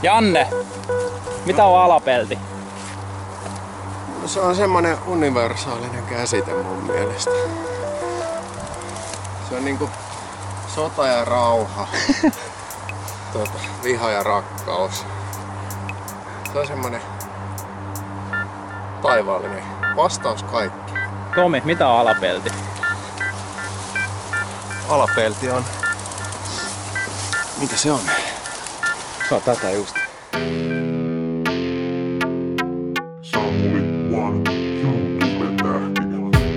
Janne, mitä on alapelti? No, se on semmonen universaalinen käsite mun mielestä. Se on niinku sota ja rauha, viha ja rakkaus. Se on semmonen taivaallinen vastaus kaikki. Tomi, mitä on alapelti? Alapelti on... Mitä se on? Se on tätä just. Samuli One YouTube-tähti.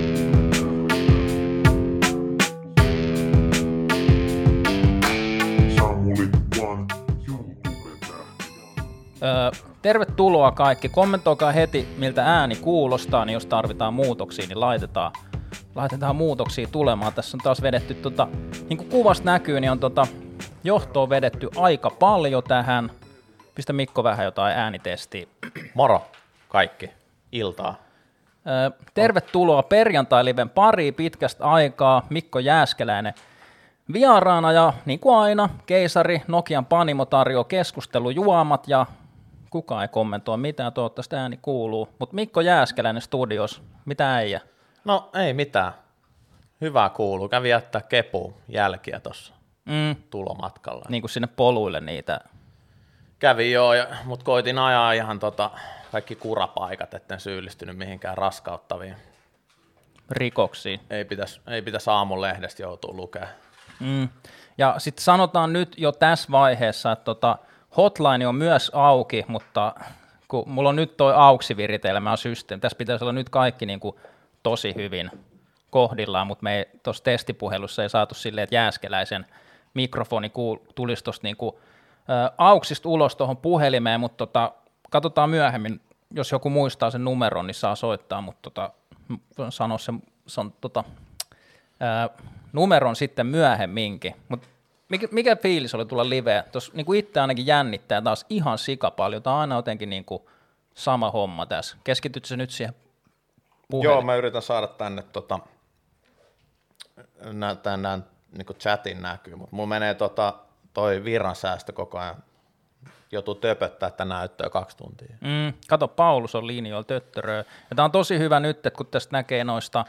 Samuli One YouTube-tähti. Tervetuloa kaikki. Kommentoikaa heti, miltä ääni kuulostaa, niin jos tarvitaan muutoksia, niin laitetaan muutoksia tulemaan. Tässä on taas vedetty, niin kuin kuvasta näkyy, niin on johtoon vedetty aika paljon tähän. Pistä Mikko vähän jotain äänitestiä. Moro kaikki, iltaa. Tervetuloa perjantai-liven pariin pitkästä aikaa. Mikko Jääskeläinen vieraana ja niin kuin aina, Keisari, Nokian Panimo tarjoaa keskustelujuomat ja kukaan ei kommentoi mitään, toivottavasti ääni kuuluu. Mutta Mikko Jääskeläinen studios, mitä äijä? No ei mitään, hyvää kuuluu. Kävi jättää kepuun jälkiä tuossa tulomatkalla. Niin kuin sinne poluille niitä. Kävi joo, mutta koitin ajaa ihan kaikki kurapaikat, etten syyllistynyt mihinkään raskauttaviin Rikoksiin. Ei pitäisi aamun lehdestä joutua lukemaan. Ja sitten sanotaan nyt jo tässä vaiheessa, että hotline on myös auki, mutta kun mulla on nyt toi auksiviritelmä systeemi, tässä pitäisi olla nyt kaikki niin kuin tosi hyvin kohdillaan, mutta me ei tuossa testipuhelussa ei saatu silleen, että Jääskeläisen mikrofoni tulisi tuosta niin kuin auksista ulos tuohon puhelimeen, mutta katsotaan myöhemmin, jos joku muistaa sen numeron, niin saa soittaa, mutta sano sen numeron sitten myöhemminkin. Mut mikä fiilis oli tulla liveen? Tuossa niin itse ainakin jännittää taas ihan sika paljon. Tämä on aina jotenkin niin kuin sama homma tässä. Keskitytkö nyt siihen puhelimeen? Joo, mä yritän saada tänne tänään niin kuin chatin näkyy, mutta mulla menee toi virransäästö koko ajan. Joutuu töpöttää tätä näyttöä 2 tuntia. Kato, Paulus on linjoilla töttöröö. Ja tämä on tosi hyvä nyt, että kun tästä näkee noista,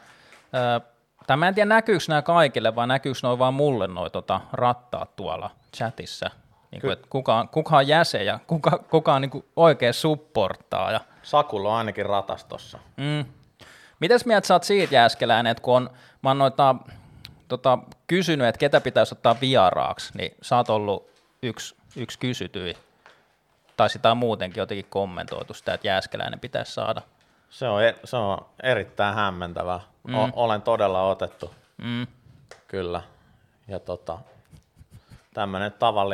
mä en tiedä näkyykö nämä kaikille, vai näkyykö noin vaan mulle noi rattaat tuolla chatissa. Niin kuin, että kuka on jäsen ja kuka on niin kuin oikein supporttaa. Ja Sakulla on ainakin ratas tossa. Mites mieltä sä oot siitä, Jääskeläinen, että kun mä oon kysynyt, että ketä pitäisi ottaa vieraaksi, niin sä oot ollut yksi kysytyi. Tai sitä on muutenkin jotenkin kommentoitu sitä, että Jääskeläinen pitäisi saada. Se on erittäin hämmentävää. Olen todella otettu. Kyllä. Ja tämmöinen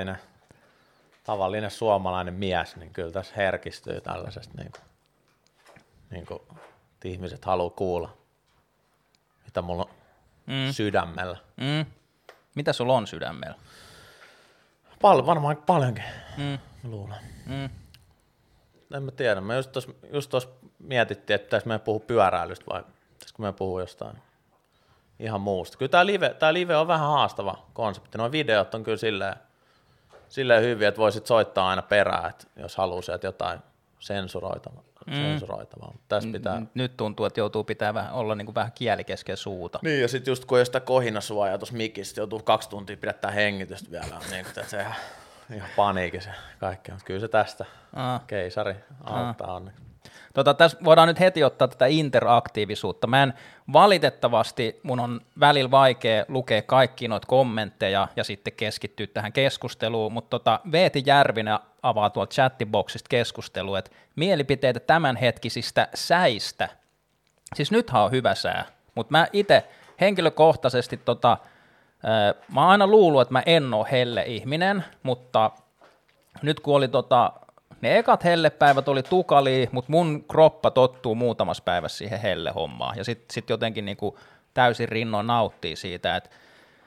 tavallinen suomalainen mies, niin kyllä tässä herkistyy tällaisesta, niin kuin ihmiset haluaa kuulla, mitä mulla on sydämellä. Mitä sulla on sydämellä? Varmaan paljonkin, mä luulen. En mä tiedä, me just tuossa mietittiin, että pitäisi meidän puhua pyöräilystä vai pitäisikö meidän puhua jostain ihan muusta. Kyllä tää live on vähän haastava konsepti, nuo videot on kyllä silleen hyviä, että voisit soittaa aina perään, että jos haluaa sieltä jotain sensuroitavaa. Tässä pitää... Nyt tuntuu, että joutuu pitää olla niin kuin vähän kieli kesken suuta. Niin, ja sitten just kun ei sitä kohinasuojaa tuossa mikissä, joutuu 2 tuntia pidättää hengitystä vielä, niin että se ihan paniikin se kaikki, mutta kyllä se tästä Keisari auttaa onneksi. Tässä voidaan nyt heti ottaa tätä interaktiivisuutta. Valitettavasti mun on välillä vaikea lukea kaikki noita kommentteja ja sitten keskittyä tähän keskusteluun, mutta Veeti Järvinen avaa tuolta chattiboxista keskustelua, että mielipiteitä tämänhetkisistä säistä. Siis nythän on hyvä sää, mutta mä itse henkilökohtaisesti mä oon aina luullut, että mä en ole helle-ihminen, mutta nyt kun oli ne ekat hellepäivät oli tukalia, mutta mun kroppa tottuu muutamassa päivässä siihen helle-hommaan. Ja sit jotenkin niinku täysin rinnoin nauttii siitä, että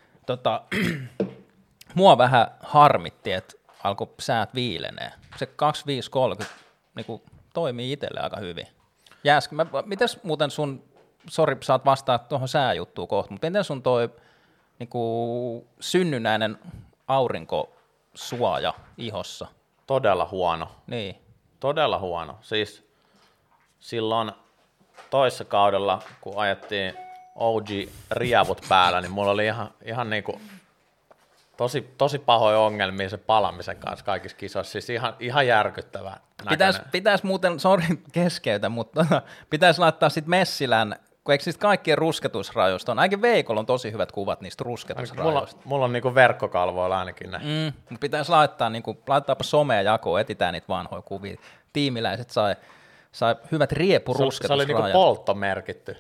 mua vähän harmitti, että alkoi säät viilenee. Se 25-30 niinku toimii itselle aika hyvin. Mites muuten sori saat vastaa tuohon sääjuttuun kohta, mutta miten sun toi niinku synnynnäinen aurinkosuoja ihossa? Todella huono. Niin. Todella huono. Siis silloin toissa kaudella, kun ajettiin OG-riavut päällä, niin mulla oli ihan niinku tosi pahoja ongelmia se palamisen kanssa kaikissa kisoissa. Siis ihan järkyttävää. Pitäisi muuten, sori keskeytä, mutta pitäisi laittaa sitten Messilän, kun eikö niistä kaikkien rusketusrajoista on? Ainakin Veikolla on tosi hyvät kuvat niistä rusketusrajoista. Mulla on niinku verkkokalvoilla ainakin ne. Mutta pitäisi laittaa, laittaapa somea jakoon, etitään niitä vanhoja kuvia. Tiimiläiset sai hyvät riepurusketusrajat. Se oli niinku polttomerkitty.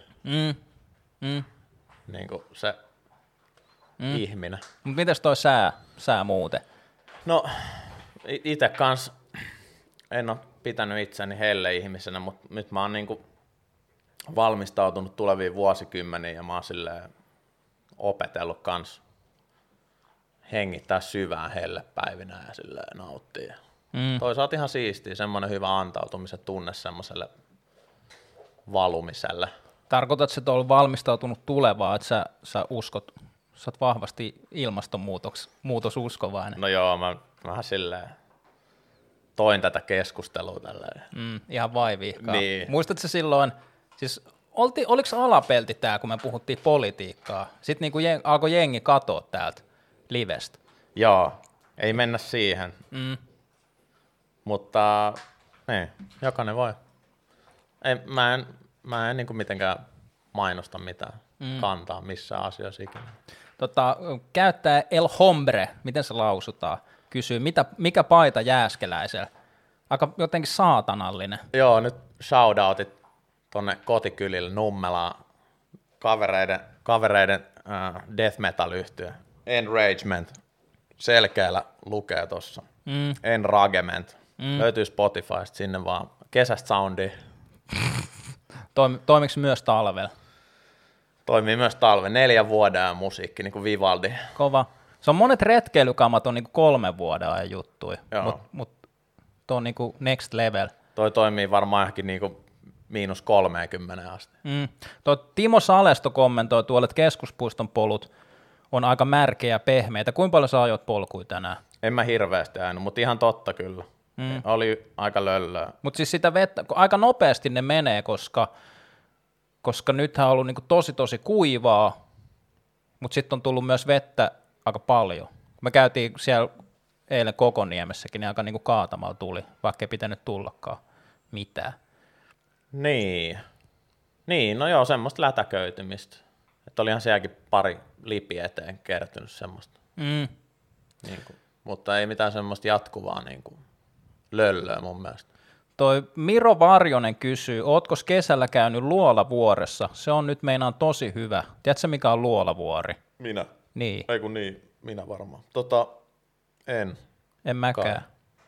Niinku se ihminen. Mutta mites toi sää muuten? No, itse kans en ole pitänyt itseäni helle-ihmisenä, mutta nyt mä oon niinku valmistautunut tuleviin vuosikymmeniin ja mä oon silleen opetellut kans hengittää syvään hellepäivinä ja silleen nauttia. Toisaalta ihan siistiä, semmoinen hyvä antautumisen tunne semmoiselle valumiselle. Tarkoitatko, että olet valmistautunut tulevaan, että sä uskot, sä oot vahvasti ilmastonmuutosuskovainen? No joo, mä vähän silleen toin tätä keskustelua tälleen. Ihan vaiviihkaa. Niin. Muistatko silloin, siis oliko alapelti tää, kun me puhuttiin politiikkaa? Sitten niinku alkoi jengi katoa täältä livestä. Joo, ei mennä siihen. Mutta niin, jokainen voi. Mä en niin kuin mitenkään mainosta mitään kantaa missään asioissa ikinä. Käyttäjä El Hombre, miten se lausutaan, kysyy, mikä paita Jääskeläisellä? Aika jotenkin saatanallinen. Joo, nyt shoutoutit tonne kotikylille Nummelaan kavereiden death metal -yhtye. Enragement. Selkeällä lukee tossa. Enragement. Löytyy Spotifysta, sinne vaan kesästä soundia. Toimiko myös talvella? Toimii myös talve. 4 vuoden ajan musiikki, niin kuin Vivaldi. Kova. Se on monet retkeilykamat on niin 3 vuoden ajan juttuja, mutta tuo on niin next level. Toi toimii varmaan ehkä niin -30 asti. Tuo Timo Salesto kommentoi tuolle, että Keskuspuiston polut on aika märkeä ja pehmeitä. Kuinka paljon sä ajoit polkuja tänään? En mä hirveästi ajanut, mutta ihan totta kyllä. Oli aika löllöä. Mutta siis sitä vettä, aika nopeasti ne menee, koska nythän on ollut niinku tosi kuivaa, mutta sitten on tullut myös vettä aika paljon. Me käytiin siellä eilen Kokoniemessäkin, niin aika niinku kaatamalla tuli, vaikka ei pitänyt tullakaan mitään. Niin, no joo, semmoista lätäköitymistä. Että olihan sielläkin pari lipi eteen kertynyt semmoista. Niin kuin, mutta ei mitään semmoista jatkuvaa niin kuin löllöä mun mielestä. Toi Miro Varjonen kysyy, ootko kesällä käynyt Luolavuoressa? Se on nyt meinaan tosi hyvä. Tiedätkö mikä on Luolavuori? Minä? Niin. Ei kun niin, minä varmaan. En. En mäkään.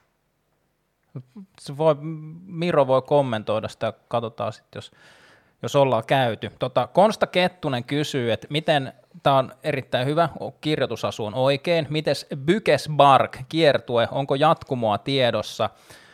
Miro voi kommentoida sitä, katsotaan sitten, jos ollaan käyty. Konsta Kettunen kysyy, että miten, tämä on erittäin hyvä, kirjoitusasu on oikein, mites Bykesbark kiertue, onko jatkumoa tiedossa?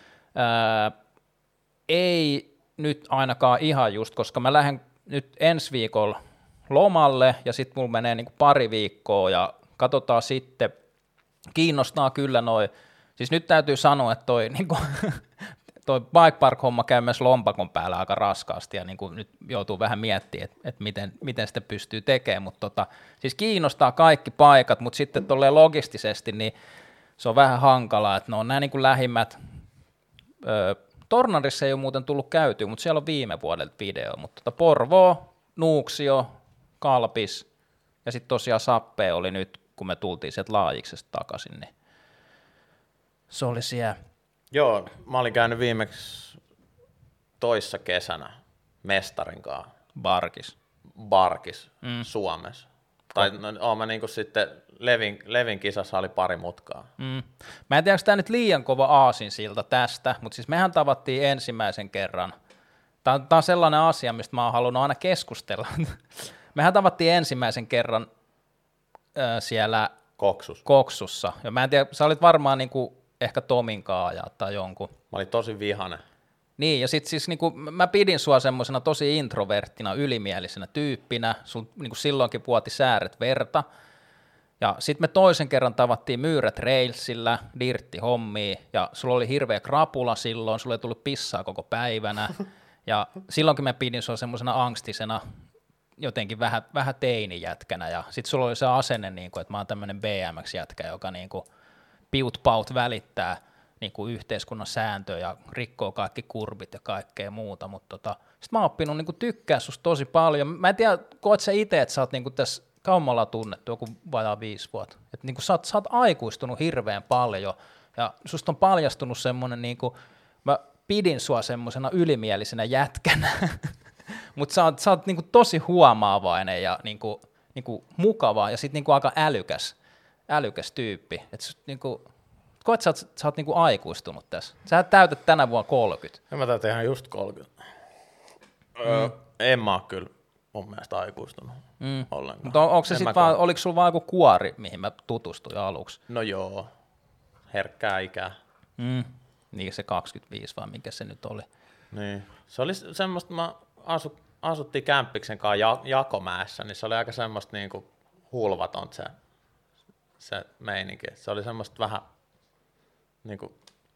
Ei nyt ainakaan ihan just, koska mä lähden nyt ensi viikolla lomalle ja sitten mulla menee niin kuin pari viikkoa ja katsotaan sitten, kiinnostaa kyllä siis nyt täytyy sanoa, että toi bike park-homma käy myös lompakon päällä aika raskaasti ja niin kuin nyt joutuu vähän miettimään, että miten sitä pystyy tekemään, mutta siis kiinnostaa kaikki paikat, mutta sitten tolleen logistisesti niin se on vähän hankalaa, että ne on nämä niin kuin lähimmät. Tornarissa ei ole muuten tullut käytyä, mutta siellä on viime vuodelta video, mutta Porvoo, Nuuksio, Kalpis ja sitten tosiaan Sappee oli nyt, kun me tultiin sieltä Laajiksesta takaisin, niin se oli siellä. Joo, mä olin käynyt viimeksi toissa kesänä mestarin kanssa. Barkis. Suomessa. Tai mä niinku sitten Levin kisassa oli pari mutkaa. Mä en tiedä, onko tämä nyt liian kova aasinsilta tästä, mutta siis mehän tavattiin ensimmäisen kerran. Tämä on sellainen asia, mistä mä oon halunnut aina keskustella. Mehän tavattiin ensimmäisen kerran siellä Koksussa. Ja mä en tiedä, sä olit varmaan niinku ehkä Tomin ajaa tai jonkun. Mä olin tosi vihainen. Niin, ja sitten siis niinku, mä pidin sua semmoisena tosi introverttina, ylimielisenä tyyppinä, sun niinku silloinkin vuoti sääret verta, Ja sitten me toisen kerran tavattiin Myyrät Railsillä, dirtti-hommia, ja sulla oli hirveä krapula silloin, sulla ei tullut pissaa koko päivänä, ja silloinkin mä pidin sua semmoisena angstisena, jotenkin vähän teinijätkänä, ja sitten sulla oli se asenne, niin kuin, että mä oon tämmöinen BMX-jätkä, joka niin kuin piut-paut välittää niin kuin yhteiskunnan sääntöjä ja rikkoo kaikki kurbit ja kaikkea muuta, mutta sitten mä oon oppinut niin kuin tykkää susta tosi paljon. Mä en tiedä, koet sä itse, että sä oot niin kuin tässä kauan me ollaan tunnettu, joku vajaa 5 vuotta. Että niin sä oot aikuistunut hirveän paljon, ja susta on paljastunut semmoinen, niin kuin, mä pidin sua semmoisena ylimielisenä jätkänä, mutta sä oot niin kuin tosi huomaavainen ja niin kuin mukava, ja sitten niin kuin aika älykäs tyyppi. Että niin kuin, koet sä oot niin kuin aikuistunut tässä. Sä täytät tänä vuonna 30. Mä täytän ihan just 30. En mä oo kyllä mun mielestä aikuistunut ollenkaan. Mutta onko se sitten vaan, oliko sulla vaan joku kuori, mihin mä tutustuin aluksi? No joo, herkkää ikää. Niin se 25 vai mikä se nyt oli? Niin. Se oli semmoista, mä asuttiin kämppiksen kanssa Jakomäessä, niin se oli aika semmoista niinku hulvatonta se meininki. Se oli semmoista vähän niinku,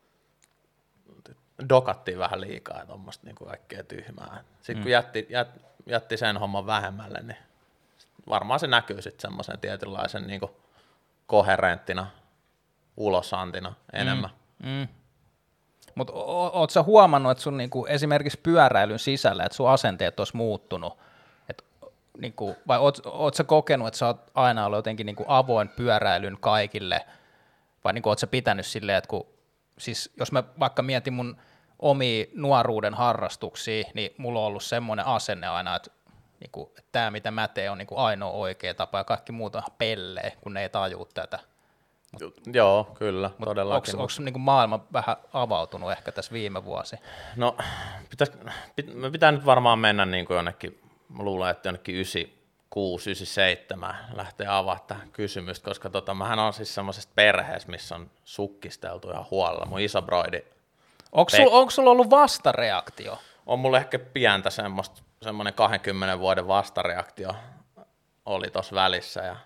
dokattiin vähän liikaa ja tommoista niinku kaikkea tyhmää. Sitten kun jätti sen homman vähemmälle, niin varmaan se näkyy sitten semmoisen tietynlaisen niinku koherenttina, ulosantina enemmän. Mutta ootko sä huomannut, että sun niinku esimerkiksi pyöräilyn sisällä, että sun asenteet olisi muuttunut? Niinku, vai ootko sä kokenut, että sä oot aina ollut jotenkin niinku avoin pyöräilyn kaikille? Vai niinku, ootko sä pitänyt silleen, että siis jos mä vaikka mietin mun omia nuoruuden harrastuksia, niin mulla on ollut semmoinen asenne aina, että niinku, tämä mitä mä teen on niinku ainoa oikea tapa ja kaikki muut on pelleä, kun ne ei tajuu tätä. Joo, kyllä, todellakin. Onko niinku maailma vähän avautunut ehkä tässä viime vuosi? No, me pitää nyt varmaan mennä niin kuin jonnekin, mä luulen, että jonnekin 96, 97 lähtee avaamaan tähän kysymystä, koska mähän on siis semmoisesta perheestä, missä on sukkisteltu ihan huolella. Mun iso broidi. Onko sulla ollut vastareaktio? On mulla ehkä pientä semmoinen 20 vuoden vastareaktio oli tuossa välissä ja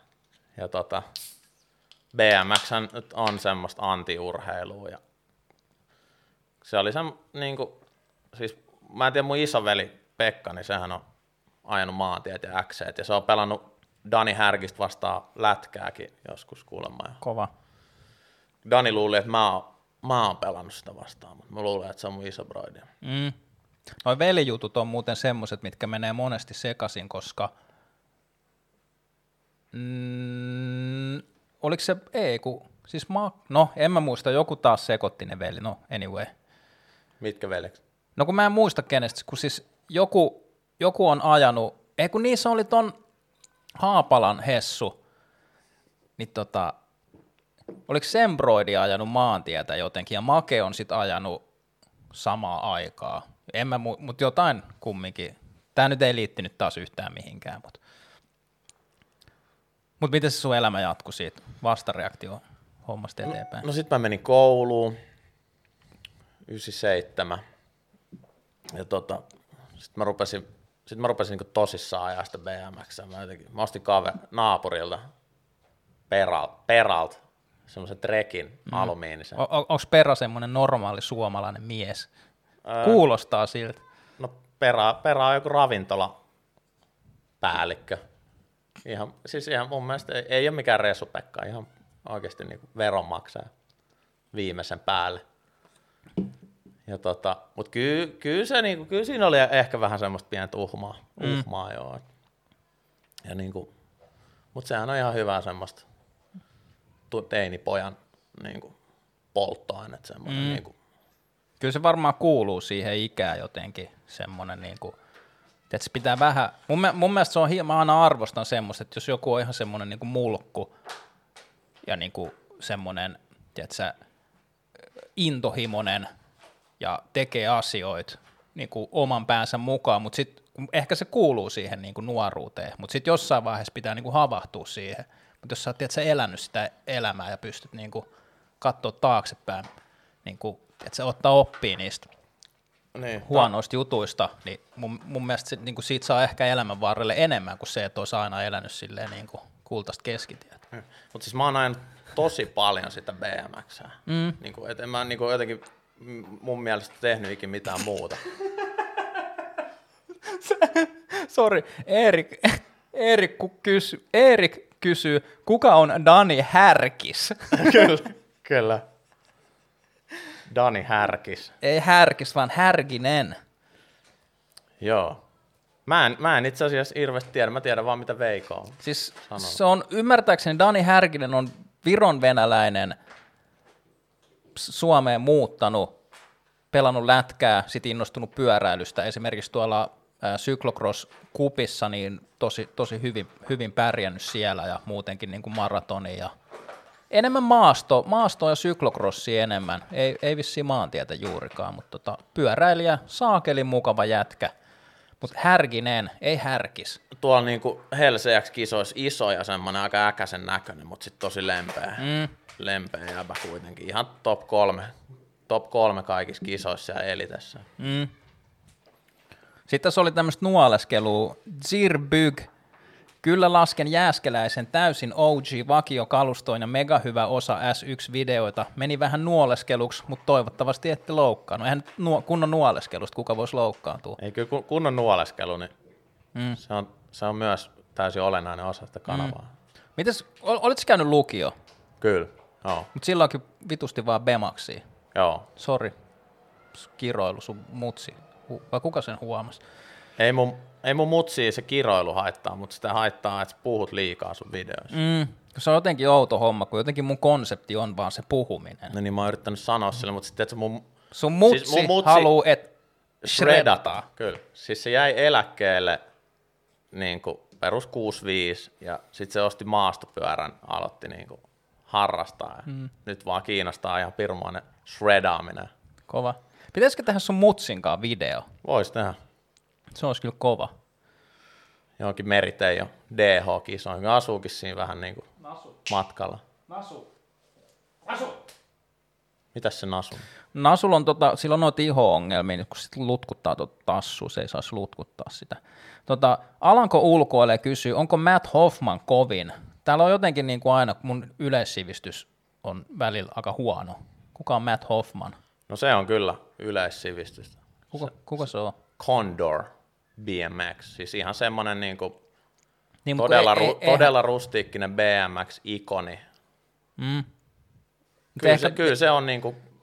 BMX on semmoista antiurheilua ja se oli niinku, siis mä en tiedä mun isoveli Pekka, niin sehän on ajanut maantiet ja X:t ja se on pelannut Dani Härkistä vastaan lätkääkin joskus kuulemma. Kova. Dani luuli, että mä oon pelannut sitä vastaan, mutta mä luulen, että se on mun iso broidi. Noi velijutut on muuten semmoiset, mitkä menee monesti sekaisin, koska oliko se siis no en mä muista, joku taas sekoitti ne veli, no anyway. Mitkä veljeksi? No kun mä en muista kenestä, kun siis joku on ajanut, kun niissä oli ton Haapalan Hessu, niin oliko Sembroidi ajanut maantietä jotenkin, ja Make on sit ajanut samaa aikaa. Mutta jotain kumminkin. Tää nyt ei liittynyt taas yhtään mihinkään, mutta miten se sun elämä jatkui siitä vastareaktio hommasta eteenpäin? No sit mä menin kouluun 97 ja sit mä rupesin niinku tosissaan ajaa sitä BMX:ää. Mä ostin naapurilta Peralt semmoisen trekin alumiinisen. Onko Pera semmoinen normaali suomalainen mies? Kuulostaa siltä. No Pera on joku ravintolapäällikkö. Ihan mun mielestä ei ole mikään resupekka, ihan oikeasti niin veronmaksaja viimeisen päälle. Ja mutta kyllä siinä oli ehkä vähän semmoista pientä uhmaa joo. Ja mutta sehän on ihan hyvä semmoista teinipojan polttoainet semmoinen Kyllä se varmaan kuuluu siihen ikään jotenkin semmoinen että se pitää vähän, mun mielestä se on, mä aina arvostan semmoista, että jos joku on ihan semmoinen mulkku ja semmoinen, tiedätkö, intohimoinen ja tekee asioita oman päänsä mukaan, mutta sitten ehkä se kuuluu siihen nuoruuteen, mutta sitten jossain vaiheessa pitää havahtua siihen, mutta jos sä oot tiedätkö, elänyt sitä elämää ja pystyt katsoa taaksepäin, että se ottaa oppia niistä huonoista jutuista, niin mun mielestä siitä saa ehkä elämän varrelle enemmän kuin se, että olisi aina elänyt silleen kultaista keskitietä. Mutta siis mä oon ajanut tosi paljon sitä BMXää. Niinku, et en mä niinku jotenkin mun mielestä tehnyt ikin mitään muuta. Sori, Erik kysyy, kuka on Dani Härkis? Kyllä. Dani Härkis. Ei Härkis, vaan Härkinen. Joo. Mä en itse asiassa hirveästi tiedä, mä tiedän vaan mitä Veikko on. Siis sanonut. se on, ymmärtääkseni Dani Härkinen on Viron venäläinen, Suomeen muuttanut, pelannut lätkää, sit innostunut pyöräilystä. Esimerkiksi tuolla Cyclocross-kupissa niin tosi hyvin pärjännyt siellä ja muutenkin niin kuin maratoni ja enemmän maastoa ja cyclocrossia enemmän. Ei vissiin maantietä juurikaan, mutta pyöräilijä, saakelin mukava jätkä. Mutta Härkinen, ei Härkis. Tuolla niinku Helseäks-kisoissa iso ja semmoinen aika äkäisen näköinen, mutta sitten tosi lempeä. Lempeä jäbä kuitenkin. Ihan top 3 kaikissa kisoissa ja elitessä. Sitten tässä oli tämmöistä nuoleskelua. Zirbyg. Kyllä lasken Jääskeläisen täysin OG-vakiokalustoin ja mega hyvä osa S1-videoita. Meni vähän nuoleskeluksi, mutta toivottavasti ette loukkaannut. Eihän kunnon nuoleskelusta, kuka voisi loukkaantua. Ei kyllä kunnon nuoleskelu, niin se on myös täysin olennainen osa sitä kanavaa. Mites, olitko käynyt lukio? Kyllä, joo. Mutta silloinkin vitusti vaan bemaksia. Joo. Sori, kiroilu sun mutsi. Vai kuka sen huomasi? Ei mun mutsia se kiroilu haittaa, mutta sitä haittaa, että puhut liikaa sun videoissa. Se on jotenkin outo homma, kun jotenkin mun konsepti on vaan se puhuminen. No niin, mä oon yrittänyt sanoa sille, mutta sitten että sun mutsi haluu, että shredata. Kyllä. Siis se jäi eläkkeelle niin kuin perus 65 ja sitten se osti maastopyörän, aloitti niin kuin harrastaa. Nyt vaan kiinnostaa ihan pirmoinen shredaaminen. Kova. Pitäisikö tehdä sun mutsinkaan video? Vois tehdä. Se olisi kyllä kova. Johonkin Meriteijo DH-kisoihin. Asuukin siinä vähän niin kuin matkalla. Nasu. Mitäs se Nasu? Nasulla on sillä on noita iho-ongelmia, kun sit lutkuttaa tassua, se ei saisi lutkuttaa sitä. Alanko ulkoilee kysyy, onko Matt Hoffman kovin? Täällä on jotenkin niin kuin aina, mun yleissivistys on välillä aika huono. Kuka on Matt Hoffman? No se on kyllä yleissivistystä. Kuka se on? Condor BMX, siis ihan semmoinen niinku Niin, todella rustiikkinen BMX-ikoni. Kyllä se on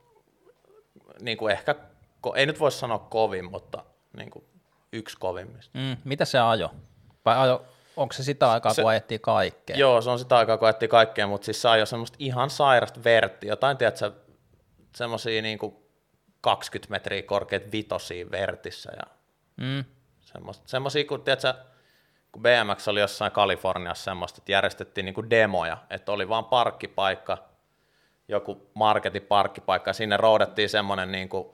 niinku ehkä, ei nyt voi sanoa kovin, mutta niinku yksi kovimmista. Mitä se ajo? Vai onko se sitä aikaa, kun ajettiin kaikkea? Joo, se on sitä aikaa, kun ajettiin kaikkea, mutta siis se ajoi semmoista ihan sairasta verttiä, jotain, tiedätkö, semmoisia niinku 20 metriä korkeat vitosia vertissä ja semmoisia, kun tiedätkö, kun BMX oli jossain Kaliforniassa semmoista, että järjestettiin niinku demoja, että oli vaan parkkipaikka, joku marketin parkkipaikka, ja sinne roudattiin semmoinen niinku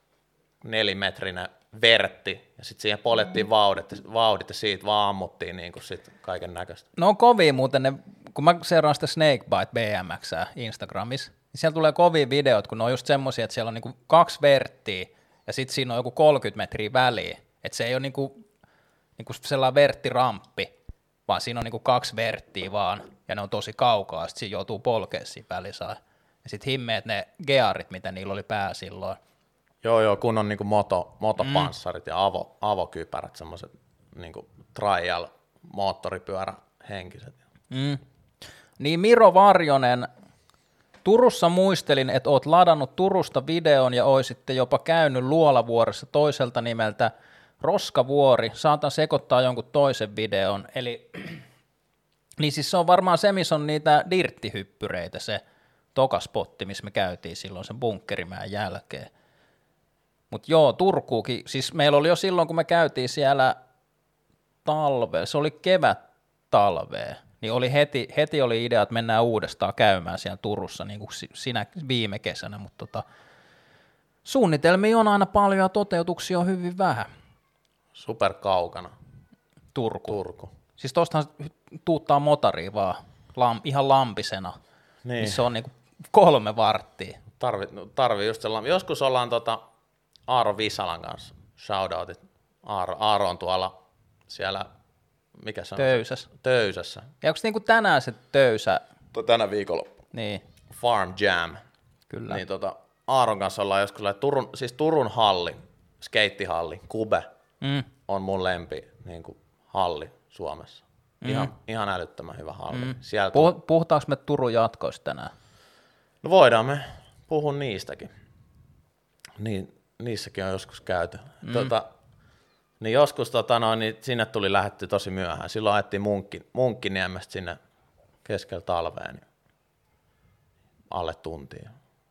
4-metrinen vertti, ja sitten siihen poljettiin vauhdit, ja siitä vaan ammuttiin niinku sit kaiken näköistä. No on kovia muuten, kun mä seuraan sitä Snakebite BMXää Instagramissa, niin siellä tulee kovia videot, kun ne on just semmoisia, että siellä on niinku 2 verttiä, ja sitten siinä on joku 30 metriä väliä, että se ei ole niinku sellainen verttiramppi, vaan siinä on niinku 2 verttiä vaan, ja ne on tosi kaukaa, sitten siinä joutuu polkemaan siinä välissä. Ja sitten himmeet ne gearit, mitä niillä oli pää silloin. Joo, kun on niinku motopanssarit ja avokypärät, semmoiset niinku trial moottoripyörä henkiset. Niin Miro Varjonen, Turussa muistelin, että oot ladannut Turusta videon ja oisitte jopa käynyt Luolavuoressa toiselta nimeltä Roskavuori. Saatan sekoittaa jonkun toisen videon. Eli niin siis se on varmaan se, missä on niitä dirttihyppyreitä, se tokaspotti, missä me käytiin silloin sen bunkkerimäen jälkeen. Mutta joo, Turkuukin, siis meillä oli jo silloin, kun me käytiin siellä talve, se oli kevät-talvea, niin oli heti oli idea, että mennään uudestaan käymään siellä Turussa, niin kuin sinä viime kesänä, mutta suunnitelmia on aina paljon ja toteutuksia on hyvin vähän. Super kaukana. Turku. Siis tuostahan tuuttaa motoria vaan ihan lampisena, niin se on niinku 3 varttia. Tarvii just sellainen. Joskus ollaan Aaro Visalan kanssa, shoutoutit. Aaro on tuolla siellä mikä se on? Töysäs. Töysässä. Ja onko niinku tänään se töysä? Tänä viikolla. Niin, Farm Jam. kyllä. Niin Aaron kanssa ollaan joskus Turun halli, skeittihalli, Kube, on mun lempi niin kuin halli Suomessa. Ihan älyttömän hyvä halli. Sieltä Puhutaanko me Turun jatkoista tänään? No voidaan me puhua niistäkin. Niin, niissäkin on joskus käyty. Niin joskus niin sinne tuli lähdetty tosi myöhään. Silloin ajettiin Munkkiniemestä sinne keskellä talveen niin alle tuntia.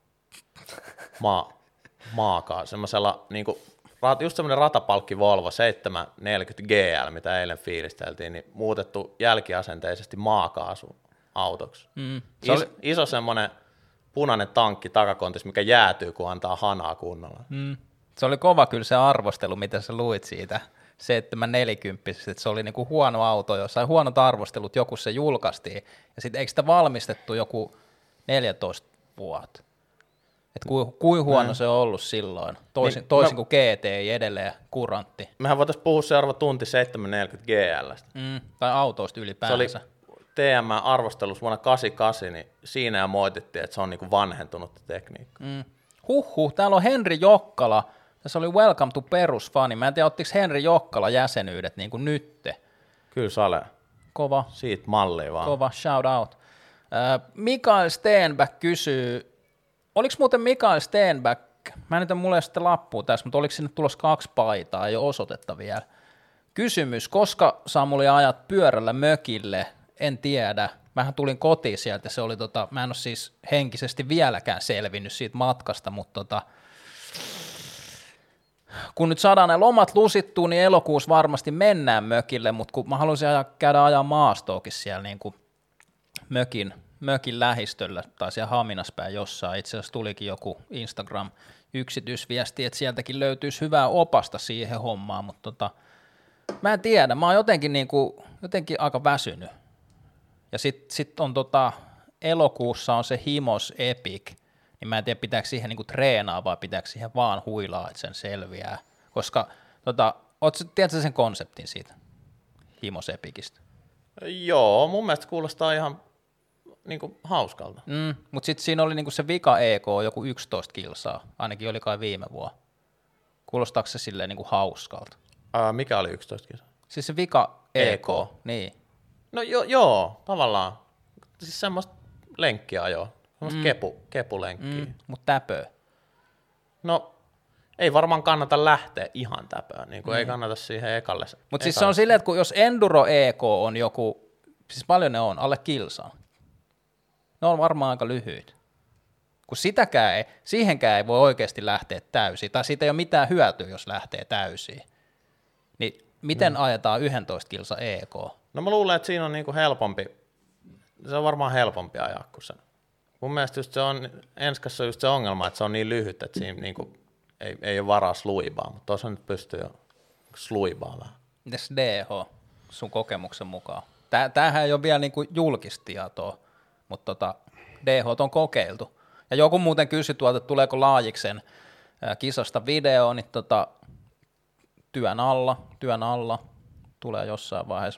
Maakaan. Semmoisella niinku, just semmoinen ratapalkki Volvo 740 GL, mitä eilen fiilisteltiin, niin muutettu jälkiasenteisesti maakaasuautoksi. Iso semmoinen punainen tankki takakontissa, mikä jäätyy, kun antaa hanaa kunnolla. Se oli kova kyllä se arvostelu, mitä sä luit siitä 740, että se oli niinku huono auto, jossain huonot arvostelut, joku se julkaistiin, ja sitten eikö sitä valmistettu joku 14 vuotta? Että kuin huono se on ollut silloin, toisin kuin GTI edelleen kurantti. Mehän voitaisiin puhua seuraava tunti 740 GL:stä. Tai autoista ylipäänsä. Se oli TM-arvostelussa vuonna 88, niin siinä jo moitittiin, että se on niinku vanhentunutta tekniikkaa. Täällä on Henri Jokkala. Tässä oli Welcome to Perusfani. Mä en tiedä, ottiko Henri Jokkala jäsenyydet niin kuin nytte. Kyllä Sale. Kova. Siitä mallia vaan. Kova, shout out. Mikael Stenback kysyy, oliko muuten Mikael Stenback, mä en nyt mulle sitten lappua tässä, mutta oliko sinne tulossa 2 paitaa, ei ole osoitetta vielä. Kysymys, koska Samuli ajat pyörällä mökille, en tiedä. Mähän tulin kotiin sieltä, se oli mä en ole siis henkisesti vieläkään selvinnyt siitä matkasta, mutta kun nyt saadaan ne lomat lusittua, niin elokuussa varmasti mennään mökille, mutta kun mä haluaisin käydä ajaa maastoakin siellä niin kuin mökin lähistöllä tai siellä Haminaspäin jossain. Itse asiassa tulikin joku Instagram-yksityisviesti, että sieltäkin löytyisi hyvää opasta siihen hommaan, mutta mä en tiedä, mä oon jotenkin aika väsynyt. Ja sit on elokuussa on se Himos Epic, niin mä en tiedä pitääkö siihen niinku treenaa vai pitääkö siihen vaan huilaa, että sen selviää. Koska tiedätkö sen konseptin siitä Himos Epicistä? Joo, mun mielestä kuulostaa ihan niinku hauskalta. Mutta sitten siinä oli niinku se vika EK joku 11 kilsaa, ainakin oli kai viime vuonna. Kuulostaako se silleen niinku hauskalta? Mikä oli 11 kilsaa? Siis se vika EK, niin. No joo, tavallaan. Siis semmoista lenkkiajoa, semmoista kepulenkkiä. Mutta täpöä. No, ei varmaan kannata lähteä ihan täpöön, niin kuin ei kannata siihen ekalle. Mutta siis se on silleen, että jos Enduro EK on joku, siis paljon ne on, alle kilsaan. Ne on varmaan aika lyhyitä. Kun siihenkään ei voi oikeasti lähteä täysin, tai siitä ei ole mitään hyötyä, jos lähtee täysin. Niin miten ajetaan 11 kilsa EK? No mä luulen, että siinä on niinku helpompi, se on varmaan helpompi ajaa kuin se. Mun mielestä just se on, enskassa on just se ongelma, että se on niin lyhyt, että siinä niinku ei ole varaa sluibaa, mutta tuossa nyt pystyy jo sluibaa vähän. Mites DH sun kokemuksen mukaan? Tämähän ei ole vielä niinku julkista tietoa, mutta DH on kokeiltu. Ja joku muuten kysyi tuolta, että tuleeko Laajiksen kisasta video, niin työn alla tulee jossain vaiheessa.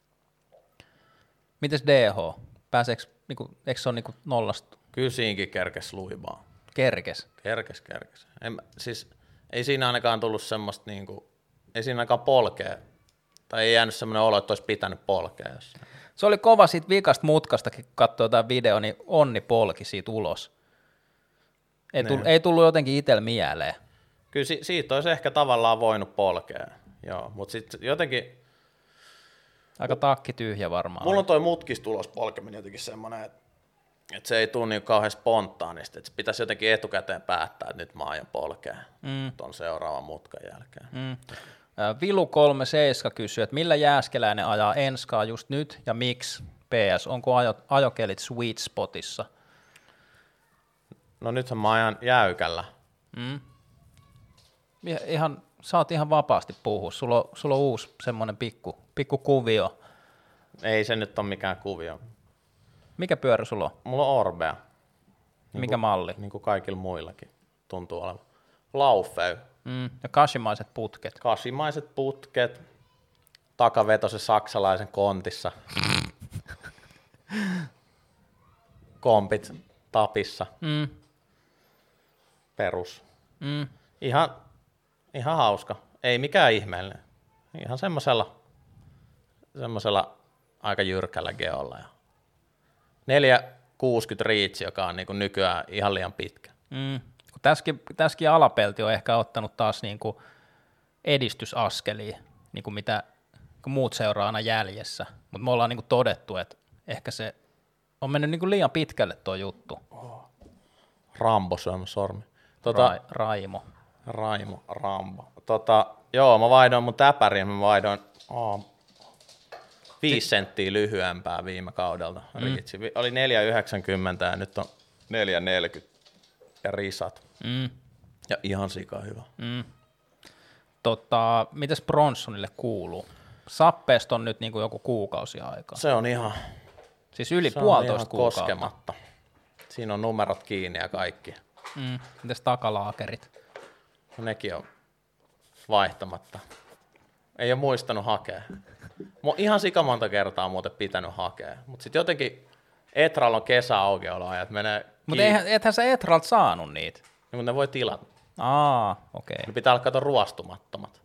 Mites DH? Eikö se ole niinku nollasta? Kyllä siinkin kerkes luibaa. Kerkes? Kerkes. Siis ei siinä ainakaan tullut semmoista niinku, ei siinä ainakaan polkea, tai ei jäänyt semmoinen olo, että olisi pitänyt polkea jossain. Se oli kova siitä vikasta mutkastakin, katsoi jotain video, niin onni polki siitä ulos. Ei tullut jotenkin itsellä mieleen. Kyllä siitä olisi ehkä tavallaan voinut polkea, joo, mutta sitten jotenkin... Aika takki tyhjä varmaan. Mulla on toi mutkistulos polkeminen jotenkin semmoinen, että se ei tule niin kauhean spontaanisti, että se pitäisi jotenkin etukäteen päättää, että nyt mä aion polkea ton seuraavan mutkan jälkeen. Vilu 37 kysyy, että millä Jääskeläinen ajaa Enskaa just nyt ja miksi? PS, onko ajokelit sweet spotissa? No nythän mä ajan jäykällä. Saat ihan vapaasti puhua. Sulla on uusi semmoinen pikku kuvio. Ei se nyt ole mikään kuvio. Mikä pyörä sulla on? Mulla on Orbea. Mikä malli? Niin kuin kaikilla muillakin tuntuu olevan. Laufey. Ja kasimaiset putket. Kasimaiset putket. takavetosen saksalaisen kontissa. Kompit tapissa. Perus. Ihan hauska. Ei mikään ihmeellinen. Ihan semmoisella aika jyrkällä geolla. Ja 460 reach, joka on niinku nykyään ihan liian pitkä. Tässäkin alapelti on ehkä ottanut taas niinku edistysaskelia, niinku mitä muut seuraa aina jäljessä, mutta me ollaan niinku todettu, että ehkä se on mennyt niinku liian pitkälle tuo juttu. Rambo syömä sormi. Raimo. Rambo. Joo, mä vaihdoin mun täpäriin, 5 senttiä lyhyempää viime kaudelta. Riitsi. Oli 4,90 ja nyt on 4,40 ja risat. Ja ihan sika hyvä. Mites Bronsonille kuuluu? Sappeesta on nyt niinku joku kuukausi aikaa. Se on ihan, Siis yli se puolitoista on kuukautta. koskematta. Siinä on numerot kiinni ja kaikki. Mites takalaakerit? Nekin on vaihtamatta. Ei ole muistanut hakea. Mä oon ihan sikamonta kertaa muuten pitänyt hakea. Mutta sitten jotenkin Etralla on kesäaukeoloajat. Mutta ethän sä Etralta saanut niitä. Niin, mutta ne voi tilata. Okei. Ne pitää olla ruostumattomat.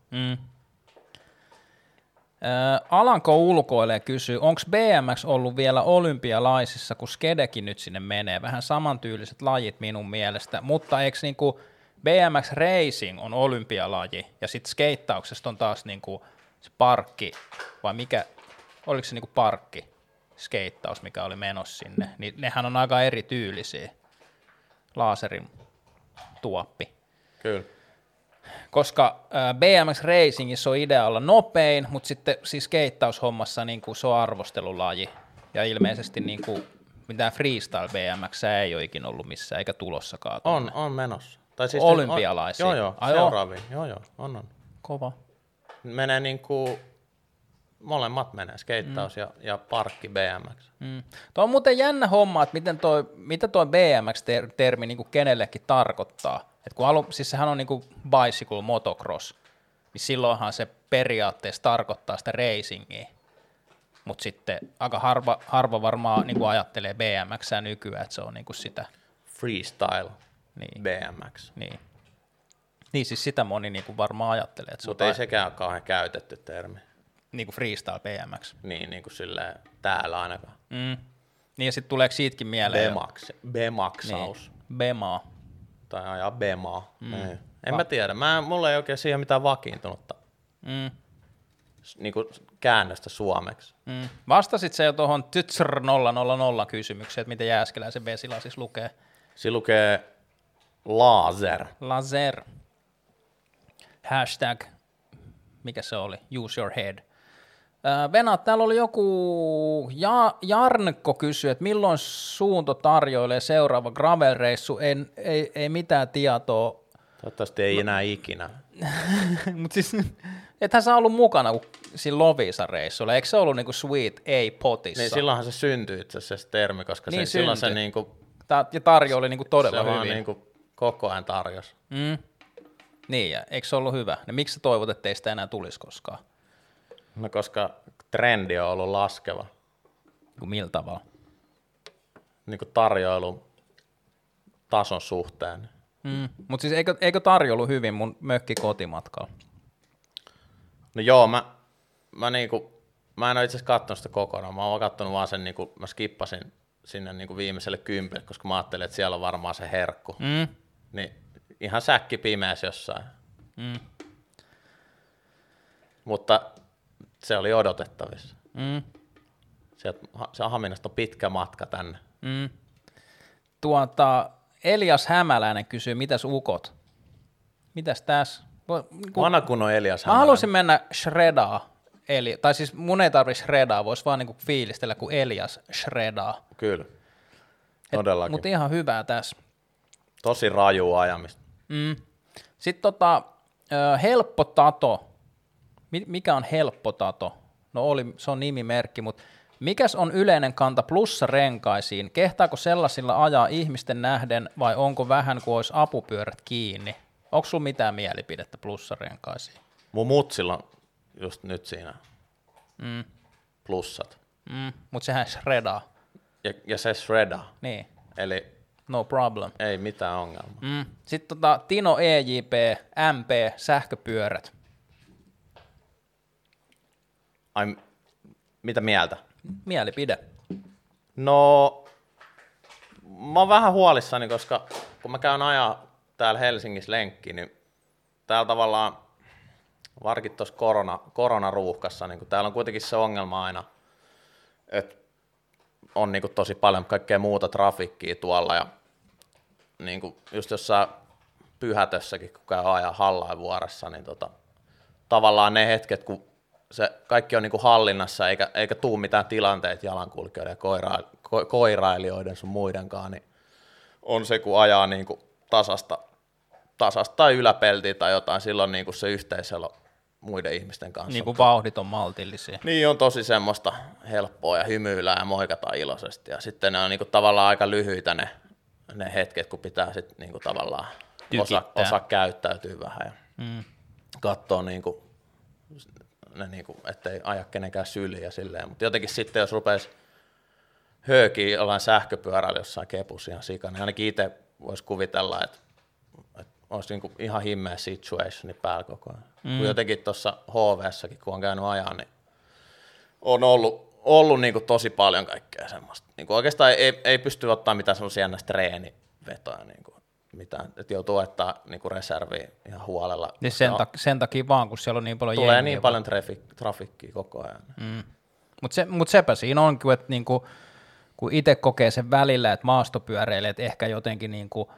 Alanko ulkoilee kysyy, onko BMX ollut vielä olympialaisissa, kun Skedekin nyt sinne menee? Vähän samantyyliset lajit minun mielestä, mutta eikö niinku BMX Racing on olympialaji ja sitten skeittauksesta on taas niinku se parkki, vai mikä, oliko se niinku parkki skeittaus, mikä oli menossa sinne, niin nehän on aika erityylisiä, laaserin tuoppi. Kyllä. Koska BMX Racingissa on idea olla nopein, mutta sitten siis skeittaushommassa niin se on arvostelulaji. Ja ilmeisesti niin kuin, mitään freestyle BMX ei ole ikinä ollut missään, eikä tulossakaan. On menossa. Tai siis olympialaisia. Joo, seuraaviin. Joo, on. Kova. Menee niinku, molemmat menee, skeittaus ja parkki BMX. Tuo on muuten jännä homma, että mitä toi BMX-termi niin kuin kenellekin tarkoittaa. Et kun siis sehän on niin kuin bicycle motocross, niin silloinhan se periaatteessa tarkoittaa sitä racingia. Mutta sitten aika harva varmaan niin kuin ajattelee BMXää nykyään, että se on niin kuin sitä. Freestyle Niin. BMX. Niin siis sitä moni niin kuin varmaan ajattelee. Mutta ei sekään ole kauhean käytetty termi. Niin kuin freestyle BMX. Niin kuin silleen täällä ainakaan. Niin ja sitten tuleeko siitäkin mieleen? Bemaksaus. Niin. Bemaa. Tai ajaa bemaa. En mä tiedä. Mulla ei oikein siihen mitään vakiintunutta niin kuin käännöstä suomeksi. Vastasit se jo tuohon Tytsr 000 kysymykseen, että miten Jääskeläisen vesilasissa lukee? Se lukee laser. Laser. Hashtag, mikä se oli? Use your head. Venat, täällä oli joku Jarnkko kysyi, että milloin Suunto tarjoilee seuraava gravel-reissu, ei mitään tietoa. Toivottavasti ei enää ikinä. Mutta siis, ethän sä ollut mukana siinä Loviisa-reissulla, eikö se ollut niinku Sweet A-potissa? Niin silloinhan se syntyi itse asiassa se termi, koska niin silloin se niinku, ja tarjo oli niinku todella se hyvin. vaan niinku koko ajan tarjosi. Niin, ja eikö se ollut hyvä? Ja miksi sä toivot, ettei sitä enää tulisi koskaan? No koska trendi on ollut laskeva. Millä tavalla? Niin kuin tarjoilun tason suhteen. Mutta siis eikö tarjoulu hyvin mun mökki kotimatkalla? No joo, mä en ole itse asiassa katsonut sitä kokonaan. Mä oon katsonut vaan sen, niinku, mä skippasin sinne niinku viimeiselle kympille, koska mä ajattelin, että siellä on varmaan se herkku. Niin ihan säkki pimeässä jossain. Mutta se oli odotettavissa. Se Haminasta on pitkä matka tänne. Elias Hämäläinen kysyy, mitäs ukot? Mitäs tässä? Vanha kun on Elias Hämäläinen. Mä haluaisin mennä shredaa. Tai siis mun ei tarvitse shredaa, vois vaan niinku fiilistellä, kun Elias shredaa. Kyllä, todellakin. Mutta ihan hyvää tässä. Tosi rajua ajamista. Sitten helppo tato. Mikä on helppo tato? No se on nimimerkki, mutta mikäs on yleinen kanta plussarenkaisiin? Kehtaako sellaisilla ajaa ihmisten nähden vai onko vähän kuin olisi apupyörät kiinni? Onko sulla mitään mielipidettä plussarenkaisiin? Mun mutsilla on just nyt siinä plussat. Mutta sehän shredaa. Ja se shredaa. Niin. Eli No problem. ei mitään ongelmaa. Sitten Tino EJP, MP, sähköpyörät. Ai, mitä mieltä? Mielipide. No, mä oon vähän huolissani, koska kun mä käyn ajaa täällä Helsingissä lenkkiin, niin täällä tavallaan, varsinkin tuossa koronaruuhkassa, niin kun täällä on kuitenkin se ongelma aina, että on niin kun tosi paljon kaikkea muuta trafikkiä tuolla, ja niin kun just jossain Pyhätössäkin, kun käy ajaa Hallainvuoressa, niin tavallaan ne hetket, kun se kaikki on niin kuin hallinnassa, eikä tuu mitään tilanteita jalankulkijoiden ja koirailijoiden sun muidenkaan, niin on se, kun ajaa niin kuin tasasta tai yläpeltiä tai jotain, silloin niin kuin se yhteiselo muiden ihmisten kanssa. Niin kuin vauhdit on maltillisia. Niin, on tosi semmoista helppoa ja hymyilää ja moikataan iloisesti. Ja sitten ne on niin kuin tavallaan aika lyhyitä ne hetket, kun pitää sitten niin kuin tavallaan osaa käyttäytyä vähän ja katsoa niin kuin ettei aja kenenkään syliin ja silleen, mutta jotenkin sitten, jos rupeisi höökiä jollain sähköpyörällä jossain kepussa ihan sikana, niin ainakin itse voisi kuvitella, että olisi niin kuin ihan himmeä situationi päällä koko ajan. Kun jotenkin tuossa HV:ssäkin, kun on käynyt ajan, niin on ollut niin kuin tosi paljon kaikkea semmoista. Niin kuin oikeastaan ei pysty ottaa mitään semmoisia näistä treenivetoja, niin kuin mitään, että joutuu ottaa niinku reserviä ihan huolella. Niin sen takia vaan, kun siellä on niin paljon tulee jengiä. niin paljon trafikkiä koko ajan. Mutta sepä siinä onkin, että niinku, kun itse kokee sen välillä, että maastopyöräilijät ehkä jotenkin niinku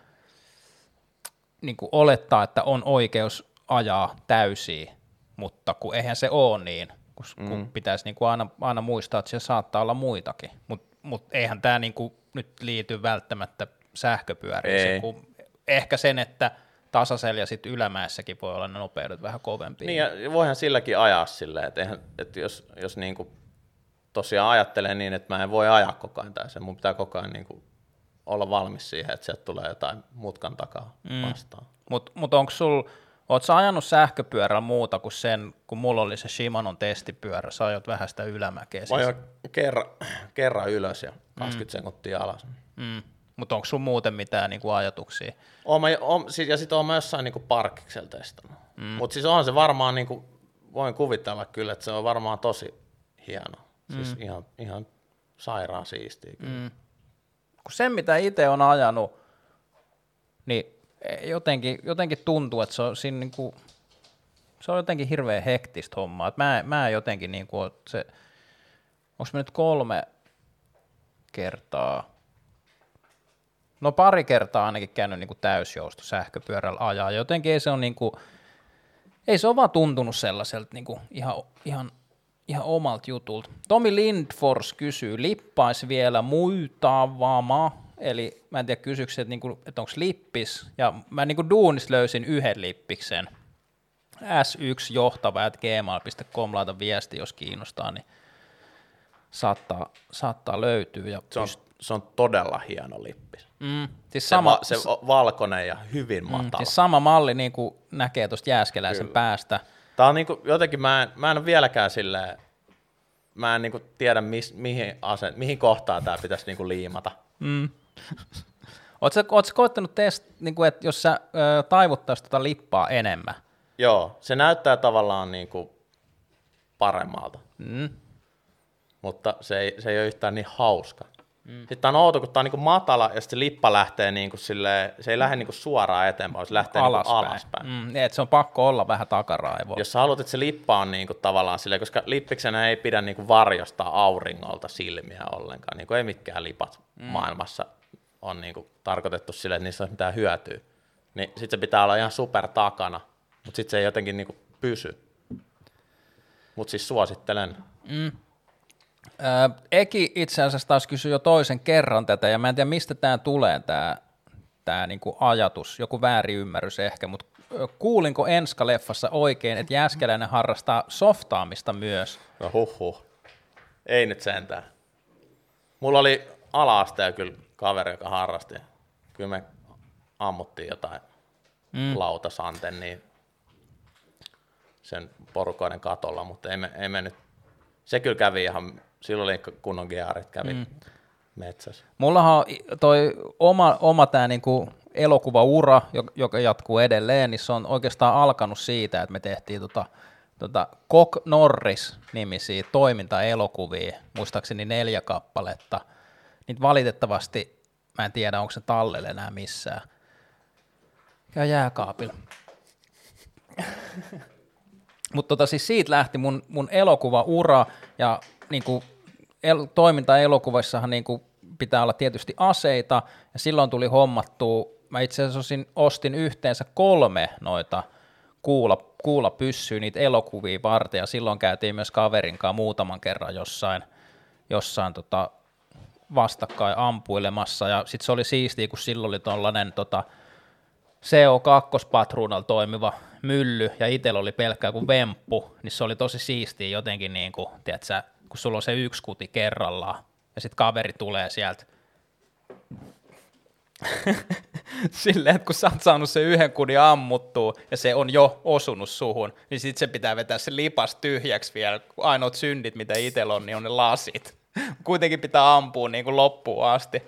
olettaa, että on oikeus ajaa täysiä, mutta kun eihän se ole niin, kun pitäisi niinku aina muistaa, että siellä saattaa olla muitakin, mutta eihän tämä niinku nyt liity välttämättä sähköpyöriin, ehkä sen, että tasaisella ja sitten ylämäessäkin voi olla ne nopeudet vähän kovempia. Niin ja voihan silläkin ajaa silleen, että jos niinku tosiaan ajattelee niin, että mä en voi ajaa koko ajan täysin, mun pitää koko ajan niinku olla valmis siihen, että sieltä tulee jotain mutkan takaa vastaan. Mut oot sä ajanut sähköpyörällä muuta kuin sen, kun mulla oli se Shimanon testipyörä, sä ajot vähän sitä ylämäkeä. Mä ajoin kerran ylös ja 20 sekuntia alas. Mutta onko sun muuten mitään niinku ajatuksia? Ja sitten oon mä jossain niinku parkkiksella testannut. Mutta siis on se varmaan, niinku, voin kuvitella kyllä, että se on varmaan tosi hieno. Siis ihan sairaan siistiä kyllä. Kun sen, mitä itse on ajanut, niin jotenkin tuntuu, että se on, siinä niinku, se on jotenkin hirveän hektistä hommaa. Et mä en jotenkin, niinku, onko mä nyt 3 kertaa, no pari kertaa ainakin käynyt niinku täysjousto sähköpyörällä ajaa. Jotenkin ei se on niinku, ei se ole vaan tuntunut sellaiselta niinku ihan omalta jutulta. Tomi Lindfors kysyy, lippaisi vielä muitavama, eli mä en tiedä kysyykö se, että onko lippis, ja mä niinku duunista löysin yhden lippiksen, S1 johtava, että gmail.com, laita viesti, jos kiinnostaa, niin saattaa löytyä. Ja se on todella hieno lippis. Siis se valkoinen ja hyvin matala. Siis sama malli, niin kuin näkee tuosta Jääskeläisen päästä. Tää on niinku, jotenkin mä en ole vieläkään silleen, mä en niinku tiedä mihin kohtaan tää pitäisi niinku liimata. Ootko sä koettanut niinku, että jos sä taivuttaisit tota lippaa enemmän? Joo, se näyttää tavallaan niinku paremmalta, mutta se ei ole yhtään niin hauska. Sitten tää on outo, kun tää on niinku matala ja sitten se lippa lähtee niinku silleen, se ei lähde niinku suoraan eteenpäin, se lähtee alaspäin. Niin, että se on pakko olla vähän takaraivoa. Jos sä haluat, että se lippa on niinku tavallaan silleen, koska lippiksenä ei pidä niinku varjostaa auringolta silmiä ollenkaan, niinku ei mitkään lipat maailmassa on niinku tarkoitettu silleen, että niissä on mitään hyötyä. Niin sit se pitää olla ihan super takana, mutta sit se ei jotenkin niinku pysy. Mutta siis suosittelen. Eki itse asiassa taas kysyi jo toisen kerran tätä, ja mä en tiedä mistä tämä tulee, tämä niinku ajatus, joku väärinymmärrys ehkä, mutta kuulinko Enska-leffassa oikein, että Jääskeläinen harrastaa softaamista myös? No huhhuh. Ei nyt sentään. Mulla oli ala-asteella kyllä kaveri, joka harrasti. Kyllä me ammuttiin jotain lautasanten niin sen porukoiden katolla, mutta ei me nyt Se kyllä kävi ihan, silloin oli kunnon gearit kävi metsässä. Mullahan on toi oma tää niinku elokuvaura, joka jatkuu edelleen, niin se on oikeastaan alkanut siitä, että me tehtiin Cock Norris-nimisiä toimintaelokuvia, muistaakseni 4 kappaletta. Niitä valitettavasti, mä en tiedä, onko se tallella enää missään. Käy jääkaapilla. Mutta siis siitä lähti mun elokuvaura, ja niinku, toimintaelokuvassahan niinku pitää olla tietysti aseita, ja silloin tuli hommattua, mä itse asiassa ostin yhteensä 3 noita kuulapyssyä niitä elokuvia varten, ja silloin käytiin myös kaverin kanssa muutaman kerran jossain vastakkain ampuilemassa, ja sitten se oli siistiä, kun silloin oli tollainen CO2-patruunalla toimiva mylly, ja itsellä oli pelkkää kuin vemppu, niin se oli tosi siistiä jotenkin, niin kuin, tiedätkö, kun sulla on se 1 kuti kerrallaan, ja sitten kaveri tulee sieltä silleen, että kun sä oot saanut se 1 kudin ammuttua, ja se on jo osunut suhun, niin sitten se pitää vetää se lipas tyhjäksi vielä, kun ainoat syndit, mitä itsellä on, niin on ne lasit. Kuitenkin pitää ampua niin kuin loppuun asti.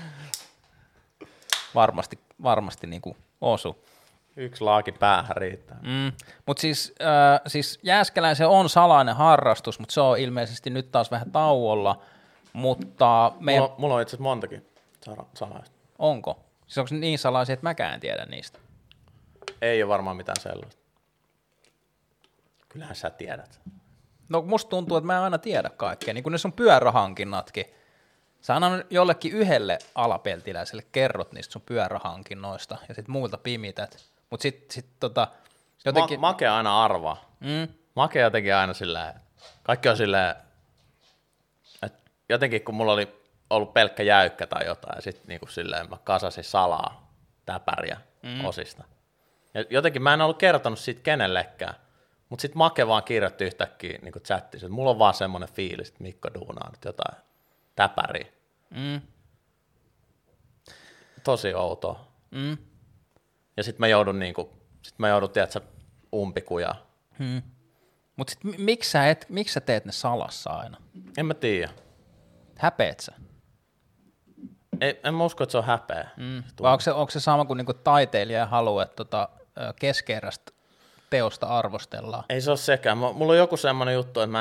Varmasti niin kuin osu. 1 laaki päähän riittää. Mutta siis Jääskeläisen on salainen harrastus, mutta se on ilmeisesti nyt taas vähän tauolla. Mutta mulla on itse asiassa montakin salaista. Onko? Siis onko niin salaisia, että mäkään en tiedä niistä? Ei ole varmaan mitään sellaista. Kyllähän sä tiedät. No musta tuntuu, että mä en aina tiedä kaikkea, niin kuin ne sun pyörähankinnatkin. Sä aina jollekin yhdelle alapeltiläiselle kerrot niistä sun pyörähankinnoista, ja sit muilta pimität. Mut sit jotenkin... Make aina arvaa. Make jotenkin aina silleen, kaikki on silleen, että jotenkin kun mulla oli ollut pelkkä jäykkä tai jotain, ja sit niinku silleen mä kasasin salaa täpäriä osista. Ja jotenkin mä en ollut kertonut siitä kenellekään, mutta sit Make vaan kirjoitti yhtäkkiä niinku chattiin, että mulla on vaan semmoinen fiilis, että Mikko duunaa nyt jotain täpäriä. Tosi outoa. Ja sit mä joudun tiedätkö, umpikujaan. Mut sit miksi sä teet ne salassa aina? En mä tiedä. Häpeet sä? En mä usko, että se on häpeä. Vai onko se sama kuin niinku taiteilija haluaa, että keskeerästä teosta arvostellaan? Ei se ole sekään. Mulla on joku semmoinen juttu, että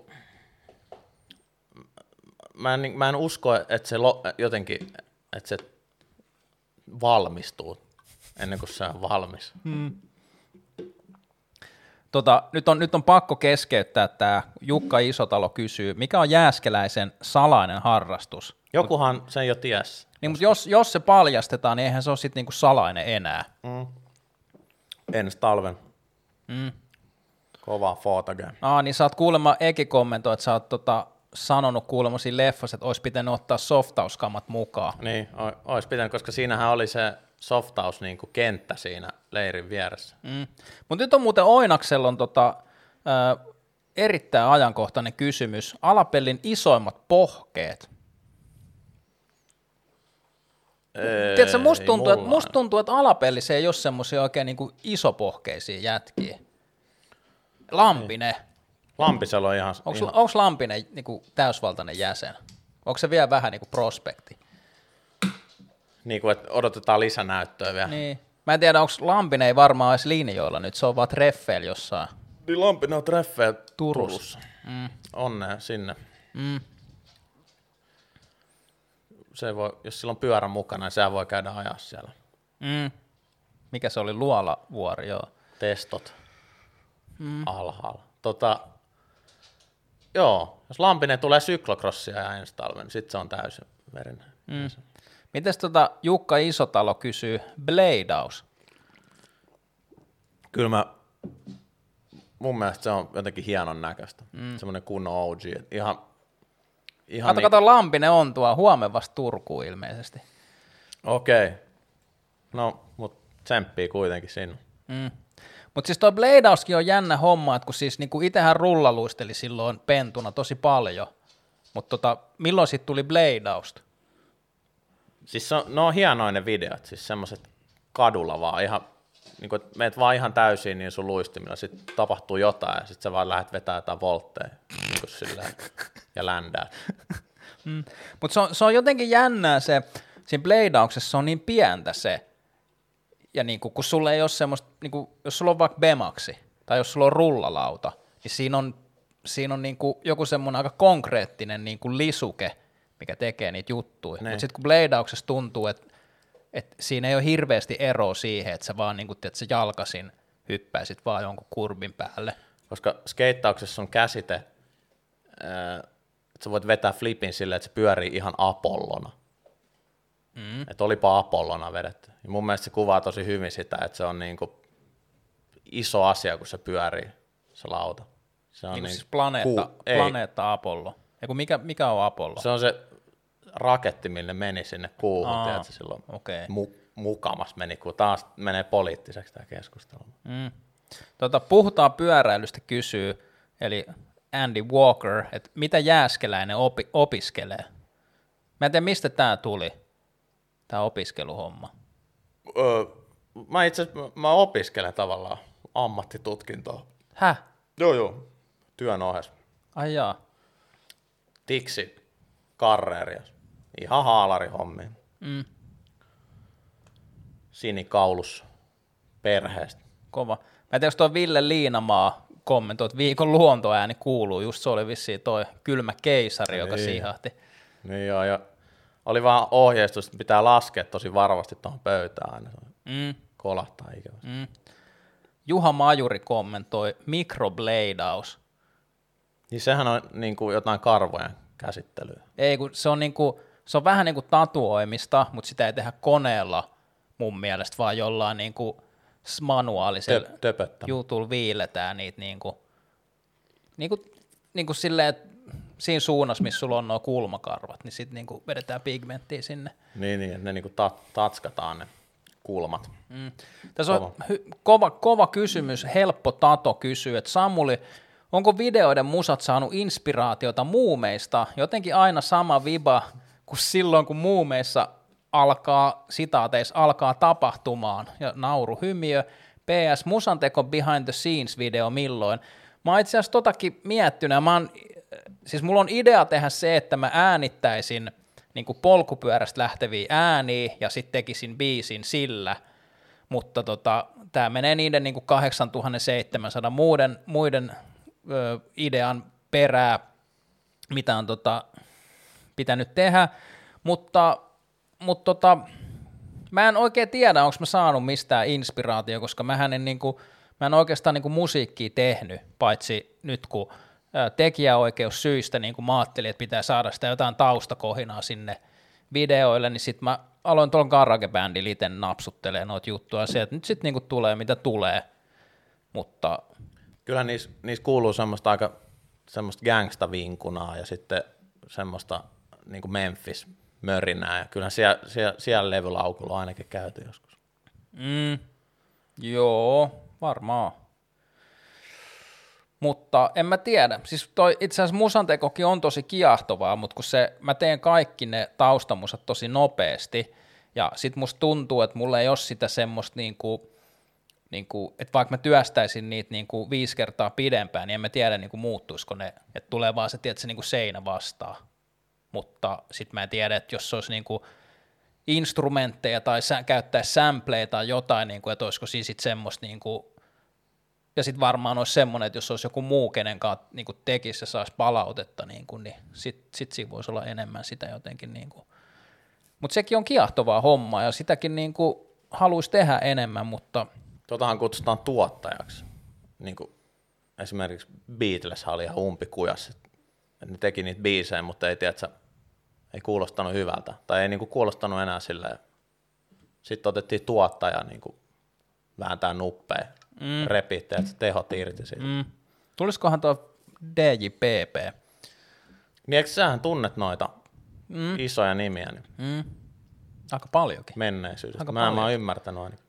mä en usko, että se jotenkin, että se valmistuu ennen kuin se on valmis. Nyt on pakko keskeyttää tämä. Jukka Isotalo kysyy, mikä on Jääskeläisen salainen harrastus? Jokuhan sen jo ties. Niin, mutta jos se paljastetaan, niin eihän se ole sitten niinku salainen enää. Ensi talven. Kova footage. Niin sä oot kuulemma Eki kommentoi, että sä oot sanonut kuulemma siinä leffassa, että olisi pitänyt ottaa softauskamat mukaan. Niin, olisi pitänyt, koska siinähän oli se softaus niin kuin kenttä siinä leirin vieressä. Mutta nyt on muuten Oinaksella on erittäin ajankohtainen kysymys. Alapellin isoimmat pohkeet. Tiedätkö, musta tuntuu, että Alapellissä ei ole semmoisia oikein niin kuin isopohkeisia jätkiä. Lampinen. Lampisella on ihan... Onko Lampinen niin kuin täysvaltainen jäsen? Onko se vielä vähän niin kuin prospekti? Niin kuin, että odotetaan lisänäyttöä vielä. Niin. Mä en tiedä, onko Lampinen ei varmaan edes linjoilla nyt, se on vaan treffeillä jossain. Niin Lampinen on treffeillä Turussa. Onnea sinne. Se voi, jos sillä on pyörä mukana, niin sehän voi käydä ajaa siellä. Mikä se oli? Luolavuori, joo. Testot alhaalla. Joo, jos Lampinen tulee syklokrossia ja ensi talven, niin sitten se on täysin verinen. Mites Jukka Isotalo kysyy bladeaus? Kyllä mun mielestä se on jotenkin hienon näköistä. Semmoinen kunnon OG. Kato, Lampinen on tuo huomenna vasta Turkuun ilmeisesti. Okei. No, mutta tsemppii kuitenkin sinne. Mutta siis tuo bladeauskin on jännä homma, että kun siis niinku itsehän rullaluisteli silloin pentuna tosi paljon, mutta milloin sitten tuli bladeausta? Siis ne on hienoja ne videot, siis semmoiset kadulla vaan ihan, niin kuin, meet vaan ihan täysin niin sun luistimilla, sitten tapahtuu jotain ja sitten sä vaan lähdet vetämään jotain voltteja. niin silleen, ja ländää. Mutta se on jotenkin jännää se, siinä bleidauksessa se on niin pientä se, ja niinku, kun sulla ei ole semmoista, niinku, jos sulla on vaikka bemaksi, tai jos sulla on rullalauta, niin siinä on niinku joku semmoinen aika konkreettinen niinku lisuke, mikä tekee niitä juttuja. Mutta sitten kun bleidauksessa tuntuu, että siinä ei ole hirveästi eroa siihen, että sä vaan niinku, että sä jalkasin hyppäisit vaan jonkun kurbin päälle. Koska skeittauksessa on käsite, että sä voit vetää flipin silleen, että se pyörii ihan Apollona. Että olipa Apollona vedetty. Ja mun mielestä se kuvaa tosi hyvin sitä, että se on niinku iso asia, kun se pyörii, se lauta. Se on niin siis planeetta Apollo. Eiku mikä on Apollo? Se on se raketti, mille meni sinne kuuhun, tiedätkö, silloin mukamas meni, kun taas menee poliittiseksi tämä keskustelu. Puhutaan pyöräilystä kysyy, eli Andy Walker, että mitä Jääskeläinen opiskelee? Mä en tiedä, mistä tämä tuli, tämä opiskeluhomma. Mä opiskelen tavallaan ammattitutkintoa. Häh? Joo, työn ohessa. Ai jaa. Tiksi, karreeria, ihan haalari-hommiin. Sinikaulussa, perheestä. Kova. Mä en tiedä, jos tuo Ville Liinamaa kommentoi, että viikon luontoääni kuuluu, just se oli vissiin toi kylmä keisari, joka siihahti. Niin joo, ja oli vaan ohjeistus, että pitää laskea tosi varovasti tuohon pöytään aina. Kolahtaa ikävästi. Juha Majuri kommentoi mikrobleidaus. Niin sehän on niin kuin jotain karvojen käsittelyä. Ei, kun se on vähän niin kuin tatuoimista, mutta sitä ei tehdä koneella mun mielestä, vaan jollain niin kuin manuaalisella jutulla viiletään niitä niin kuin silleen, että siinä suunnassa, missä sulla on nuo kulmakarvat, niin sitten niin kuin vedetään pigmenttiä sinne. Niin että ne niin kuin tatskataan ne kulmat. Tässä on kova kysymys, helppo Tato kysyy, että Samuli, onko videoiden musat saanut inspiraatiota muumeista? Jotenkin aina sama viba kuin silloin, kun muumeissa alkaa tapahtumaan, ja nauru hymiö. PS, musanteko behind the scenes video milloin? Mä oon itse asiassa totakin miettinyt, siis mulla on idea tehdä se, että mä äänittäisin niin kuin polkupyörästä lähteviä ääniä, ja sitten tekisin biisin sillä, mutta tää menee niiden niin kuin 8700 muiden idean perää, mitä on pitänyt tehdä, mutta mä en oikein tiedä, onko mä saanut mistään inspiraatio, koska mä en oikeastaan niin kuin musiikkia tehnyt, paitsi nyt kun tekijäoikeussyistä niin kun mä ajattelin, että pitää saada sitä jotain taustakohinaa sinne videoille, niin sitten mä aloin tuolla GarageBandilla itse napsuttelemaan noita juttuja, se, että nyt sitten niin tulee mitä tulee, mutta kyllä niissä kuuluu semmoista aika semmoista gangsta-vinkunaa ja sitten semmoista niin kuin Memphis-mörinää, ja kyllä siellä levylaukulla on ainakin käyty joskus. Joo, varmaan. Mutta en mä tiedä, siis itse asiassa musantekokin on tosi kiahtovaa, mutta kun mä teen kaikki ne taustamusat tosi nopeasti, ja sit musta tuntuu, että mulla ei ole sitä semmoista että vaikka mä työstäisin niitä 5 kertaa pidempään, niin en mä tiedä muuttuisiko ne, että tulee vaan se, se seinä vastaan. Mutta sitten mä en tiedä, että jos se olisi instrumentteja tai käyttäisi sampleja tai jotain, että olisiko siinä sitten semmoista, ja sitten varmaan olisi semmoinen, että jos olisi joku muu, kenen kanssa tekisi ja saisi palautetta, niin sitten siinä voisi olla enemmän sitä jotenkin. Mutta sekin on kiahtovaa hommaa ja sitäkin haluaisi tehdä enemmän, mutta Totahan kutsutaan tuottajaksi. Niin kuin esimerkiksi Beatles oli ihan umpikujassa. Ne teki niitä biisejä, mutta ei kuulostanut hyvältä. Tai ei kuulostanut enää silleen. Sitten otettiin tuottaja vääntää nuppeja, repitte, että tehot irti siitä. Tulisikohan tuo DJPP? Niin eikö sähän tunnet noita isoja nimiä? Niin aika paljonkin. Menneisyydestä. Mä oon ymmärtänyt ainakin.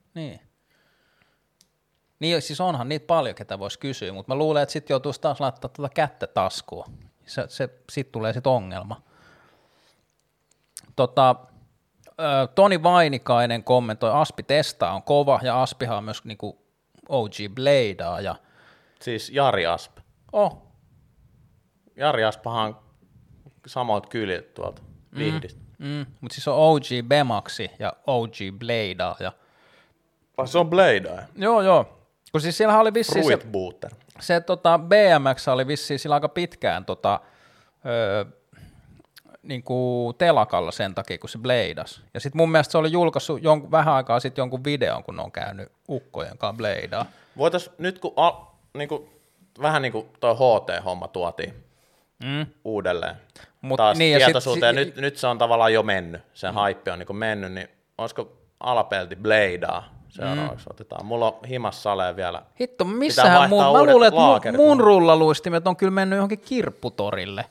Niin, siis onhan niitä paljon, ketä voisi kysyä, mutta mä luulen, että sitten joutuisi taas laittaa kättä taskuun. Siitä tulee sitten ongelma. Toni Vainikainen kommentoi, Aspi testaa on kova, ja Aspihan on myös OG Bladea. Ja siis Jari Asp. Jari Aspahan samoilta kyliltä tuolta Vihdistä. Mutta siis on OG Bemaxi ja OG Bladea. Ja... Se on Bladea. Joo. Kun siis siellä oli vissiin Fruitbooter. se BMX oli vissiin sillä aika pitkään niinku telakalla sen takia, kun se bladas. Ja sitten mun mielestä se oli julkaissut vähän aikaa sitten jonkun videon, kun ne on käynyt ukkojen kanssa bladaa. Voitais nyt, kun niinku, vähän niin kuin toi HT-homma tuotiin uudelleen taas niin, tietoisuuteen, ja nyt se on tavallaan jo mennyt, se hype on niinku mennyt, niin olisiko Alapelti bladaa seuraavaksi otetaan. Mulla on himas salee vielä. Hitto, missähän mä luulen, että mun rullaluistimet on kyllä mennyt johonkin kirpputorille.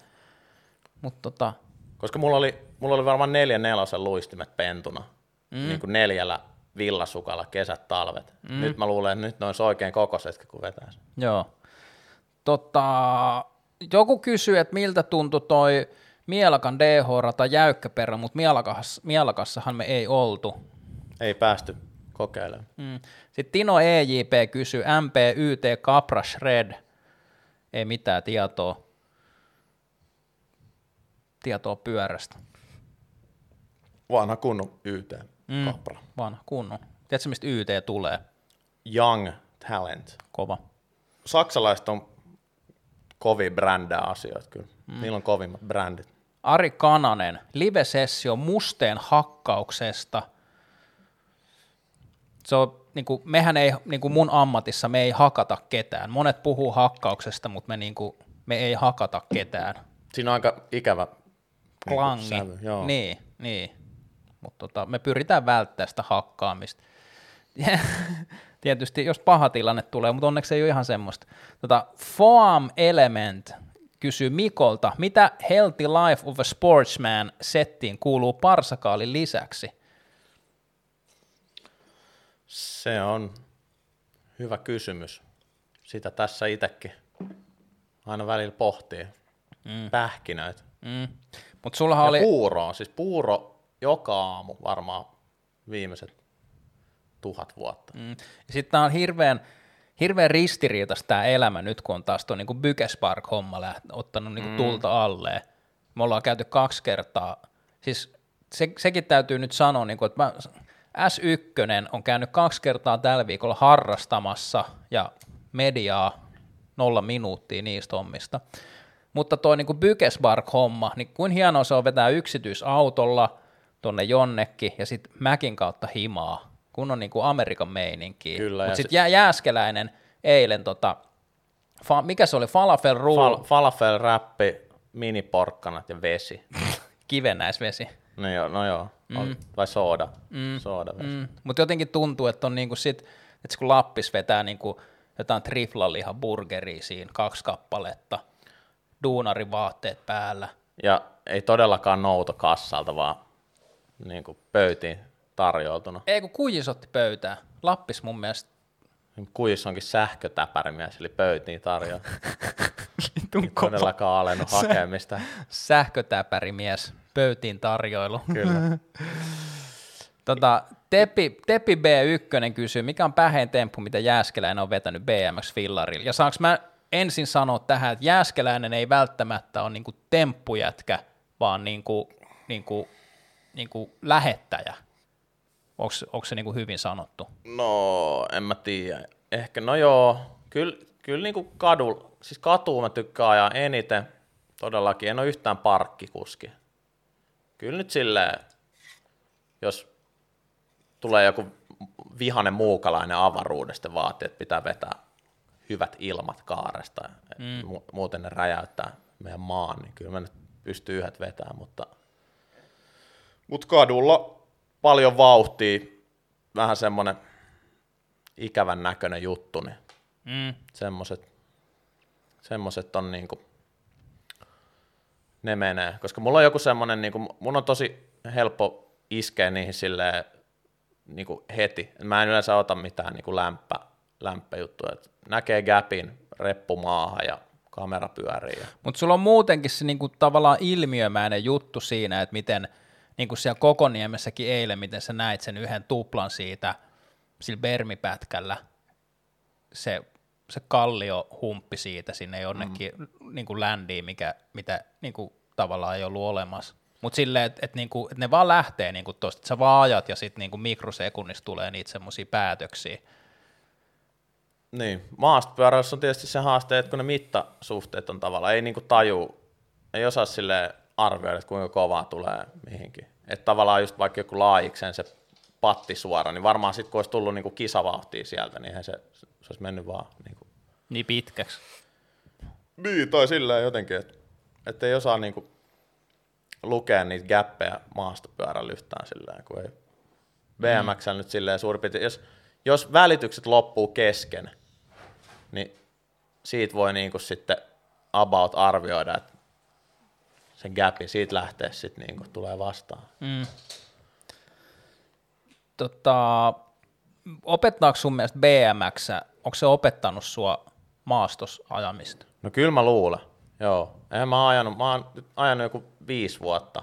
Koska mulla oli varmaan 4/4 luistimet pentuna, niin kuin 4 villasukalla kesät, talvet. Nyt mä luulen, että nyt ne olisi oikein kokoisetkin, kun vetäisi. Joo. Joku kysyy, että miltä tuntui toi Mielakan DH-rata jäykkäperä, mutta Mielakassahan me ei oltu. Ei päästy kokeilemaan. Sitten Tino EJP kysyy, MPYT Capra Shred, ei mitään tietoa pyörästä. Vanha kunnon YT, Capra. Vanha kunnon. Tiedätkö, mistä YT tulee? Young Talent. Kova. Saksalaiset on kovia brändää asioita kyllä. Niillä on kovimmat brändit. Ari Kananen, live-sessio musteen hakkauksesta. Se on, mehän ei, mun ammatissa me ei hakata ketään. Monet puhuu hakkauksesta, mutta me ei hakata ketään. Siinä on aika ikävä klangi. Sävy, joo. Niin. Mutta me pyritään välttämään sitä hakkaamista. Tietysti, jos paha tilanne tulee, mutta onneksi ei ole ihan semmoista. Foam Element kysyy Mikolta, mitä Healthy Life of a Sportsman settiin kuuluu parsakaalin lisäksi? Se on hyvä kysymys. Sitä tässä itsekin aina välillä pohtii. Pähkinöitä. Mut sullahan oli... puuroa, siis puuro joka aamu varmaan viimeiset 1000 vuotta. Sitten tämä on hirveän ristiriitaista tämä elämä nyt, kun on taas tuo niin Bykespark-homma ottanut niin tulta alleen. Me ollaan käyty 2 kertaa. Siis sekin täytyy nyt sanoa, niin kuin, että S1 on käynyt 2 kertaa tällä viikolla harrastamassa ja mediaa 0 minuuttia niistä hommista. Mutta tuo niin Bykespark-homma, niin kuin hienoa se on vetää yksityisautolla tonne jonnekin ja sitten Mäkin kautta himaa, kun on niin kuin Amerikan meininkiä. Mutta sitten Jääskeläinen eilen, mikä se oli, falafel roll? Falafel, räppi, miniporkkanat ja vesi. Kivennäisvesi. No joo. Vai sooda. Mutta jotenkin tuntuu, että on niinku sit, että kun Lappis vetää niinku jotain triflalihan burgeria siinä, 2 kappaletta, duunarivaatteet päällä. Ja ei todellakaan nouto kassalta, vaan niinku pöytiin tarjoutuna. Ei kun Kujis otti pöytään. Lappis mun mielestä. Kujis onkin sähkötäpärimies, eli pöytiin tarjoaa. Ei todellakaan alennut hakemista. Sähkötäpärimies, pöytiin tarjoilu. Kyllä. Tepi B1 kysyy, mikä on pähein temppu, mitä Jääskeläinen on vetänyt BMX-fillarilla. Ja saanko mä ensin sanoa tähän, että Jääskeläinen ei välttämättä ole niinku temppujätkä, vaan niinku lähettäjä. Onko se niinku hyvin sanottu? No, en mä tiedä. Ehkä, no joo. Kyllä niinku katuun mä tykkään ajaa eniten. Todellakin, en ole yhtään parkkikuski. Kyllä nyt silleen, jos tulee joku vihainen muukalainen avaruudesta vaatii, että pitää vetää hyvät ilmat kaaresta, muuten ne räjäyttää meidän maan, niin kyllä mä nyt pystyy yhdet vetämään, mutta kadulla paljon vauhtia, vähän semmoinen ikävän näköinen juttu, niin semmoset on niinku, ne menee, koska mulla on joku semmoinen, niinku, mun on tosi helppo iskeä niihin silleen niinku heti, mä en yleensä ota mitään niinku lämpöjuttuja, että näkee gapin, reppu maahan ja kamera pyörii. Mutta sulla on muutenkin se niinku tavallaan ilmiömäinen juttu siinä, että miten niinku siellä Kokoniemessäkin eilen, miten sä näit sen yhden tuplan siitä sillä bermipätkällä, se se kalliohumppi siitä sinne jonnekin niin kuin ländiin, mitä niin kuin tavallaan ei ollut olemassa. Mutta silleen, että niinku, et ne vaan lähtee niinku tuosta, että sä vaan ajat ja sitten niinku mikrosekunnissa tulee niitä semmoisia päätöksiä. Niin, maastopyöräilyssä on tietysti se haaste, että kun ne mittasuhteet on tavallaan, ei niinku ei osaa sille arvioida, että kuinka kovaa tulee mihinkin. Että tavallaan just vaikka joku laajiksen se patti suora, niin varmaan sitten kun olisi tullut niinku kisavauhtia sieltä, niin eihän se olisi mennyt vaan niinku. Niin pitkäksi. Niin, tai silleen jotenkin, että ei osaa niinku lukea niitä gäppejä maastopyörällä yhtään silleen, kun ei BMX nyt silleen suurin piirtein, jos välitykset loppuu kesken, niin siitä voi niinku sitten about arvioida, että sen gapin siitä lähtee sitten niinku tulee vastaan. Opettaako sun mielestä BMX, onko se opettanut sua maastosajamista? No kyllä mä luulen, joo. Mä oon nyt ajanut joku 5 vuotta.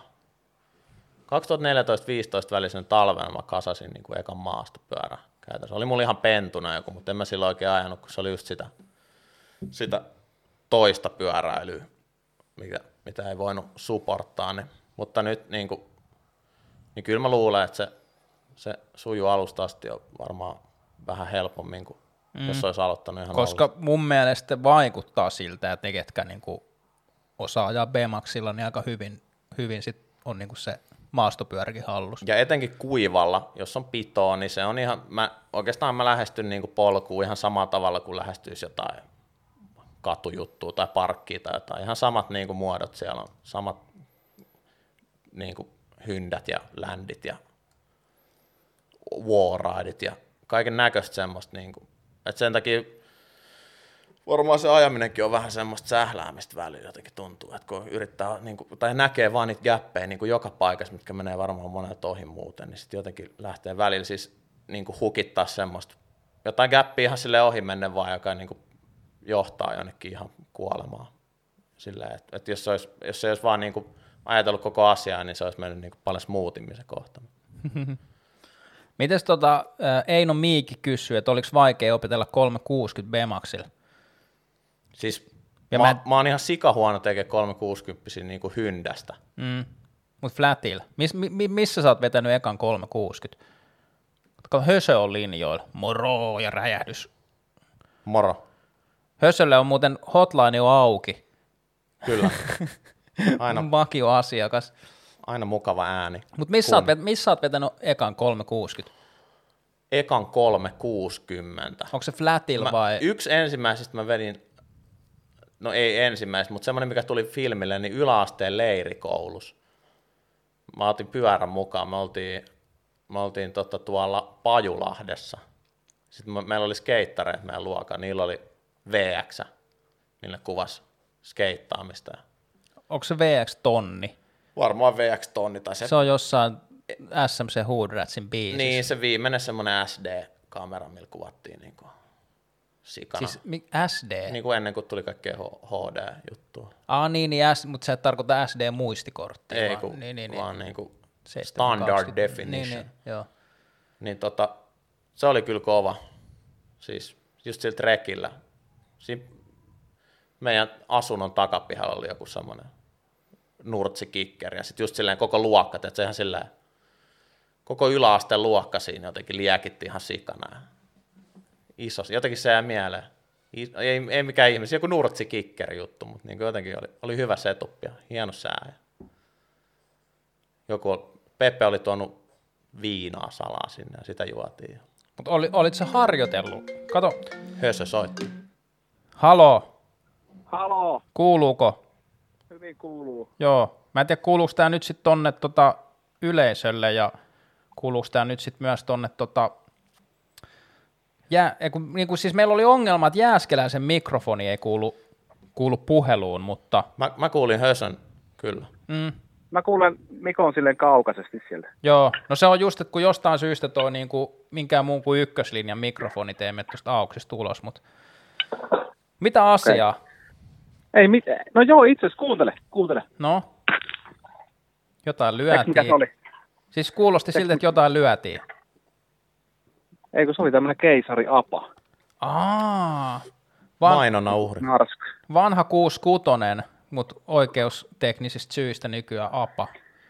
2014-2015 välisenä talvena mä kasasin niin kuin ekan maastopyörän käytössä. Oli mulla ihan pentuna joku, mutta en mä silloin oikein ajanut, kun se oli just sitä toista pyöräilyä, mitä ei voinut supporttaa. Mutta nyt niin kyllä mä luulen, että se sujuu alusta asti jo varmaan vähän helpommin kuin jos olisi aloittanut ihan koska alusta. Mun mielestä vaikuttaa siltä, että ne, ketkä niinku osaa ajaa BMXilla, niin aika hyvin sit on niinku se maastopyöräkin hallussa. Ja etenkin kuivalla, jos on pitoa, niin se on ihan, oikeastaan mä lähestyn niinku polkuun ihan samalla tavalla kuin lähestyisi jotain katujuttua tai parkkia tai jotain. Ihan samat niinku muodot siellä on, samat niinku hyndät ja ländit ja wallrideit ja kaiken näköistä semmoista. Niinku. Et sen takia varmaan se ajaminenkin on vähän semmoista sähläämistä välillä jotenkin tuntuu, että kun yrittää niinku, tai näkee vaan niitä gäppejä niinku joka paikassa, mitkä menee varmaan monelta ohi muuten, niin sitten jotenkin lähtee välillä siis niinku hukittaa semmoista jotain gäppiä ihan silleen ohi menne vaan, joka niinku johtaa jonnekin ihan kuolemaan. Silleen, että jos se olisi vaan niinku ajatellut koko asiaa, niin se olisi mennyt niinku paljon smoothimmin se kohta. Mites Eino Miikki kysyy, että oliko vaikea opetella 360 BMXilla? Siis mä oon ihan sikahuono tekemään 360 niinku hyndästä. Mutta flatilla. Missä sä oot vetänyt ekan 360? Hösö on linjoilla. Moro ja räjähdys. Moro. Hösölle on muuten hotline jo auki. Kyllä. Aina, vakio asiakas. Aina mukava ääni. Mutta missä sä oot vetänyt ekan 360? Ekan 360. Onko se flatilla vai? Yksi ensimmäisistä mä vedin, no ei ensimmäistä, mutta semmoinen, mikä tuli filmille, niin yläasteen leirikoulus. Mä otin pyörän mukaan, me oltiin tuolla Pajulahdessa. Sitten meillä oli skeittareita meidän luokan, niillä oli VX, millä kuvasi skeittaamista. Onko se VX-tonni? Varmaan VX-tonni. Tai se on jossain SMC Hood Ratsin biisissä. Niin, se viimeinen semmoinen SD-kamera, millä kuvattiin niin kuin sikana. Siis SD? Niin kuin ennen kuin tuli kaikkea HD-juttua. Niin, mutta sä et tarkoita SD-muistikorttia. Ei, vaan niin kuin standard definition. Niin, joo. Niin se oli kyllä kova. Siis just sillä trekillä. Siinä meidän asunnon takapihalla oli joku semmoinen nurtsikikkeri ja sitten just silleen koko luokka, että se ihan silleen, koko yläasteen luokka siinä jotenkin liekitti ihan sikana. Iso, jotenkin se jää mieleen. Ei mikään ihmisiä, joku nurtsikikkeri juttu, mutta niin jotenkin oli hyvä setup ja hieno sää. Pepe oli tuonut viinaa salaa sinne ja sitä juotiin. Mutta olit sä harjoitellut? Kato. Hösö soitti. Halo. Halo. Kuuluuko? Hyvin kuuluu. Joo. Mä en tiedä, kuuluuko tää nyt sitten tonne yleisölle ja kuuluuko tää nyt sitten myös tonne siis meillä oli ongelma, että Jääskeläisen mikrofoni ei kuulu puheluun, mutta Mä kuulin Hösön, kyllä. Mä kuulen Mikon silleen kaukaisesti sieltä. Joo, no se on just, että kun jostain syystä toi niinku minkään muun kuin ykköslinjan mikrofoni teemme tuosta auksesta ulos, mutta mitä asiaa? Okay. Ei mitään. No joo, itse asiassa kuuntele. No, jotain lyötiin. Mikä se oli? Siis kuulosti siltä, että jotain lyötiin. Eikö se oli tämmöinen keisari apa? Mainonnan uhri. Narska. Vanha 66, mutta oikeusteknisistä syistä nykyään APA.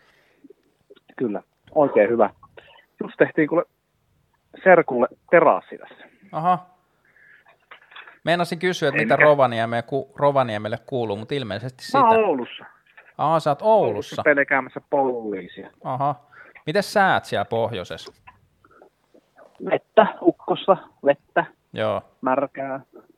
Kyllä, oikein hyvä. Just tehtiin kuule Serkulle terassi tässä. Aha. Meinasin kysyä, että mitä Rovaniemelle kuuluu, mutta ilmeisesti sitä. Mä oon Oulussa. Sä oot Oulussa. Pelkäämässä poliisia. Aha. Miten säät siellä pohjoisessa? Vettä, ukkossa, vettä, Joo. märkää.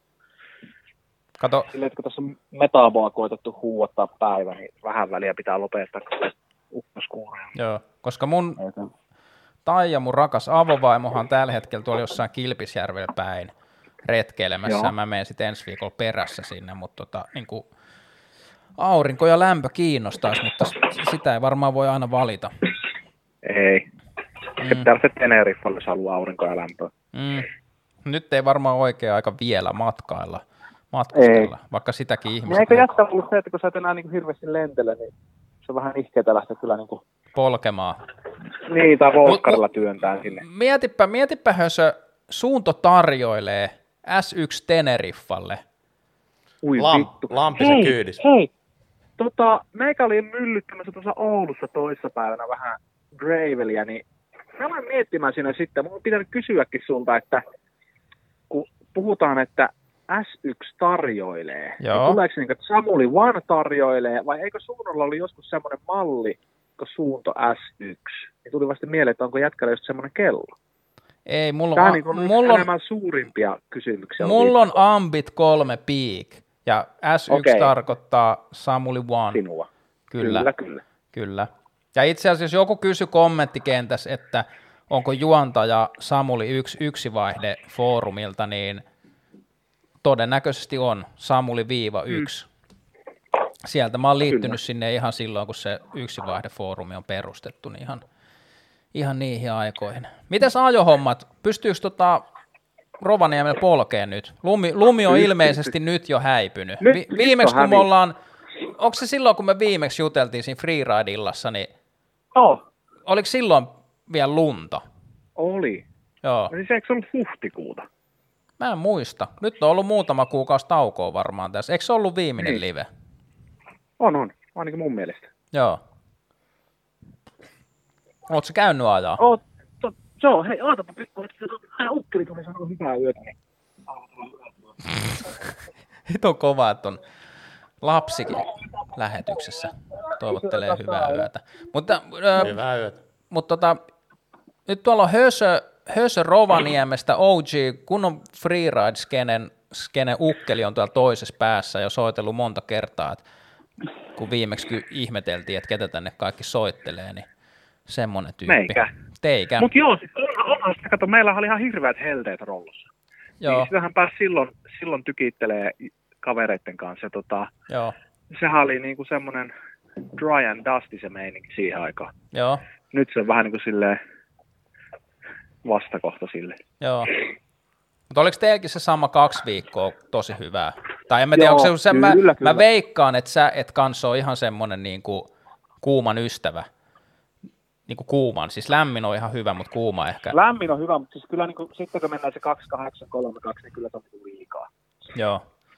Kato, Silleen, että kun tuossa on metaboa koetettu huuottaa päivä, niin vähän väliä pitää lopettaa ukkoskuureja. joo. Koska Taija, mun rakas avovaimohan on tällä hetkellä tuolla jossain Kilpisjärvellä päin retkeilemässä. Joo. Mä menen sitten ensi viikolla perässä sinne, mutta niin kuin aurinko ja lämpö kiinnostaisi, mutta sitä ei varmaan voi aina valita. Ei. Täällä se Teneriffalle, jos haluaa aurinkoa ja lämpöä. Nyt ei varmaan oikea aika vielä matkustella, vaikka sitäkin ihmiset. Eikö jätkä ollut se, että kun sä et enää niin hirveästi lentele, niin se on vähän ihkeetä lähteä kyllä niin kuin... polkemaan. Niin, tai volkkarilla työntää sinne. Mietipä hösö, Suunto tarjoilee S1 Teneriffalle. Ui vittu. Lampisen kyydis. Hei, meikä oli myllyttämässä tuossa Oulussa toissapäivänä vähän Gravelia, niin mä aloin miettimään siinä sitten, mun on pitänyt kysyäkin sulta, että kun puhutaan, että S1 tarjoilee, niin tuleeko se niin, että Samuli One tarjoilee, vai eikö Suunnolla oli joskus semmoinen malli, kun Suunto S1, niin tuli vasta mieleen, että onko jätkällä just semmoinen kello? Ei, Tämä on niin enemmän suurimpia kysymyksiä. Mulla on Ambit 3 Peak, ja S1 tarkoittaa Samuli One. Sinua. Kyllä. Ja itse asiassa joku kysyi kommenttikentässä, että onko juontaja Samuli yksi vaihde foorumilta, niin todennäköisesti on Samuli-1. Sieltä mä oon liittynyt sinne ihan silloin, kun se yksivaihdefoorumi on perustettu, niin ihan niihin aikoihin. Mites ajohommat? Pystyykö Rovaniemellä polkeen nyt? Lumi on ilmeisesti nyt jo häipynyt. Viimeksi kun me ollaan, onko se silloin kun me viimeksi juteltiin siinä freeride-illassa, niin oliko silloin vielä lunta? Oli. Joo. No siis eikö se ollut huhtikuuta? Mä en muista. Nyt on ollut muutama kuukausi taukoa varmaan tässä. Eikö se ollut viimeinen live? On. Ainakin mun mielestä. Joo. Ootko sä käynyt ajaa? Joo, hei, ootapa pikku, että ukkeli tuli sanoa hyvää yötä. Niin. Hito on kova, että on lapsikin lähetyksessä. Toivottelee hyvää yötä. Hyvää yötä. Mutta nyt tuolla on Hösö Rovaniemestä OG, kunnon freeride-skenen ukkeli on tuolla toisessa päässä jo soitellut monta kertaa, että kun viimeksi ihmeteltiin, että ketä tänne kaikki soittelee, niin semmoinen tyyppi. Teikä. Mutta joo, onhan sitä, kato, meillä oli ihan hirveät helteet rollossa. Joo. Niin sitähän pääsi silloin tykittelee kavereiden kanssa. Joo. Sehän oli niinku semmoinen dry and dusty se meininki siihen aikaan. Joo. Nyt se on vähän niin kuin silleen vastakohta sille. Joo. Mutta oliko teilläkin se sama 2 viikkoa tosi hyvää? Tai en mä tiedä, onko se kyllä. Mä veikkaan, että sä et kanssa ole ihan semmoinen niinku kuuman ystävä. Niinku kuuman, siis lämmin on ihan hyvä, mutta kuuma ehkä. Lämmin on hyvä, mutta siis kyllä niinku, sitten kun mennään se 2832, niin kyllä se on liikaa. Joo.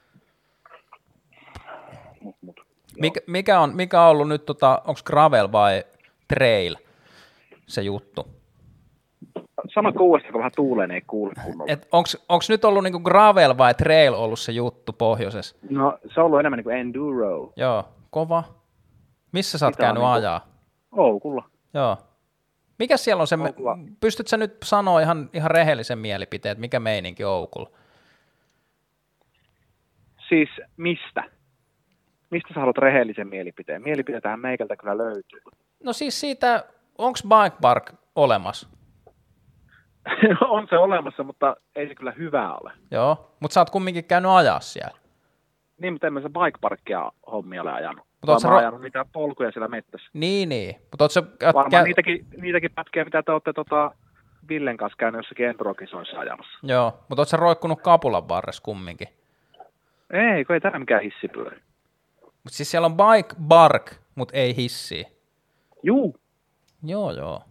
Mikä on ollut nyt, onko gravel vai trail se juttu? Sama kuuesta, kun vähän tuuleen, ei kuule kunnolla. Onko nyt ollut niinku gravel vai trail ollut se juttu pohjoisessa? No se on ollut enemmän niinku enduro. Joo, kova. Missä sä oot käynyt ajaa? Oukulla. Joo. Mikä siellä on se, pystyt sä nyt sanoa ihan rehellisen mielipiteen, että mikä meininki Oukulla? Siis mistä? Mistä sä haluat rehellisen mielipiteen? Mielipiteetähän meikältä kyllä löytyy. No siis siitä, onko bike park olemassa? On se olemassa, mutta ei se kyllä hyvää ole. Joo, mutta sä oot kumminkin käynyt ajaa siellä. Niin, mutta emme se bike parkia hommia ole ajanut. Mutta mä oon ajanut niitä polkuja siellä mettässä. Niin. Mutta varmaan niitäkin pätkiä, mitä te olette Villen kanssa käynyt jossakin endurokisoissa ajamassa. Joo, mutta oot sä roikkunut kapulan varressa kumminkin? Ei, kun ei täällä mikään hissipyöri. Mutta siis siellä on bike park, mutta ei hissiä. Juu. Joo.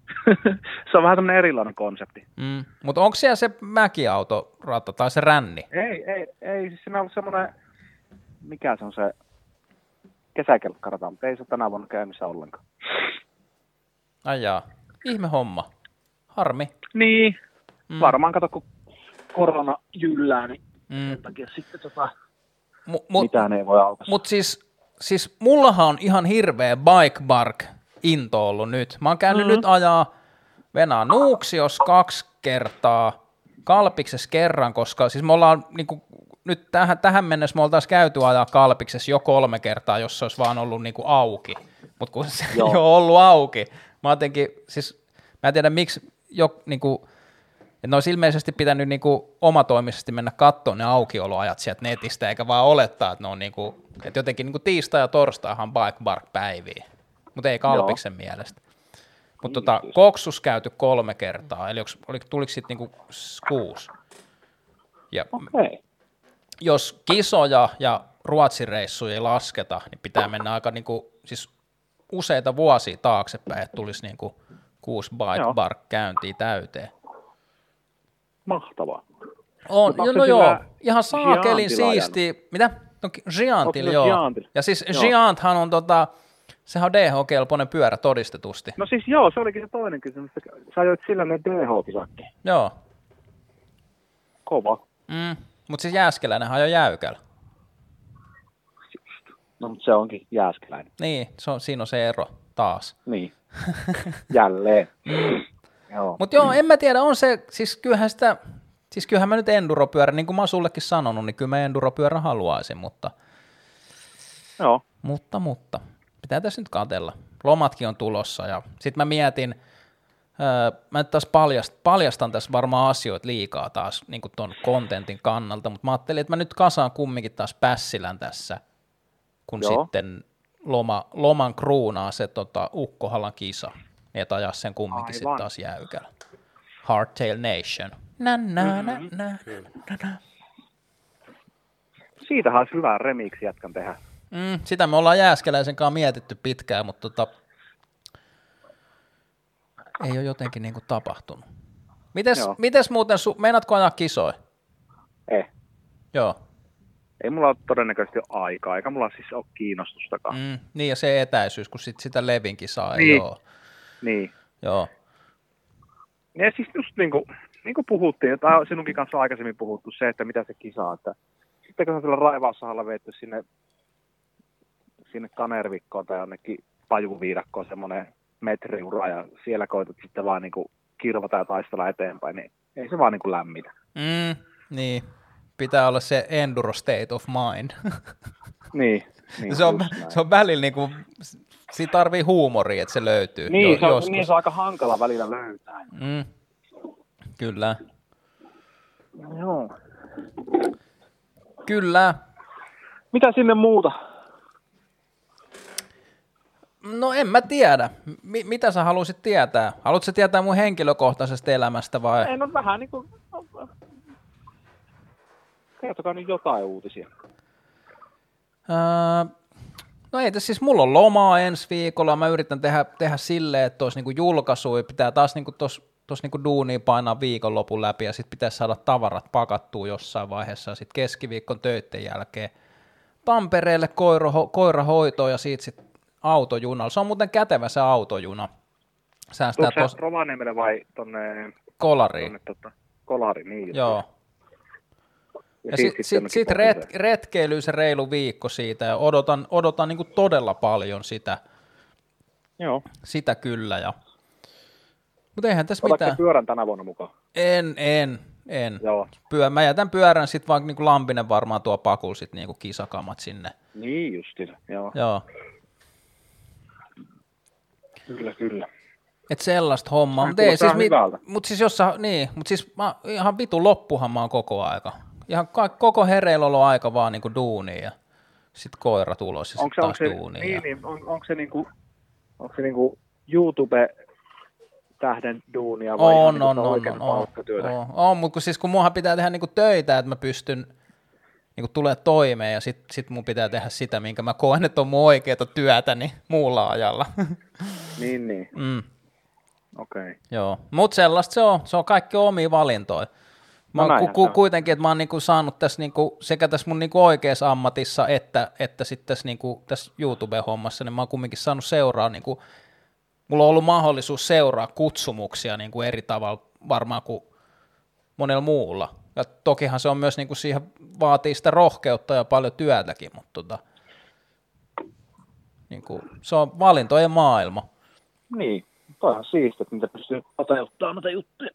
Se on vähän tämmöinen erilainen konsepti. Mutta onko siellä se mäkiautorata tai se ränni? Ei, siis siinä on ollut semmoinen, mikä se on se kesäkelkkarata, mutta ei se ole tänä vuonna käynnissä ollenkaan. Ai jaa, ihme homma. Harmi. Niin, varmaan kato, kun korona jyllää, niin sen takia sitten mitään ei voi aukaista. Mutta siis mullahan on ihan hirveä bike bark into ollut nyt. Mä oon käynyt nyt ajaa Venaa Nuuksiossa 2 kertaa, Kalpiksessa kerran, koska siis me ollaan niinku, nyt tähän mennessä me oltaisiin käyty ajaa Kalpiksessa jo 3 kertaa, jos se olisi vaan ollut niinku auki. Mutta kun se ei ole ollut auki, mä jotenkin, siis mä en tiedä miksi niinku, että ne olisi ilmeisesti pitänyt niinku omatoimisesti mennä katsomaan ne aukioloajat sieltä netistä, eikä vaan olettaa, että ne on niinku, että jotenkin niinku tiistai ja torstaihan bike bark päiviä, mutta ei Kalpiksen mielestä. Mutta Koksus käyty 3 kertaa, eli tuliko sitten niinku 6? Ja jos kisoja ja Ruotsin reissuja ei lasketa, niin pitää mennä aika niinku, siis useita vuosia taaksepäin, että tulisi niinku 6 bike bark käyntiä täyteen. Mahtavaa. On, no joo, ihan saakelin siisti. Mitä? No Giantilla, joo. Giantilla? Ja siis Gianthan on sehän on DH-kelpoinen pyörä todistetusti. No siis joo, se olikin se toinen kysymys. Sä ajoit sillä ne DH-kisakki. Joo. Kova. Mutta siis Jääskeläinenhän ajoi jäykällä. No mutta se onkin Jääskeläinen. Niin, siinä on se ero taas. Niin. Jälleen. Mutta joo, en mä tiedä, on se, kyllähän mä nyt enduropyörän, niin kuin mä oon sullekin sanonut, niin kyllä mä enduropyörän haluaisin, mutta pitää tässä nyt katsella. Lomatkin on tulossa ja sit mä mietin, mä nyt taas paljastan tässä varmaan asioita liikaa taas niin kuin ton kontentin kannalta, mutta mä ajattelin, että mä nyt kasaan kumminkin taas Pässilän tässä, kun sitten loman kruunaa se Ukkohallan kisa, että ajaa sen kumminkin sitten taas jäykällä. Hardtail Nation. Siitähän olisi hyvä remiksi jatkan tehdä. Sitä me ollaan Jääskeläisen kanssa mietitty pitkään, mutta ei ole jotenkin niinku tapahtunut. Mites muuten, meinaatko ajaa kisoja? Ei. Joo. Ei mulla ole todennäköisesti aikaa, eikä mulla siis ole kiinnostustakaan. Niin ja se etäisyys, kun sitä Levin kisaa ei ole. Niin. Joo. Ja siis just niin kuin puhuttiin, tai sinunkin kanssa on aikaisemmin puhuttu se, että mitä se kisaa, että sitten kun on sillä raivaussahalla veetty sinne Kanervikkoon tai jonnekin pajuviidakkoon semmoinen metriura ja siellä koetat sitten vaan niin kuin kirvata ja taistella eteenpäin, niin ei se vaan niin kuin lämmitä. Niin, pitää olla se enduro state of mind. Niin se on välillä niin kuin, siinä tarvii huumoria, että se löytyy. Niin, se on aika hankala välillä löytää. Kyllä. Joo. Kyllä. Mitä sinne muuta? No en mä tiedä. Mitä sä haluaisit tietää? Haluatko sä tietää mun henkilökohtaisesta elämästä vai? Ei, no vähän niin kuin... Kertokaa nyt jotain uutisia. No ei, siis mulla on lomaa ensi viikolla. Mä yritän tehdä silleen, että olisi niinku julkaisu ja pitää taas niinku tuossa niinku duunia painaa viikonlopun läpi ja sitten pitäisi saada tavarat pakattua jossain vaiheessa ja sitten keskiviikon töiden jälkeen Tampereelle koirahoitoon ja siitä sitten autojunalla. Se on muuten kätevä se autojuna. Onko se Rovaniemelle vai tonne Kolariin? Kolariin, niin. Joo. Ja sitten retkeilyy se reilu viikko siitä ja odotan niin kuin todella paljon sitä. Joo. Sitä kyllä. Mutta eihän tässä Otatko mitään. Pyörän tänä vuonna mukaan? En. Joo. Mä jätän pyörän sitten vaan niin kuin Lampinen varmaan tuo pakul sit niin kuin kisakamat sinne. Niin justiin, joo. Kyllä. Et sellaista hommaa. Mutta siis ihan vitun loppuhan mä oon koko aika. Ihan koko hereilolo aika vaan niinku duunia ja sit koira tulos ja sit taas duunia. Niin, onko se niinku YouTube-tähden duunia vai oikein palkkatyötä? On, mutta siis kun munhan pitää tehdä niinku töitä, että mä pystyn niinku tulee toimeen ja sit mun pitää tehdä sitä, minkä mä koen, että on mun oikeeta työtäni muulla ajalla. Niin. Okei. Joo, mutta sellaista se on kaikki omia valintoja. Mä No oon näinhän se on. kuitenkin, että mä oon niinku saanut tässä niinku, sekä tässä mun niinku oikeassa ammatissa että sitten tässä, niinku, tässä YouTube-hommassa, niin mä oon kumminkin saanut seuraa, niinku, mulla on ollut mahdollisuus seuraa kutsumuksia niinku eri tavalla varmaan kuin monella muulla. Ja tokihan se on myös niinku siihen vaatii sitä rohkeutta ja paljon työtäkin, mutta niinku, se on valintojen maailma. Niin, toihan siistiä, että niitä pystyy toteuttamaan noita juttuja.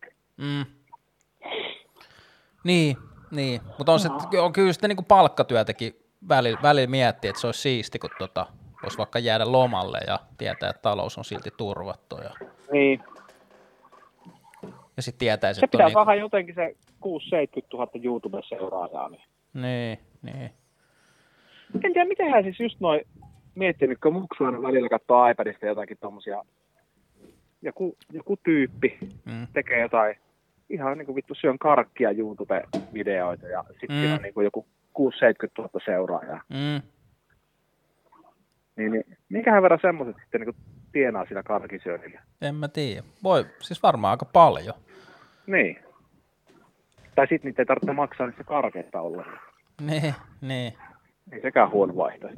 Niin, mutta on kyllä sitten niinku palkkatyötäkin välillä miettiä, että se olisi siisti, kun voisi vaikka jäädä lomalle ja tietää, että talous on silti turvattu. Niin, Ja sitten tietäisi, se että pitää on saada jotenkin se 6-70 000 YouTube-seuraajaa. Niin. Niin. En tiedä, miten hän siis just noin miettinyt, kun muksu aina välillä katsoo iPadista jotakin tommosia, joku tyyppi tekee jotain, ihan niinku vittu syön karkkia YouTube-videoita ja sitten siinä on niinku joku 6-70 000 seuraajaa. Niin minkähän verran semmoiset sitten niinku tienaa sillä karkisyönnillä? En mä tiedä. Voi, siis varmaan aika paljon. Niin. Tai sitten niitä ei tarvitse maksaa niistä karkeista ollenkaan. Niin. Ei sekään huono vaihtoehto.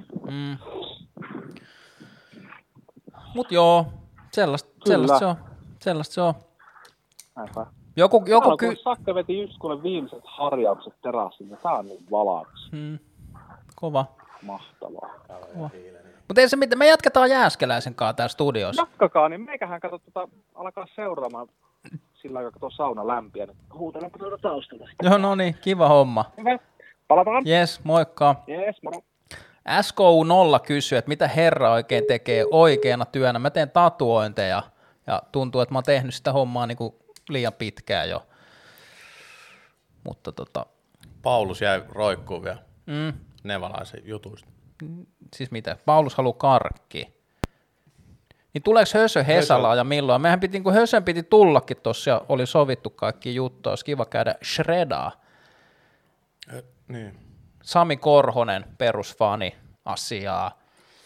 Mut joo, sellaista se on. Näinpä. Joku Sakke veti just kuule viimeiset harjaukset terassiin ja tää on niin valmis. Kova. Mahtavaa. Mutta ei se mitään, me jatketaan Jääskeläisen kanssa täällä studiossa. Jatkakaa, niin meikähän kato alkaa seuraamaan sillä aikaa, kun tuo sauna lämpiä. Niin huutelenpa tuota taustalta. Joo, no niin, kiva homma. Hyvä. Palataan. Jes, moikka. Jes, moro. SKU0 kysyy, että mitä herra oikein tekee oikeana työnä. Mä teen tatuointeja ja tuntuu, että mä oon tehnyt sitä hommaa niin kuin liian pitkään jo. Mutta Paulus jäi roikkuun vielä Nevalaisen jutuista. siis mitä? Paulus haluaa karkki. Niin tuleeko Hösö Hesalaa ja milloin? Mehän piti, kun Hösön piti tullakin tossa ja oli sovittu kaikki juttuja. Olisi kiva käydä shredaa. Niin. Sami Korhonen, perusfani asiaa.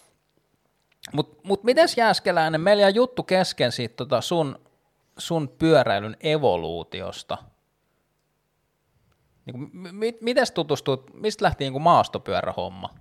Mut mites Jääskeläinen, meillä jäi juttu kesken siitä sun pyöräilyn evoluutiosta. Niin mites tutustuit, mistä lähti niin kuin maastopyörähomma?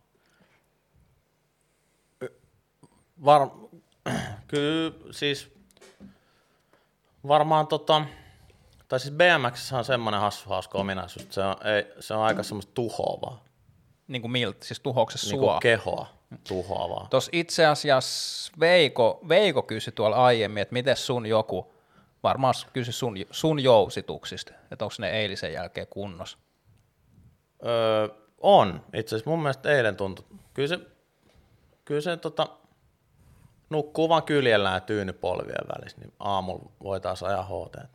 Kyllä siis varmaan tai siis BMX on semmoinen hauska ominaisuus, että se on aika semmoista tuhoavaa. Niin kuin miltä? Siis tuhouksen Niin sua? kuin kehoa tuhoavaa. Tuossa itse asiassa Veiko kysyi tuolla aiemmin, että miten sun joku, varmaan kysyi sun jousituksista, että onko ne eilisen jälkeen kunnossa? On. Itse asiassa mun mielestä eilen tuntui. Kyllä se nukkuu vaan kyljellään ja tyyny polvien välissä, niin aamulla voi taas ajaa HT.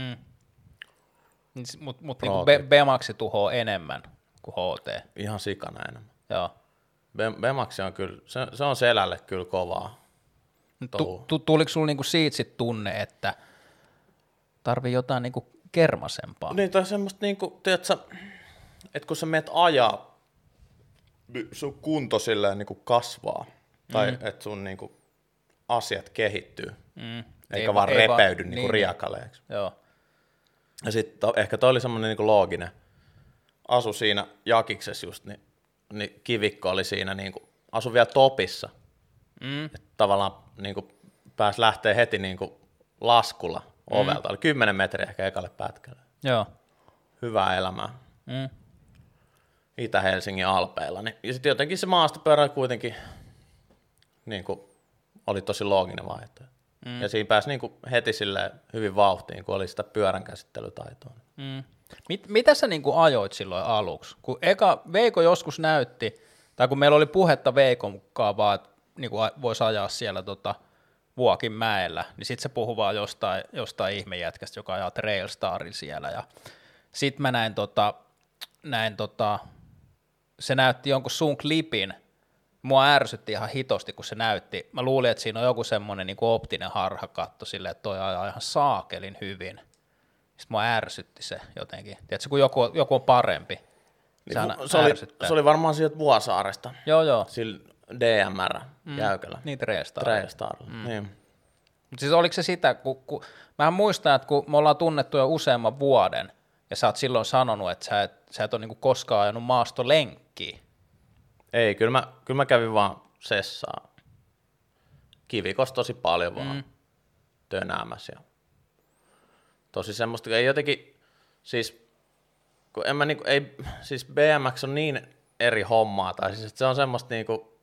Mutta niin BMX tuhoaa enemmän kuin HT. Ihan sikana enemmän. Joo. BMX on kyllä, se on selälle kyllä kovaa. Tuliko sulla niinku siitä sit tunne, että tarvii jotain niinku kermasempaa? Niin, tai semmoista niinku, tiedätkö, että kun sä menet ajaa, sun kunto silleen niinku kasvaa, tai että sun niinku asiat kehittyy, eikä vaan repeydy niinku riakaleeksi. Joo. Ja sitten ehkä toi oli semmoinen niinku looginen asu siinä Jakiksessa just, niin kivikko oli siinä, niinku, asu vielä topissa, että tavallaan niinku, pääsi lähteä heti niinku, laskulla ovelta, oli 10 metriä ehkä ekalle pätkälle. Joo. Hyvää elämää. Itä-Helsingin alpeilla. Ja sitten jotenkin se maastopyörä kuitenkin niinku, oli tosi looginen vaihtoehto. Ja siinä pääsi niinku, heti hyvin vauhtiin, kun oli sitä pyörän käsittelytaitoa. Mitä sä niinku ajoit silloin aluksi? Kun Veiko joskus näytti, tai kun meillä oli puhetta Veikon mukaan vaan, että niinku voisi ajaa siellä Vuokinmäellä, niin sitten se puhui vaan jostain ihmejätkästä, joka ajaa Trailstarin siellä. Ja sitten mä näin se näytti jonkun sun klipin. Mua ärsytti ihan hitosti, kun se näytti. Mä luulin, että siinä on joku semmoinen niin kuin optinen harhakatto silleen, että toi ajaa ihan saakelin hyvin. Sitten mua ärsytti se jotenkin. Tiedätkö, kun joku on parempi. Se oli varmaan sieltä Vuosaaresta. Joo. Sillä DMR jäykällä. Niin Trailstar. Niin. Mutta siis oliko se sitä, kun mähän muistan, että kun me ollaan tunnettu jo useamman vuoden, ja sä oot silloin sanonut, että sä et ole niinku koskaan ajanut maastolenkkiä. Ei, kyllä mä kävin vaan sessaa. Kivikossa tosi paljon vaan tönäämässä. Tosi semmoista, ei jotenkin, siis, kun en mä niinku, ei, siis BMX on niin eri hommaa, tai siis, että se on semmoista niinku,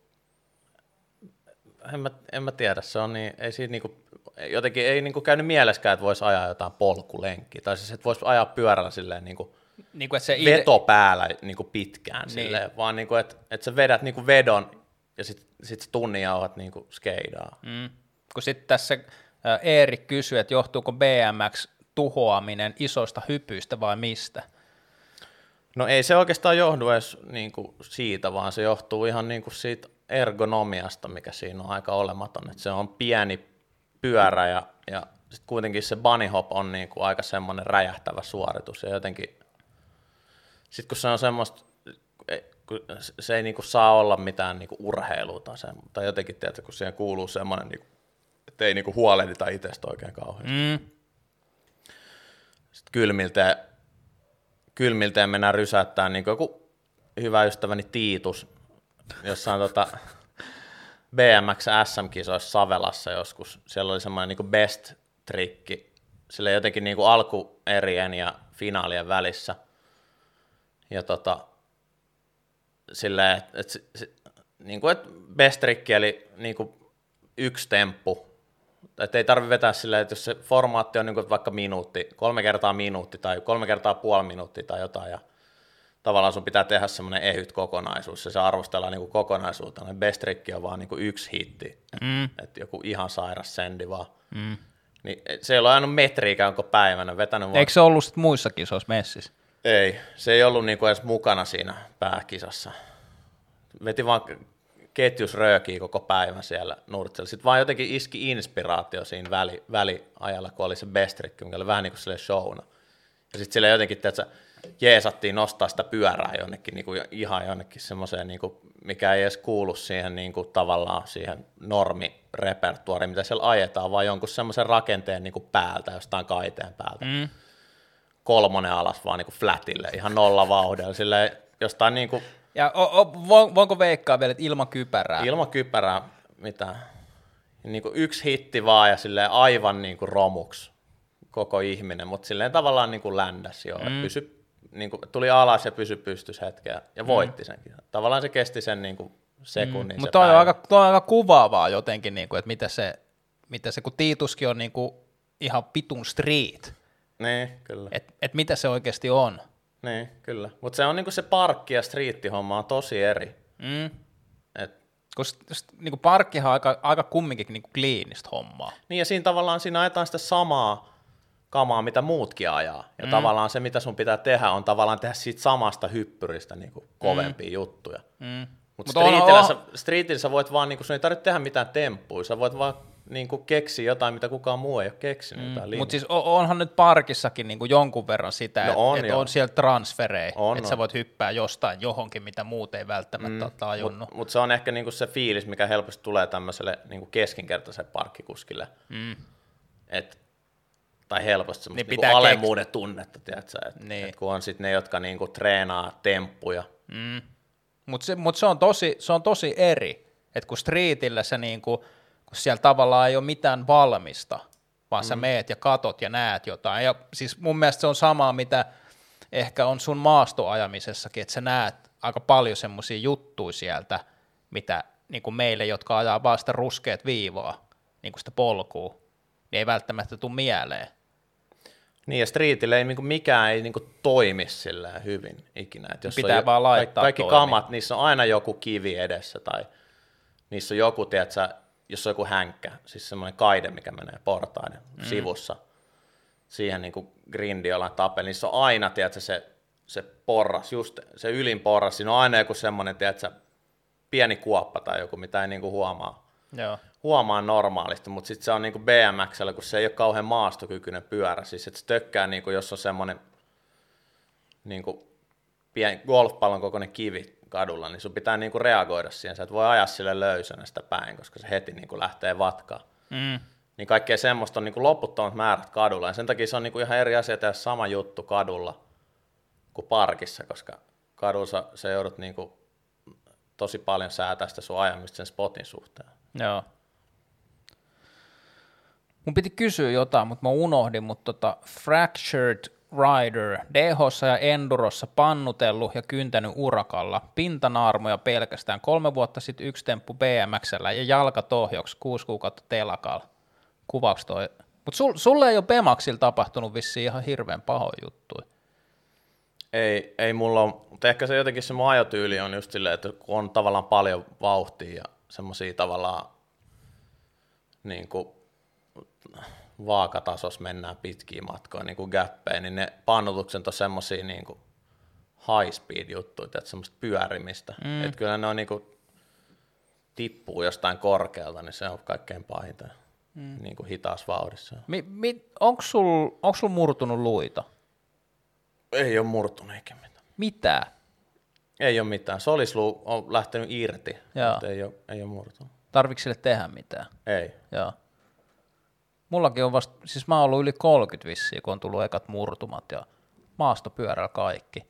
en mä tiedä, se on niin, ei siinä niinku, jotenkin ei niinku käynyt mieleskään, että voisi ajaa jotain polkulenkkiä, tai siis, että voisi ajaa pyörällä silleen niinku, Että se veto päällä niinku pitkään silleen, vaan niinku, että sä vedät niinku vedon, ja sit sä tunnin jauhat niinku skeidaa. Kun sitten tässä Eerik kysyi, että johtuuko BMX tuhoaminen isoista hypyistä vai mistä? No ei se oikeastaan johdu edes niinku siitä, vaan se johtuu ihan niinku siitä ergonomiasta, mikä siinä on aika olematon. Et se on pieni pyörä ja sitten kuitenkin se bunny hop on niinku aika semmoinen räjähtävä suoritus. Ja jotenkin, sitten kun se on semmoista, kun se ei niinku saa olla mitään niinku urheilua tai jotenkin, tiedätkö, kun siihen kuuluu semmoinen, niinku, että ei niinku huolehdita itsestä oikein kauheasti. Sitten kylmilteen mennään rysäyttämään, niin kuin joku hyvä ystäväni Tiitus, jossain BMX SM-kisoissa Savelassa joskus, siellä oli semmoinen niin best-trikki, sillä jotenkin niin alkuerien ja finaalien välissä, ja silleen, että niin best-trikki eli niin yksi temppu, että ei tarvitse vetää silleen, että jos se formaatti on niin vaikka minuutti, 3 kertaa minuutti tai 3 kertaa puoli minuuttia tai jotain, ja tavallaan sun pitää tehdä semmoinen ehyt kokonaisuus, ja se arvostellaan niin kokonaisuutena. Best trick on vaan niin yksi hitti, että joku ihan sairas sendi vaan. Niin se ei ole ajanut metriikään koko päivänä, vetänyt vaan. Eikö se ollut sitten muissa kisoissa messissä? Ei, se ei ollut niin edes mukana siinä pääkisassa. Veti vaan ketjus röökiä koko päivän siellä nurtsella. Sitten vaan jotenkin iski inspiraatio siinä väliajalla, kun oli se best trick, mikä oli vähän niin kuin silleen showna. Ja sitten sille jotenkin, että jeesattiin nostaa sitä pyörää jonnekin, niin kuin ihan jonnekin semmoiseen, niin kuin, mikä ei edes kuulu siihen niin kuin, tavallaan siihen normirepertuariin, mitä siellä ajetaan, vaan jonkun semmoisen rakenteen niin kuin päältä, jostain kaiteen päältä. 3 alas vaan niin kuin flatille, ihan 0 vauhdilla, silleen jostain niin kuin. Ja voinko veikkaa vielä, että ilman kypärää? Ilman kypärää, mitä? Niin kuin yksi hitti vaan ja silleen aivan niin kuin romuksi koko ihminen, mutta silleen tavallaan niin kuin ländäsi jo. Niin kuin, tuli alas ja pysyi pystyssä hetkeä ja voitti senkin. Tavallaan se kesti sen niin kuin sekunnin. Mutta toi on aika kuvaavaa jotenkin, niin kuin, että mitä se, kun Tiituskin on niin kuin ihan pitun street. Niin, kyllä. Et mitä se oikeasti on. Niin, kyllä. Mutta se on niinku se parkki- ja striittihomma on tosi eri. Koska niinku parkkihan on aika kumminkin niinku kliinistä hommaa. Niin, ja siinä tavallaan siinä ajetaan sitä samaa kamaa, mitä muutkin ajaa. Ja tavallaan se, mitä sun pitää tehdä, on tavallaan tehdä siitä samasta hyppyristä niinku kovempia juttuja. Mutta streetillä sä voit vaan, niinku, sun ei tarvitse tehdä mitään temppuja, sä voit vaan niinku keksiä jotain, mitä kukaan muu ei ole keksinyt. Mutta siis onhan nyt parkissakin niinku jonkun verran sitä, että on siellä transfereja, että sä voit hyppää jostain johonkin, mitä muut ei välttämättä ole tajunnut. Mutta se on ehkä niinku se fiilis, mikä helposti tulee tämmöiselle niinku keskinkertaiselle parkkikuskille. Tai helposti semmoista niin niinku alemmuuden tunnetta, tiedätkö? Et kun on sitten ne, jotka niinku treenaa temppuja. Mutta se on tosi eri, että kun streetillä se niinku, kun siellä tavallaan ei ole mitään valmista, vaan sä meet ja katot ja näet jotain. Ja siis mun mielestä se on samaa, mitä ehkä on sun maastoajamisessakin, että sä näet aika paljon semmoisia juttuja sieltä, mitä niin kuin meille, jotka ajaa vaan sitä ruskeat viivaa, niin kuin sitä polkua, niin ei välttämättä tule mieleen. Niin, ja streetille ei, mikään ei toimi silleen hyvin ikinä. Et jos pitää vaan laittaa kaikki kamat, niissä on aina joku kivi edessä, tai niissä on joku, tiedätkö, jos on joku hänkkä, siis semmoinen kaide, mikä menee portaiden sivussa, siihen niin kuin grindi jollain tapella, niin se on aina, tiedätkö, se porras, just se ylin porras, siinä on aina joku semmoinen, tiedätkö, pieni kuoppa tai joku, mitä ei niin kuin huomaa normaalisti, mutta sitten se on niin kuin BMX:llä, kun se ei ole kauhean maastokykyinen pyörä, siis että se tökkää, niin kuin, jos on semmoinen niin kuin pieni golfpallon kokoinen kivi kadulla, niin sun pitää niin kuin reagoida siihen, sä et voi ajaa sille löysänä sitä päin, koska se heti niin kuin lähtee vatkaan. niin kaikkea semmoista on niin kuin loputtomat määrät kadulla. Ja sen takia se on niin kuin ihan eri asia tehdä sama juttu kadulla kuin parkissa, koska kadulla sä joudut niin kuin tosi paljon säätää sitä sun ajamista sen spotin suhteen. Joo. Mun piti kysyä jotain, mutta mä unohdin, mutta Fractured Rider, DH:ssa ja Endurossa pannutellut ja kyntänyt urakalla, pintanaarmoja pelkästään, 3 vuotta sitten 1 temppu BMX:llä ja jalkatohjoksi 6 kuukautta telakalla. Kuvauks toi? Mutta sulle ei ole BMX:illä tapahtunut vissiin ihan hirveän pahoja juttuja. Ei mulla ole, mutta ehkä se jotenkin se mun ajotyyli on just silleen, että kun on tavallaan paljon vauhtia ja semmosia tavallaan niin kuin vaakatasossa mennään pitkiä matkoja niin kuin gäppejä, niin ne pannutukset on semmosia niin kuin high speed juttuja, että semmoista pyörimistä. Että kyllä ne on niin kuin tippuu jostain korkealta, niin se on kaikkein pahinta niin kuin hitaassa vauhdissa. Onko sul murtunut luita? Ei ole murtunut eikä mitään. Mitä? Ei ole mitään. Solisluu on lähtenyt irti, mutta ei ole murtunut. Tarviiko sille tehdä mitään? Ei. Joo. Mullakin on siis mä oon ollut yli 30 vissiin, kun on tullut ekat murtumat ja maastopyörällä kaikki.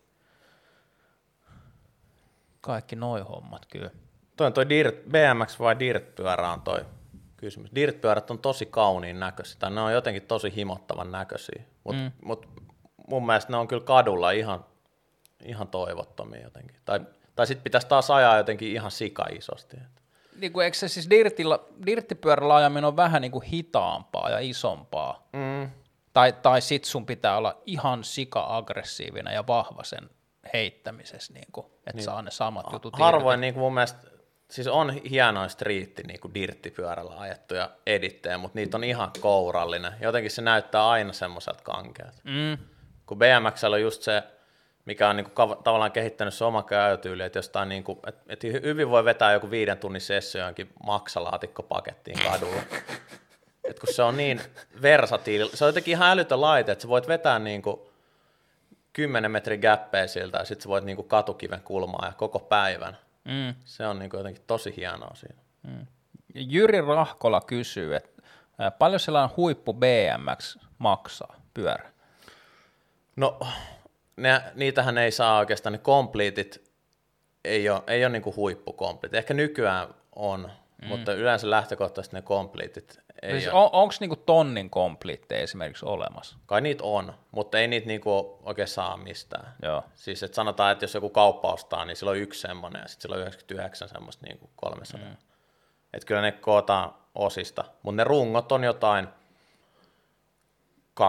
Kaikki noi hommat kyllä. Toi BMX vai Dirt-pyörä on toi kysymys. Dirt-pyörät on tosi kauniin näköisiä, tai ne on jotenkin tosi himottavan näköisiä, mutta mun mielestä ne on kyllä kadulla ihan toivottomia jotenkin. Tai sitten pitäisi taas ajaa jotenkin ihan sika-isosti. Niin kuin, eikö se siis dirttipyörällä ajaminen on vähän niin kuin hitaampaa ja isompaa? Tai sit sun pitää olla ihan sika-aggressiivinen ja vahva sen heittämisessä, niin kuin, että niin. Saa ne samat jutut harvoin niin kuin mun mielestä, siis on hienoja striitti niin kuin dirttipyörällä ajettuja edittejä, mutta niitä on ihan kourallinen. Jotenkin se näyttää aina semmoiselta kankealta. Kun BMX:llä on just se, mikä on niin kuin tavallaan kehittänyt se oma ajotyyli, että jostain niin kuin, että hyvin voi vetää joku 5 tunnin sessio johonkin maksalaatikko-pakettiin kadulla. Et kun se on niin versatiili, se on jotenkin ihan älytön laite, että sä voit vetää niin kuin 10 metrin gäppejä siltä ja sitten sä voit niin kuin katukiven kulmaa ja koko päivän. Se on niin kuin jotenkin tosi hienoa siinä. Jyri Rahkola kysyy, että paljon sellainen huippu BMX maksaa pyörä? No, niitähän ei saa oikeastaan, ne completit ei ole niin kuin huippukompletit. Ehkä nykyään on, mutta yleensä lähtökohtaisesti ne completit ei siis ole. Onko niinku tonnin kompliitteja esimerkiksi olemassa? Kai niitä on, mutta ei niitä niinku oikein saa mistään. Joo. Siis että sanotaan, että jos joku kauppa ostaa, niin sillä on 1 semmoinen ja sitten sillä on 99 semmoista niinku 300. Että kyllä ne kootaan osista, mutta ne rungot on jotain 250-350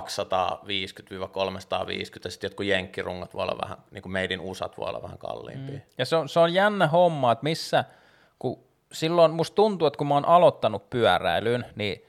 ja sitten jotkut jenkkirungot voi olla vähän, niin kuin Made in USAt voi olla vähän kalliimpia. Ja se on jännä homma, että missä, kun silloin musta tuntuu, että kun mä oon aloittanut pyöräilyn, niin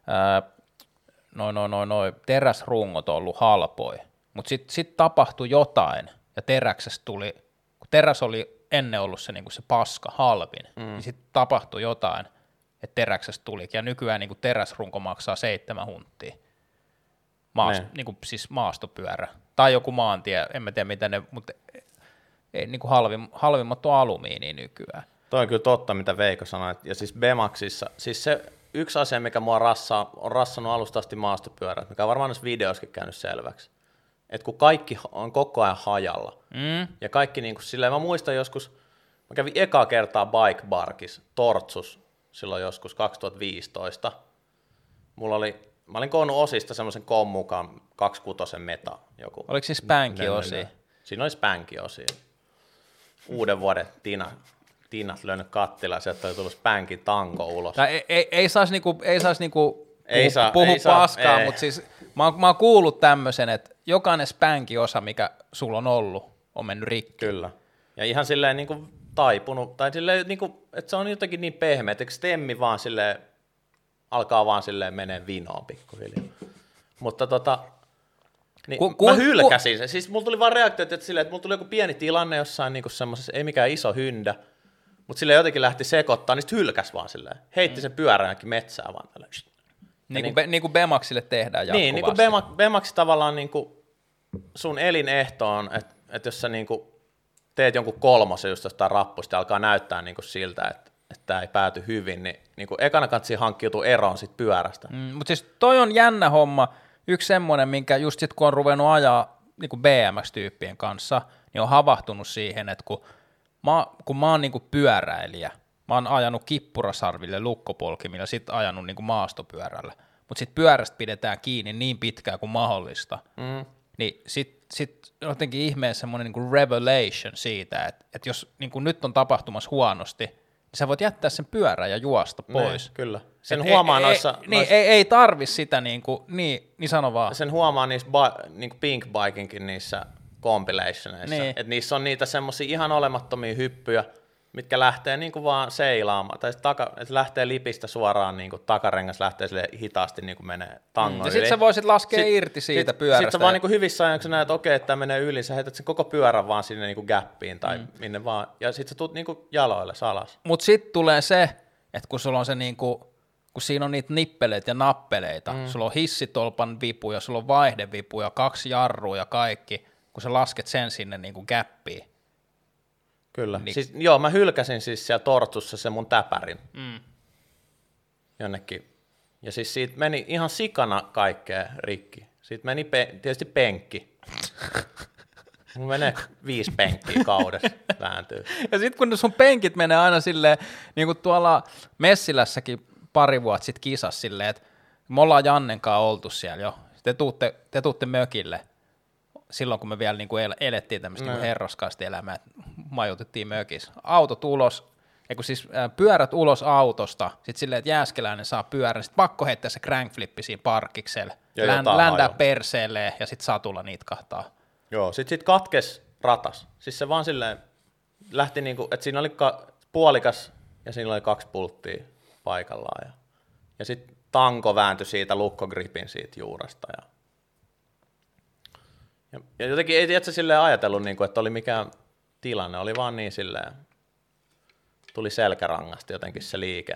noi teräsrungot on ollut halpoja, mutta sit tapahtui jotain ja teräksestä tuli, kun teräs oli ennen ollut se, niin kuin se paska halvin, niin sitten tapahtui jotain, että teräksestä tulikin ja nykyään niin kuin teräsrunko maksaa 7 hunttia. Niin kuin siis maastopyörä tai joku maantie, en mä tiedä mitä ne, mutta ei, niin kuin halvimmat on alumiinia nykyään. Toi on kyllä totta, mitä Veikko sanoi, ja siis BMXissa, siis se yksi asia, mikä mua on rassannut alusta asti maastopyörät, mikä on varmaan näissä videossakin käynyt selväksi, että kun kaikki on koko ajan hajalla, ja kaikki niin kuin silleen, mä muistan joskus, mä kävin ekaa kertaa Bike Barkissa, Tortsus, silloin joskus 2015, mä olin koonnut osista semmoisen kommukan 2.6 meta joku. Oliko siis spanky-osia? Siinä oli spanky-osia. Uuden vuoden Tinat löynyt kattila, sieltä oli tullut spanky tanko ulos. Ei saisi puhua paskaa, mutta siis mä oon kuullut tämmöisen, että jokainen spanky-osa, mikä sulla on ollut, on mennyt rikki. Kyllä. Ja ihan silleen niin kuin taipunut, tai silleen, niin kuin, että se on jotenkin niin pehmeä, että stemmi vaan silleen, alkaa vaan silleen menee vinoon pikkuhiljaa. Mutta niin mä hylkäsin sen. Siis mulla tuli vaan reaktioita, että mulla tuli joku pieni tilanne jossain niin semmoisessa, ei mikään iso hyndä, mutta silleen jotenkin lähti sekoittaa, niin sitten hylkäs vaan silleen. Heitti sen pyörän jonkin metsään vaan tälleen. Niin kuin BMXille tehdään jatkuvasti. Niin kuin BMX tavallaan niin kuin sun elinehto on, että jos sä niin kuin teet jonkun 3 just jostain rappusta, alkaa näyttää niin kuin siltä, että että tämä ei pääty hyvin, niin kuin ekana katsi hankkiutua eroon sit pyörästä. Mutta siis toi on jännä homma, yksi semmoinen, minkä just sit kun on ruvennut ajaa niin kuin BMX-tyyppien kanssa, niin on havahtunut siihen, että kun mä oon niin kuin pyöräilijä, mä oon ajanut kippurasarville lukkopolkimilla, sit ajanut niin kuin maastopyörällä, mutta sit pyörästä pidetään kiinni niin pitkään kuin mahdollista, niin sit jotenkin ihmeen semmoinen niin kuin revelation siitä, että jos niin kuin nyt on tapahtumassa huonosti, niin sä voit jättää sen pyörän ja juosta pois. Kyllä. Sen huomaa noissa... Ei tarvi sitä niin sano vaan. Sen huomaa niissä niin Pink Bikinkin niissä compilationeissa, Niin. että niissä on niitä semmosia ihan olemattomia hyppyjä, mitkä lähtee niin kuin vaan seilaamaan, tai että lähtee lipistä suoraan, niin kuin takarengas lähtee sille hitaasti niin kuin menee tangon Ja sit sä voisit laskea irti siitä pyörästä. Sitten sä vaan niin kuin hyvissä ajan, kun sä näet, että okei, että tämä menee yli, sä heität sen koko pyörän vaan sinne niin kuin gappiin tai minne vaan, ja sit sä tuut niin kuin jaloille alas. Mut sit tulee se, että kun sulla on se niinku, kun siinä on niitä nippeleitä ja nappeleita, sulla on hissitolpan vipuja, sulla on vaihdevipuja, 2 jarrua ja kaikki, kun sä lasket sen sinne niinku gappiin. Kyllä. Niin. Siis, joo, mä hylkäsin siis siellä tortussa sen mun täpärin jonnekin. Ja siis siitä meni ihan sikana kaikkea rikki. Siitä meni tietysti penkki. Mun menee 5 penkkiä kaudessa vääntyy. Ja sit kun sun penkit menee aina silleen, niin kuin tuolla Messilässäkin pari vuotta sitten kisas silleen, että me ollaan Jannen kanssa oltu siellä jo, te tuutte mökille, silloin kun me vielä niin kuin elettiin tämmöistä niin herroskaista elämää, että majoitettiin mökissä. Autot ulos, siis pyörät ulos autosta, sitten silleen, että Jääskeläinen saa pyörän, sitten pakko heittää se crankflippi siinä parkkiksella, ländää perseelleen ja sitten satulla niitkahtaa. Joo, sit katkes ratas. Siis se vaan silleen lähti niinku, että siinä oli puolikas ja siinä oli 2 pulttia paikallaan. Ja sitten tanko vääntyi siitä lukkogripin siitä juuresta. Ja jotenkin ei tiedä silleen ajatellut, niinku, että oli mikään tilanne, oli vaan niin silleen, tuli selkärangasta jotenkin se liike.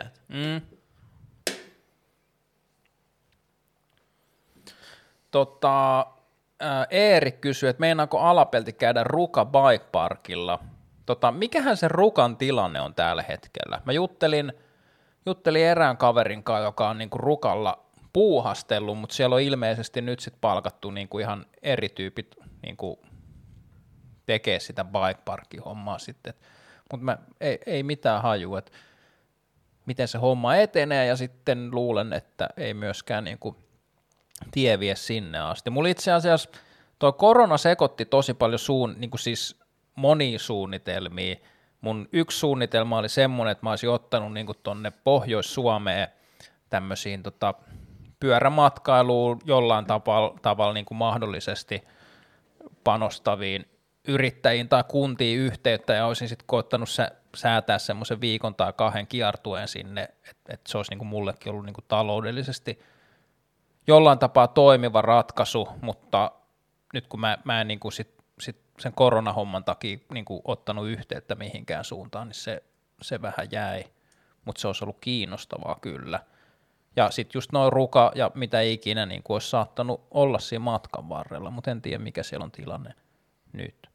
Eerik kysyy, että meinaako Alapelti käydä Ruka Bike Parkilla? Mikähän se Rukan tilanne on tällä hetkellä? Mä juttelin erään kaverin kanssa, joka on niinku Rukalla puuhastellut, mutta siellä on ilmeisesti nyt sit palkattu niinku ihan eri tyypit niinku tekee sitä bike parkin hommaa sitten. Mutta ei mitään hajua, että miten se homma etenee, ja sitten luulen, että ei myöskään niinku tie vie sinne asti. Mulla itse asiassa tuo korona sekoitti tosi paljon niinku siis monia suunnitelmia. Mun yksi suunnitelma oli semmoinen, että mä olisin ottanut niinku tonne Pohjois-Suomeen tämmöisiin pyörämatkailuun jollain tavalla niinku mahdollisesti panostaviin yrittäjiin tai kuntiin yhteyttä, ja olisin sitten koittanut säätää semmoisen viikon tai 2 kiertueen sinne, että se olisi niinku mullekin ollut niinku taloudellisesti jollain tapaa toimiva ratkaisu, mutta nyt kun mä en niinku sit sen koronahomman takia niinku ottanut yhteyttä mihinkään suuntaan, niin se vähän jäi, mutta se olisi ollut kiinnostavaa kyllä. Ja sitten just noin Ruka ja mitä ikinä niin olisi saattanut olla siinä matkan varrella, mutta en tiedä mikä siellä on tilanne nyt.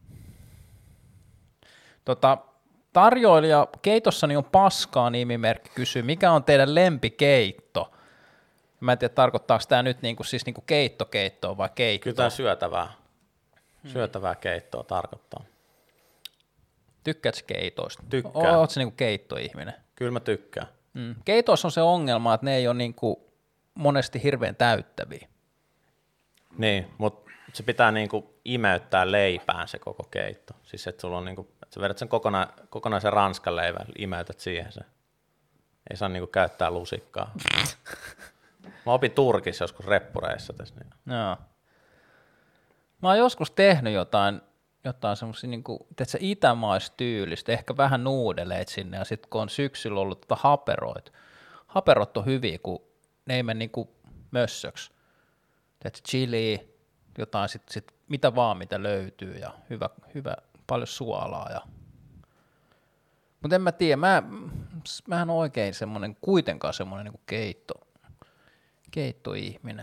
Tarjoilija keitossani on paskaa -nimimerkki kysyy, mikä on teidän lempikeitto? Mä en tiedä, tarkoittaako tämä nyt siis keittoa vai keittoa? Kyllä tämä syötävää keittoa tarkoittaa. Tykkäätkö keitoista? Tykkään. Oletko se keittoihminen? Kyllä mä tykkään. Keitoissa on se ongelma, että ne ei ole monesti hirveän täyttäviä. Niin, mutta se pitää imeyttää leipään se koko keitto. Siis että sulla on että sä vedät sen kokonaisen ranskan leivän, imeytät siihen se. Ei saa käyttää lusikkaa. Mä opin Turkissa joskus reppureissa tässä. Niin. Joo. Mä oon joskus tehnyt jotain semmoisia itämaistyylistä, ehkä vähän nuudeleet sinne, ja sitten kun on syksyllä ollut haperot on hyviä, kun ne ei mene mössöksi. Chili, jotain sit mitä vaan mitä löytyy, ja hyvä paljon suolaa. Mutta en mä tiedä, mä en oikein kuitenkaan semmoinen keittoihminen.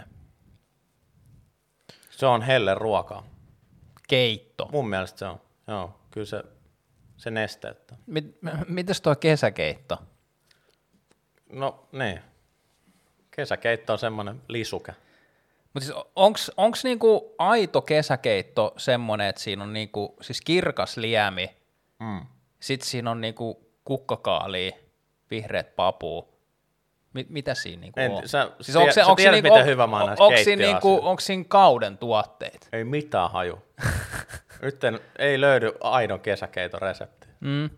Se on helle ruokaa. Keitto. Mun mielestä se on. Joo, kyllä se Se nesteyttää. Mites tuo kesäkeitto? No niin. Kesäkeitto on semmoinen lisuke. Mutta siis onko niinku aito kesäkeitto semmoinen, että siinä on niinku, siis kirkas liemi, sitten siinä on niinku kukkakaalia, vihreät papuu. Mitä siinä niinku on? Sä Siis tiedät, miten hyvä mä oon näissä keittiöasioissa. Onko siinä kauden tuotteita? Ei mitään haju. Nyt ei löydy aidon kesäkeiton resepti.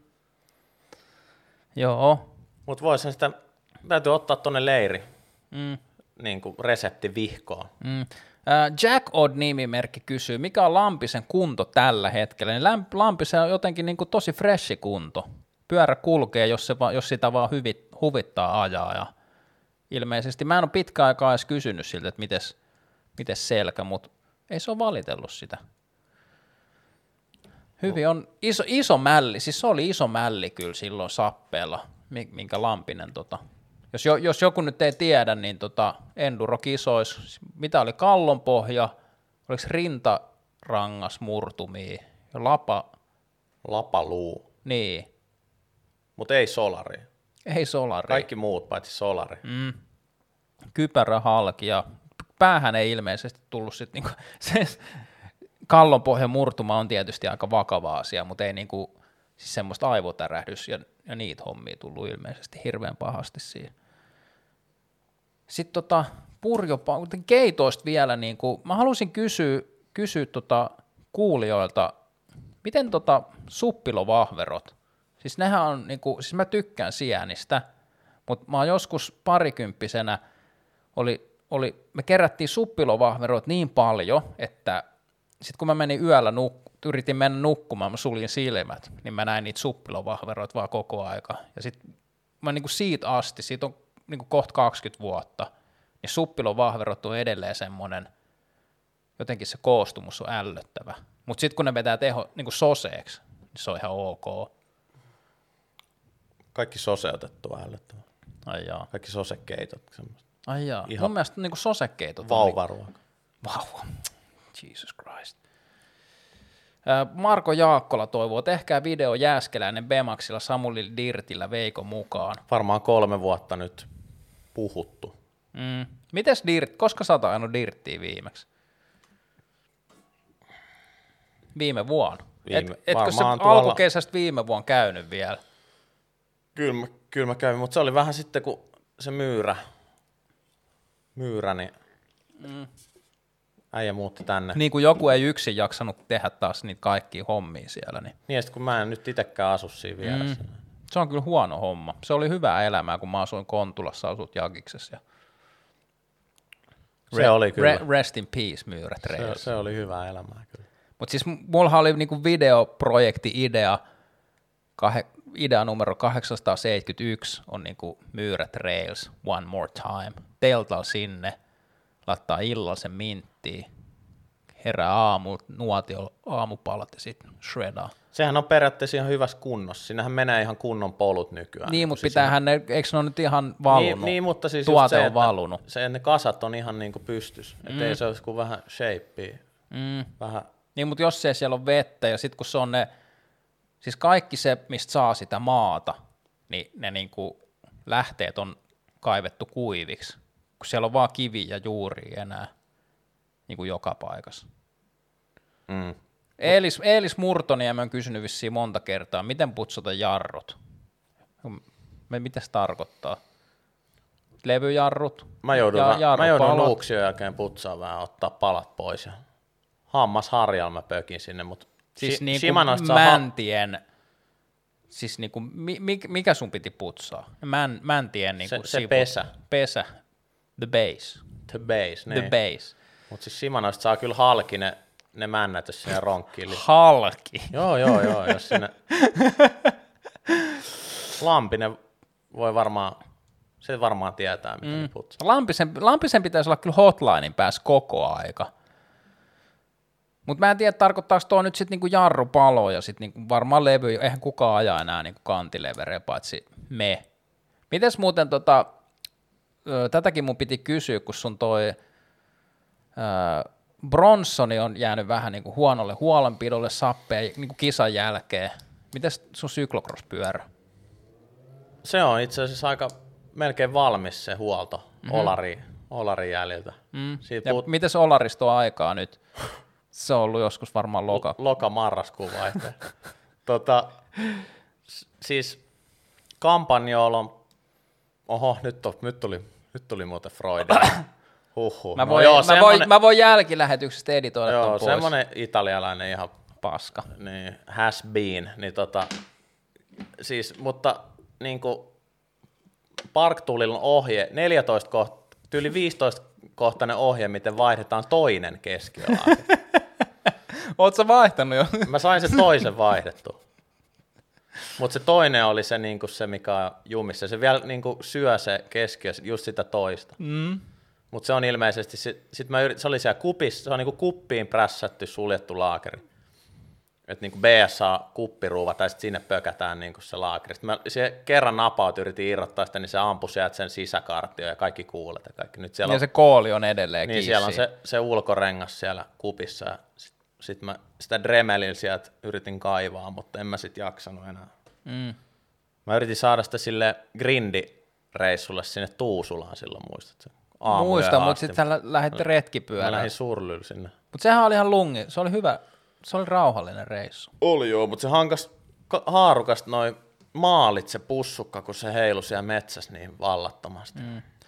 Joo. Mutta voisin sitä, täytyy ottaa tuonne leiri, niin kuin resepti vihkoon. Jack Odd-nimimerkki kysyy, mikä on Lampisen kunto tällä hetkellä? Niin Lampisen on jotenkin niin kuin tosi freshi kunto. Pyörä kulkee, jos sitä vaan huvittaa ajaa. Ja ilmeisesti mä en ole pitkään aikaa edes kysynyt siltä, että mites selkä, mutta ei se ole valitellut sitä. Hyvin on iso mälli, siis se oli iso mälli kyllä silloin sappeella, minkä Lampinen jos joku nyt ei tiedä, niin enduro-kisoissa, mitä oli kallonpohja, oliko rintarangas murtumia ja Lapaluu. Niin. Mutta ei solari. Ei solari. Kaikki muut paitsi solari. Kypärä halki ja päähän ei ilmeisesti tullut sitten niinku, se kallonpohjan murtuma on tietysti aika vakava asia, mutta ei niinku, siis semmoista aivotärähdys ja niitä hommia tullut ilmeisesti hirveän pahasti siihen. Sitten keitoista vielä, niinku, mä halusin kysyä kuulijoilta, miten suppilovahverot, siis nehän on, niinku, siis mä tykkään sienistä, mutta mä oon joskus parikymppisenä, me kerättiin suppilovahverot niin paljon, että sitten kun mä menin yöllä, yritin mennä nukkumaan, mä suljin silmät, niin mä näin niitä suppilovahveroita vaan koko aika. Ja sitten mä niinku siitä asti, siitä on niinku kohta 20 vuotta, niin suppilovahverot on edelleen semmoinen, jotenkin se koostumus on ällöttävä. Mutta sitten kun ne vetää niinku soseeksi, niin se on ihan ok. Kaikki soseutettu on ällöttävä. Ai jaa. Kaikki sosekeitot. Semmoista. Ai jaa. Mun mielestä niinku sosekeitot vauvaruoka. Vauva. Jesus Christ. Marko Jaakkola toivoo, tehkää video Jääskeläinen Bemaxilla Samuli Dirtillä Veikon mukaan. Varmaan 3 vuotta nyt puhuttu. Mites Dirt, koska sä oot ajanut Dirttiä viimeksi? Viime vuonna. Etkö se alkukesästä viime vuonna käynyt vielä? Kyllä mä kävin, mutta se oli vähän sitten, kun se myyrä niin äijä muutti tänne. Niin kuin joku ei yksin jaksanut tehdä taas niitä kaikkia hommia siellä. Niin ja sitten kun mä en nyt itsekään asu siinä vieressä. Se on kyllä huono homma. Se oli hyvää elämää, kun mä asuin Kontulassa, asut Jagiksessa. Se oli kyllä. Rest in peace, myyrät Rails. Se oli hyvää elämää kyllä. Mutta siis mullahan oli niinku videoprojekti-idea, idea numero 871 on niinku myyrät Rails, One More Time. Teltal sinne, laittaa illallisen minttiin, herää nuotio aamupalat ja sitten shreddaa. Sehän on periaatteessa ihan hyvässä kunnossa. Siinähän menee ihan kunnon polut nykyään. Niin, mutta pitäähän ne, eikö ne ole nyt ihan valunut? Niin, mutta siis tuote se, on valunut. Ne kasat on ihan niinku pystys. Että ei se olisi kuin vähän shapea. Vähän. Niin, mutta jos siellä on vettä ja sitten kun se on ne, siis kaikki se, mistä saa sitä maata, niin ne niinku lähteet on kaivettu kuiviksi, kun siellä on vaan kivi ja juuri enää niinku joka paikassa. Eelis Murtoniemi on kysynyt vissiin monta kertaa, miten putsata jarrut? Mitä se tarkoittaa? Levyjarrut? Mä joudun nuuksion jälkeen putsaamaan vähän, ottaa palat pois ja hammasharjalla mä pökin sinne, mutta siis niinku Mäntien, siis niinku, mikä sun piti putsaa? Mäntien niinku se pesä. Pesä, the base. The base, niin. The base. Mutta siis Shimanoista saa kyllä halki ne männät, jos sinne ronkkiin. Halki? Joo, jos sinne Lampinen voi varmaan, se varmaan tietää, miten ne putsaa. Lampisen pitäisi olla kyllä hotlinein päässä koko aika. Mutta mä en tiedä, tarkoittaako tuo nyt sitten niinku jarrupalo ja sitten niinku varmaan levy, eihän kukaan ajaa enää niinku kantileverejä, paitsi me. Mites muuten tätäkin mun piti kysyä, kun sun toi Bronsoni on jäänyt vähän niinku huonolle huolenpidolle sappeen niinku kisan jälkeen, Mites sun cyclocross-pyörä? Se on itse asiassa aika melkein valmis se huolto Olarin jäljiltä. Ja mites Olaristo aikaa nyt? Se on ollut joskus varmaan Loka-marraskuun vaihteessa. Siis kampanjoilla on, nyt tuli muuten Freudia. Huhhuh. Mä voin jälkilähetyksestä editoida ton pois. Semmonen italialainen ihan paska. Niin, has been. Niin siis, mutta niinku Park-Toolilla on ohje, 15-kohtainen ohje, miten vaihdetaan toinen keskiölaakeri. Oot sä vaihtanut jo? Mä sain sen toisen vaihdettua. Mutta se toinen oli se, niinku, se, mikä on jumissa. Se vielä niinku, syö se keskiö, just sitä toista. Mutta se on ilmeisesti, se oli siellä kupissa, se on niinku kuppiin prässätty, suljettu laakeri. Että niinku BSA-kuppiruuva, tai sitten sinne pökätään niinku se laakeri. Sitten se kerran napaut yritin irrottaa sitä, niin se ampui sieltä sen sisäkartio ja kaikki kuulet ja kaikki. Nyt siellä ja se kooli on edelleen niin, siellä on se ulkorengas siellä kupissa ja sitten mä sitä Dremelin sieltä yritin kaivaa, mutta en mä sit jaksanut enää. Mä yritin saada sitä sille grindireissulle sinne Tuusulaan silloin, muistatko? Muistan, mutta sitten sä lähdit retkipyörään. Mä lähdin Surlyllä sinne. Mutta sehän oli ihan lungi, se oli hyvä, se oli rauhallinen reissu. Oli joo, mutta se hankas haarukasta noin maalit se pussukka, kun se heilui siellä metsässä niin vallattomasti.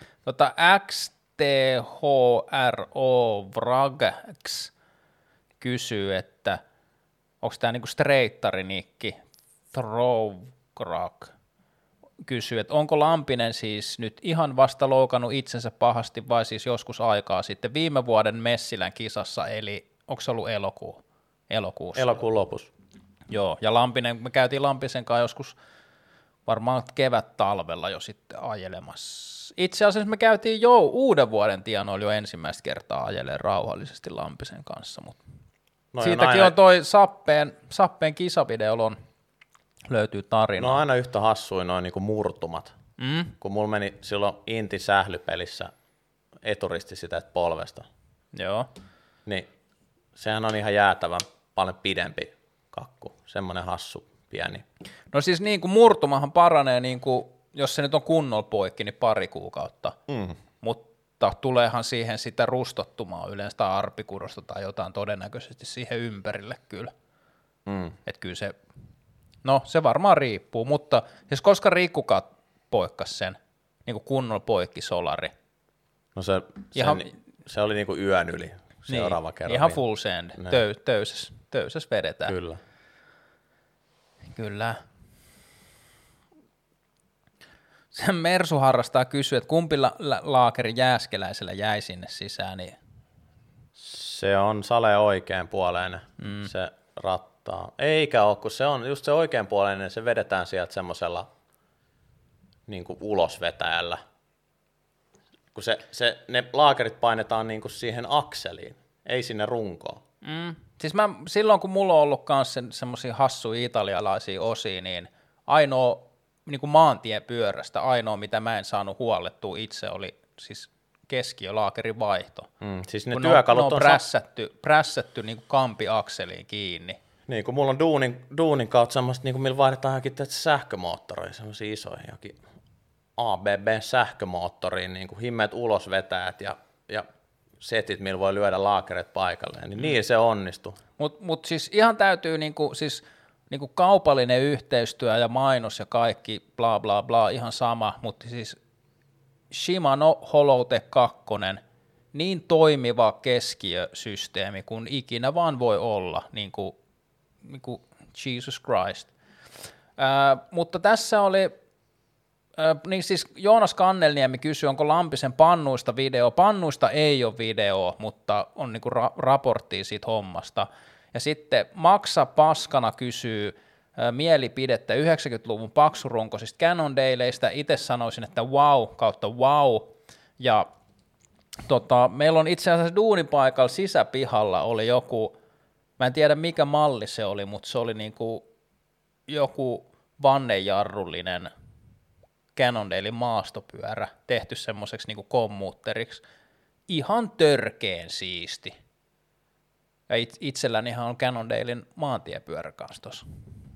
XTHRO Vragx kysyy, että onko tämä niinku streittarinikki, Throwcrack kysyy, että onko Lampinen siis nyt ihan vasta loukannut itsensä pahasti vai siis joskus aikaa sitten viime vuoden Messilän kisassa, eli onko se ollut elokuussa? Elokuun lopussa. Joo, ja me käytiin Lampisen kanssa joskus varmaan kevät-talvella jo sitten ajelemassa. Itse asiassa me käytiin uuden vuoden tienoilla jo ensimmäistä kertaa ajelemaan rauhallisesti Lampisen kanssa, mutta siitäkin on toi Sappeen kisavideolla löytyy tarina. No aina yhtä hassuin noin niinku murtumat. Kun mulla meni silloin Intin sählypelissä eturisti sitä polvesta. Joo. Niin sehän on ihan jäätävän paljon pidempi kakku, semmoinen hassu pieni. No siis niin kuin murtumahan paranee, niin kuin, jos se nyt on kunnolla poikki, niin 2 kuukautta. Mutta tuleehan siihen sitä rustottumaa yleensä tai arpikudosta tai jotain todennäköisesti siihen ympärille kyllä. Että kyllä se, no se varmaan riippuu, mutta siis koska Riikkukaan poikkasi sen niin kuin kunnolla poikki solari? No se oli niin kuin yön yli seuraava kerran. Ihan full send, töysäs vedetään. Kyllä. Sen Mersu harrastaa kysyä, että kumpi laakeri Jääskeläisellä jäi sinne sisään. Niin se on Sale oikeanpuoleinen, se rattaa. Eikä ole, kun se on just se oikeanpuoleinen, se vedetään sieltä semmoisella niin kuin ulosvetäjällä. Kun ne laakerit painetaan niin kuin siihen akseliin, ei sinne runkoon. Siis silloin kun mulla on ollut myös semmoisia hassuja italialaisia osia, niin ainoa niin kuin maantiepyörästä, ainoa mitä mä en saanut huollettua itse oli siis keskiölaakerin vaihto. Siis ne kun työkalut on prässätty niin kuin kampiakseliin kiinni. Niin, kun mulla on duunin kautta semmoista, niin kuin millä vaihdetaan johonkin sähkömoottoreja, semmoisia isoja, johonkin ABB-sähkömoottoriin, niin kuin himmeet ulosvetäjät ja setit, millä voi lyödä laakerit paikalleen, niin se onnistuu. Mut siis ihan täytyy niinku kaupallinen yhteistyö ja mainos ja kaikki bla bla bla ihan sama, mutta siis Shimano Holotech 2, niin toimiva keskiösysteemi kuin ikinä vaan voi olla, niinku Jesus Christ. Mutta tässä oli niin siis Joonas Kannelniemi kysyi, onko Lampisen pannuista video. Pannuista ei ole video, mutta on niinku raporttia siitä hommasta. Ja sitten Maksa Paskana kysyy mielipidettä 90-luvun paksurunkoisista Cannondaleista. Itse sanoisin, että wow kautta wow. Ja meillä on itse asiassa duunipaikalla sisäpihalla oli joku, mä en tiedä mikä malli se oli, mutta se oli niinku joku vannejarrullinen Cannondalein maastopyörä tehty semmoiseksi niinku kommuutteriksi. Ihan törkeen siisti. Ja itselläni ihan on Cannondalein maantiepyörä kanssa tossa.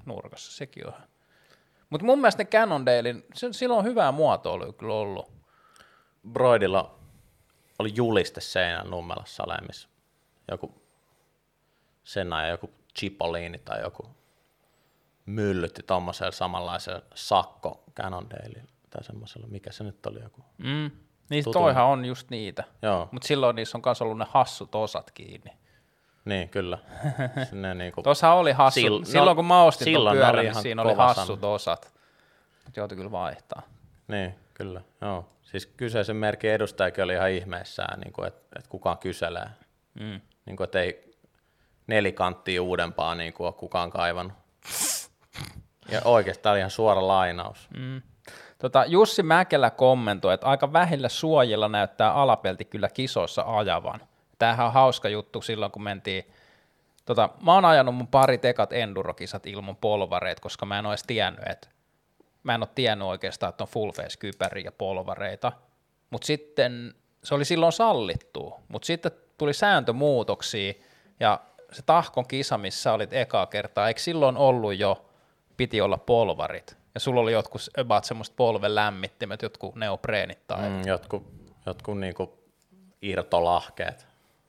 nurkassa, sekin on. Mutta mun mielestä ne Cannondalein, sillä on hyvää muotoilua kyllä ollut. Broidilla oli juliste seinän Nummelassa olemassa. Joku Senna ja joku Cipollini tai joku myllytti tommosella samanlaisella sakko Cannondaleilla tai semmoisella, mikä se nyt oli joku. Niin toihan on just niitä, mutta silloin niissä on myös ollut ne hassut osat kiinni. Niin, kyllä. Niinku tuossa oli hassu, silloin kun mä ostin tuon pyörän, niin siinä oli hassut osat, mutta joutui kyllä vaihtaa. Niin, kyllä, joo. Siis kyseisen merkin edustajakin oli ihan ihmeissään, niin että kukaan kyselee. Niin kuin, että ei nelikanttia uudempaa niin kuin ole kukaan kaivannut. Ja oikeastaan oli ihan suora lainaus. Jussi Mäkelä kommentoi, että aika vähillä suojilla näyttää alapelti kyllä kisoissa ajavan. Tämähän on hauska juttu silloin, kun mentiin. Mä oon ajanut mun parit ekat endurokisat ilman polvareita, koska mä en ole edes tiennyt oikeastaan, että on full face kypäriä ja polvareita. Mutta sitten se oli silloin sallittua, mutta sitten tuli sääntömuutoksia ja se Tahkon kisa, missä olit ekaa kertaa, eikö silloin ollut jo, piti olla polvarit? Ja sulla oli jotkut about semmoiset polven lämmittimet, jotkut neopreenit tai... Jotkut niinku irtolahkeet.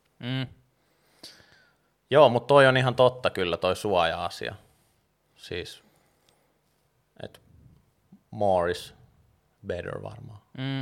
Joo, mutta toi on ihan totta kyllä, toi suoja-asia. Siis, että more is better varmaan.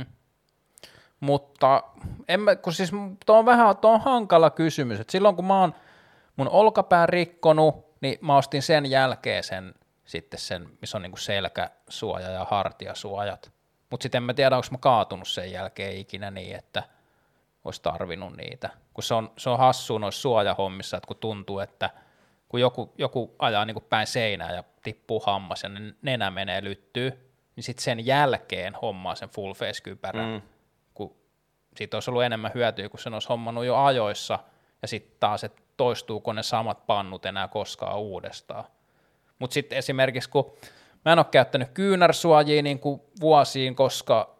Mutta tuo on hankala kysymys. Et silloin kun mä oon mun olkapään rikkonut, niin mä ostin sen jälkeen sen, missä on niinku selkäsuoja ja hartiasuojat. Mutta sitten en mä tiedä, onko mä kaatunut sen jälkeen ikinä niin, että olisi tarvinnut niitä. Kun se on hassua noissa suojahommissa, että kun tuntuu, että kun joku ajaa niinku päin seinää ja tippuu hammas ja nenä menee lyttyy, niin sitten sen jälkeen hommaa sen full face kypärän. Kun siitä olisi ollut enemmän hyötyä, kun sen olisi hommannut jo ajoissa, ja sitten taas, että toistuuko ne samat pannut enää koskaan uudestaan. Mutta sitten esimerkiksi, kun mä en ole käyttänyt kyynärsuojia niin kuin vuosiin, koska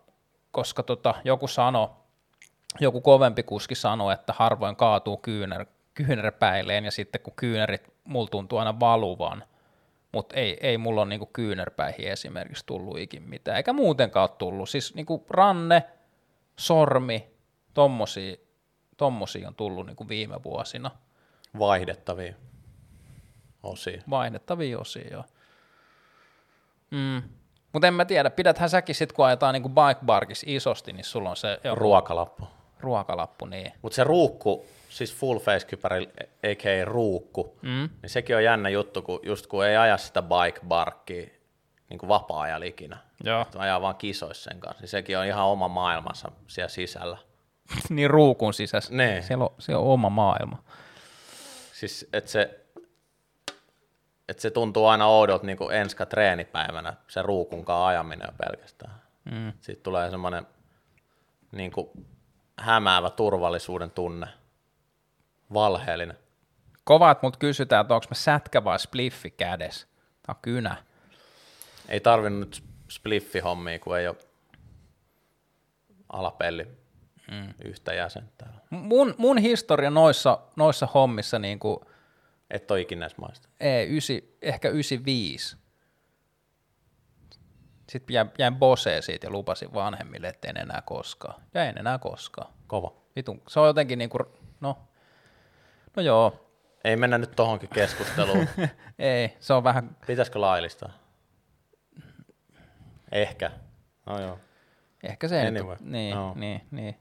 joku kovempi kuski sanoi, että harvoin kaatuu kyynärpäilleen, ja sitten kun kyynärit mulla tuntuu aina valuvan, mutta ei mulla ole niinku kyynärpäihin esimerkiksi tullut ikin mitään, eikä muutenkaan ole tullut. Siis niinku ranne, sormi, tommosia on tullut niinku viime vuosina. Vaihdettavia osia, joo. Mutta en mä tiedä, pidäthän säkin sit, kun ajetaan niinku bike barkissa isosti, niin sulla on se joku ruokalappu, niin. Mutta se ruukku, siis full face kypäri, a.k.a. ruukku, niin sekin on jännä juttu, kun ei aja sitä bike barkia niin kuin vapaa-ajalla ikinä. Että ajaa vaan kisoissa sen kanssa, niin sekin on ihan oma maailmansa siellä sisällä. Niin ruukun sisässä, nee. Siellä on oma maailma. Siis, että se tuntuu aina oudolta niin kuin enska treenipäivänä, se ruukunkaan ajaminen on pelkästään. Sitten tulee semmoinen niin kuin hämäävä turvallisuuden tunne, valheellinen. Kova, että multa kysytään, että onko mä sätkä vai spliffi kädessä. Tämä on kynä. Ei tarvinnut nyt spliffi-hommia, kun ei ole alapelli yhtä jäsentä. Mun historia noissa hommissa niin kuin et ole ikinä edes maista. Ehkä 95. Sitten jäin boseen siitä ja lupasin vanhemmille, että en enää koskaan. Ja en enää koskaan. Kova. Vitun, se on jotenkin niinku, no joo. Ei mennä nyt tohonkin keskusteluun. Ei, se on vähän... Pitäisikö laillistaa? Ehkä. No joo. Ehkä se anyway. Niin.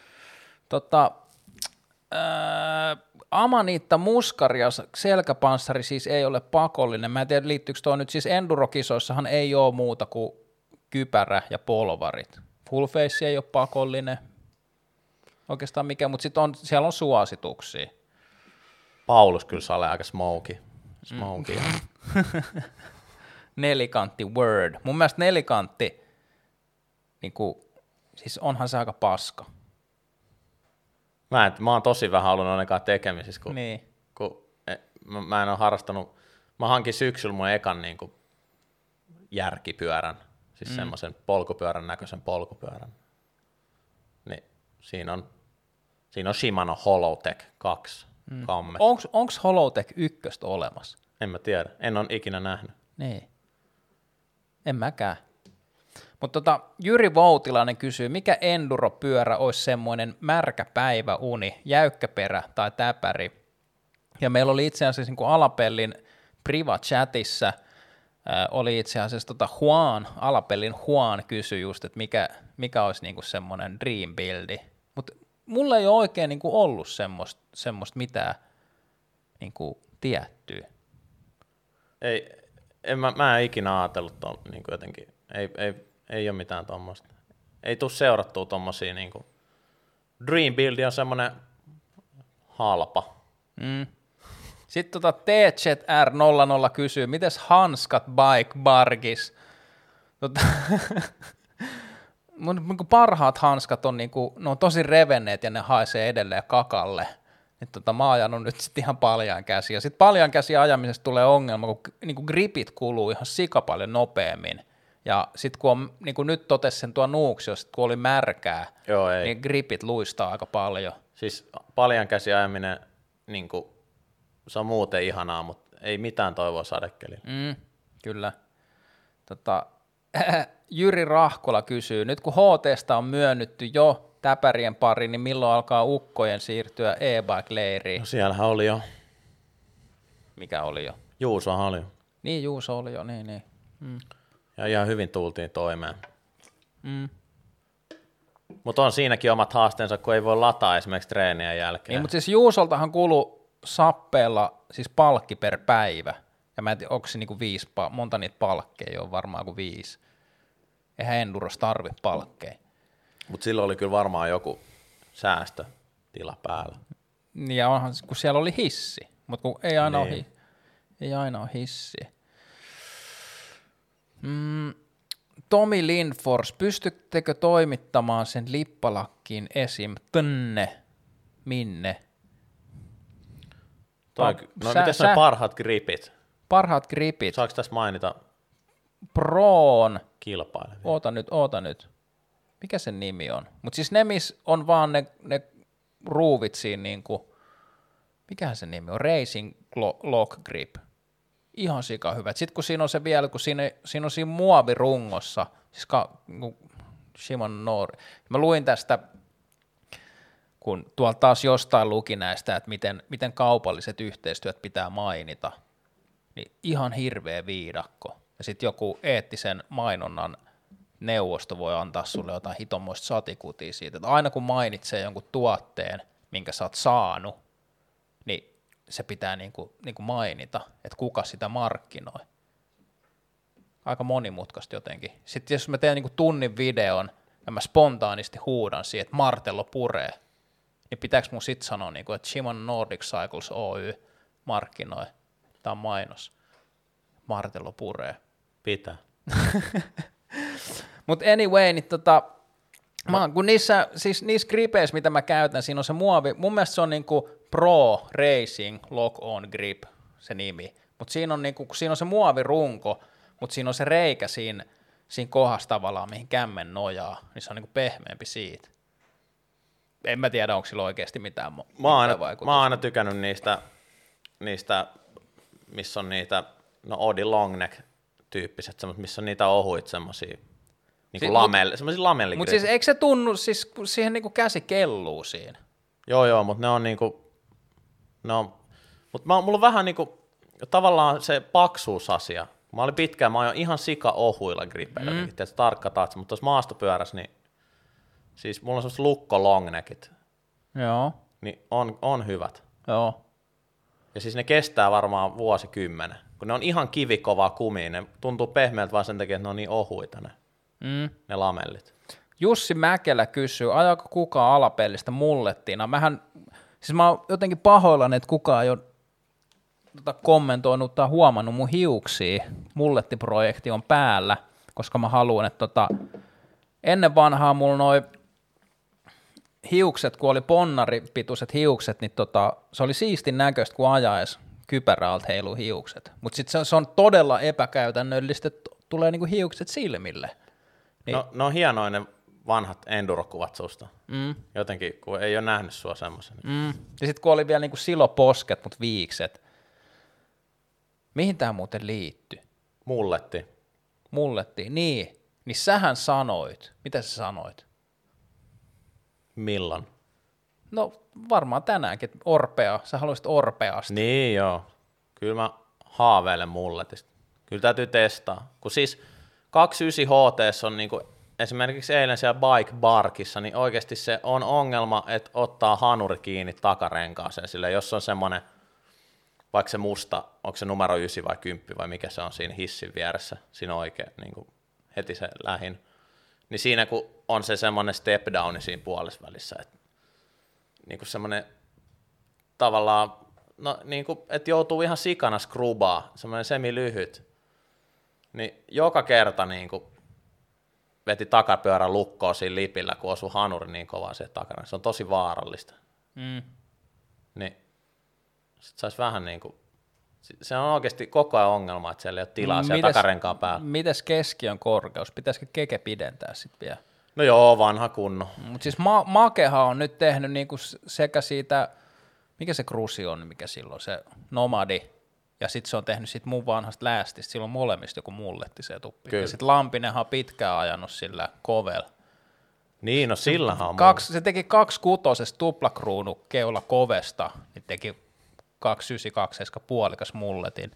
Amaniitta muskari ja selkäpanssari siis ei ole pakollinen. Mä en tiedä, liittyykö tuo nyt, siis endurokisoissahan ei ole muuta kuin kypärä ja polvarit. Full face ei ole pakollinen oikeastaan mikään, mutta sitten siellä on suosituksia. Paulus kyllä saa aika smoky. Nelikantti word. Mun mielestä nelikantti, niin kuin, siis onhan se aika paska. Mä oon tosi vähän ollut ainakaan tekemisissä, kun mä en ole harrastanut, mä hankin syksyllä mun ekan niin kuin järkipyörän, siis semmoisen polkupyörän näköisen polkupyörän. Niin siinä on Shimano Holotech 2 kamme. Onks Holotech 1 olemassa? En mä tiedä, en ole ikinä nähnyt. Niin. En mäkään. Mutta Jyri Voutilainen kysyy, mikä enduropyörä olisi semmoinen märkä päiväuni, jäykkäperä tai täpäri? Ja meillä oli itse asiassa niin kuin Alapellin priva-chatissa, oli itse asiassa Alapellin Juan kysyi just, että mikä olisi niin kuin semmoinen dream buildi. Mutta mulla ei ole oikein niin kuin ollut semmoista mitään niin kuin tiettyä. Mä en ikinä ajatellut niin kuin jotenkin, ei ole mitään tuommoista. Ei tule seurattua tuommoisia, niin kuin dream buildi on semmoinen halpa. Sitten TZR00 kysyy, mites hanskat Bike Bargis? Mun parhaat hanskat on, niinku, ne on tosi revenneet ja ne haisee edelleen kakalle. Mä oon ajanut nyt sitten ihan paljaan käsiä. Ja sitten paljaan käsiä ajamisesta tulee ongelma, kun niinku gripit kuluu ihan sika paljon nopeammin. Ja sitten kun on, niin kuin nyt totesi sen tuo Nuuksiossa, kun oli märkää, niin gripit luistaa aika paljon. Siis paljan käsi ajaminen, niin kuin, se on muuten ihanaa, mutta ei mitään toivoa sadekeliin. Kyllä. Jyri Rahkola kysyy, nyt kun HT:sta on myönnytty jo täpärien pari, niin milloin alkaa ukkojen siirtyä e-bike-leiriin? No siellähän oli jo. Mikä oli jo? Juusohan oli jo. Niin, Juuso oli jo, niin. Ja ihan hyvin tultiin toimeen. Mutta on siinäkin omat haasteensa, kun ei voi lataa esimerkiksi treenien jälkeen. Niin, mutta siis Juusoltahan kuuluu sappeella siis palkki per päivä. Ja mä en tiedä, onko se niinku 5, monta niitä palkkeja on, varmaan kuin 5. Eihän Enduros tarvi palkkeja. Mutta silloin oli kyllä varmaan joku säästötila päällä. Ja onhan, kun siellä oli hissi, mutta kun ei aina, ei aina ole hissiä. Tomi Lindfors, pystyttekö toimittamaan sen lippalakkiin esim. Minne? Mitäs ne parhaat gripit? Parhaat gripit. Saanko tässä mainita Proon. kilpailevia? Oota nyt. Mikä sen nimi on? Mutta siis ne, missä on vaan ne ruuvit siinä niinku, mikähän se nimi on? Racing Lock Grip. Ihan sika hyvät. Sitten kun siinä on se vielä, kun siinä on siinä muovirungossa, siis Shimano. Mä luin tästä, kun tuolla taas jostain luki näistä, että miten kaupalliset yhteistyöt pitää mainita, niin ihan hirveä viidakko. Ja sitten joku eettisen mainonnan neuvosto voi antaa sulle jotain hitomoista satikutia siitä, että aina kun mainitsee jonkun tuotteen, minkä sä oot saanut, niin se pitää niinku mainita, että kuka sitä markkinoi. Aika monimutkaista jotenkin. Sitten jos mä teen niinku tunnin videon ja mä spontaanisti huudan siihen, että Martello puree, niin pitääkö mun sit sanoa, niinku, että Shimano Nordic Cycles Oy markkinoi? Tää on mainos. Martello puree. Pitää. Mutta anyway, niin kun niissä gripeissä, mitä mä käytän, siinä on se muovi, mun mielestä se on niinku Pro Racing Lock On Grip, se nimi, mutta siinä on, niinku, siinä on se muovirunko, mutta siinä on se reikä siinä kohdassa tavallaan, mihin kämmen nojaa, niin se on niinku pehmeämpi siitä. En mä tiedä, onko sillä oikeasti mitään vaikutusta. Mä oon aina tykännyt niistä, missä on niitä, Odi Longneck-tyyppiset, missä on niitä ohuit semmosia, niinku semmosia lamelligripit. Mutta siis eikö se tunnu, siis kun siihen niinku käsi kelluu siinä? Joo, mutta ne on niinku, mutta mulla on vähän niinku, tavallaan se paksuusasia. Mä olin pitkään, mä oon ihan sika ohuilla gripeillä, tietysti tarkka tatsi, mutta tuossa maastopyörässä, niin siis mulla on semmoset lukko longneckit. Joo. Niin on hyvät. Joo. Ja siis ne kestää varmaan vuosikymmenen, kun ne on ihan kivikovaa kumia, ne tuntuu pehmeältä vaan sen takia, että ne on niin ohuita ne lamellit. Jussi Mäkelä kysyy, ajaako kukaan Alapellista mullettina? Mä oon jotenkin pahoillani, että kukaan ei ole kommentoinut tai huomannut mun hiuksia. Mullettiprojekti on päällä, koska mä haluan, että ennen vanhaa mulla noi hiukset, kun oli ponnaripituiset hiukset, niin se oli siistin näköistä, kun ajaisi kypärältä heilu hiukset. Mutta sitten se on todella epäkäytännöllistä, että tulee niinku hiukset silmille. Niin. No on hienoja ne vanhat endurokuvat susta. Jotenkin, kun ei ole nähnyt sua semmoisen. Ja sitten kun oli vielä niinku siloposket, mutta viikset, Mihin tämä muuten liittyy? Mullettiin, niin sähän sanoit. Mitä sä sanoit? Milloin? No varmaan tänäänkin, että sä haluaisit orpeasti. Niin joo, kyllä mä haaveilen mulletista. Kyllä täytyy testaa. Kun siis 29 HT on niinku, esimerkiksi eilen siellä Bike Barkissa, niin oikeasti se on ongelma, että ottaa hanuri kiinni takarenkaaseen, sillä jos on semmoinen, vaikka se musta, onko se numero 9 vai 10 vai mikä se on siinä hissin vieressä, siinä oikein niin heti se lähin, niin siinä kun on se semmoinen step downi siinä puolessa välissä, että niin kuin semmoinen tavallaan, no niin kuin, että joutuu ihan sikana skrubaa, semmoinen semilyhyt, niin joka kerta niin kuin veti takapyörän lukkoon siinä lipillä, kun osui hanuri niin kovaa siihen takana. Se on tosi vaarallista. Niin sit saisi vähän niin kuin, se on oikeasti koko ajan ongelma, että siellä ei ole tilaa siellä takarenkaan päällä. Mites keskiön korkeus? Pitäisikö keke pidentää sitten vielä? No joo, vanha kunno. Mutta siis Makehan on nyt tehnyt niinku sekä siitä, mikä se Cruisi on, mikä silloin se Nomadi, ja sitten se on tehnyt siitä mun vanhasta läästistä, silloin molemmista joku mulletti se tuppi. Kyllä. Ja sitten Lampinenhan on pitkään ajanut sillä Kovel. Niin, no sillähän on. Se teki 2.6 tuplakruunu keula Kovesta, niin teki 2.9 puolikas mulletin.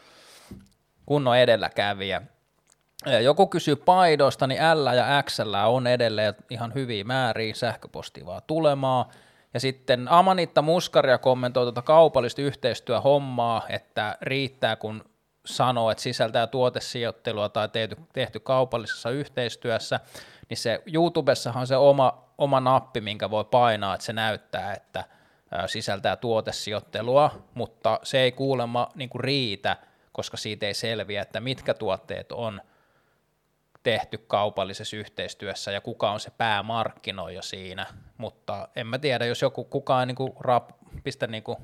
Kunnon edelläkävijä. Joku kysyy paidoista, niin L ja XL on edelleen ihan hyviä määriä, sähköpostia vaan tulemaan. Ja sitten Amanitta Muskaria kommentoi tuota kaupallista yhteistyöhommaa, että riittää kun sanoo, että sisältää tuotesijoittelua tai tehty kaupallisessa yhteistyössä, niin se YouTubessahan on se oma nappi, minkä voi painaa, että se näyttää, että sisältää tuotesijoittelua, mutta se ei kuulemma niin kuin riitä, koska siitä ei selviä, että mitkä tuotteet on tehty kaupallisessa yhteistyössä ja kuka on se päämarkkinoija siinä, mutta en mä tiedä, jos kukaan ei niinku pistä niinku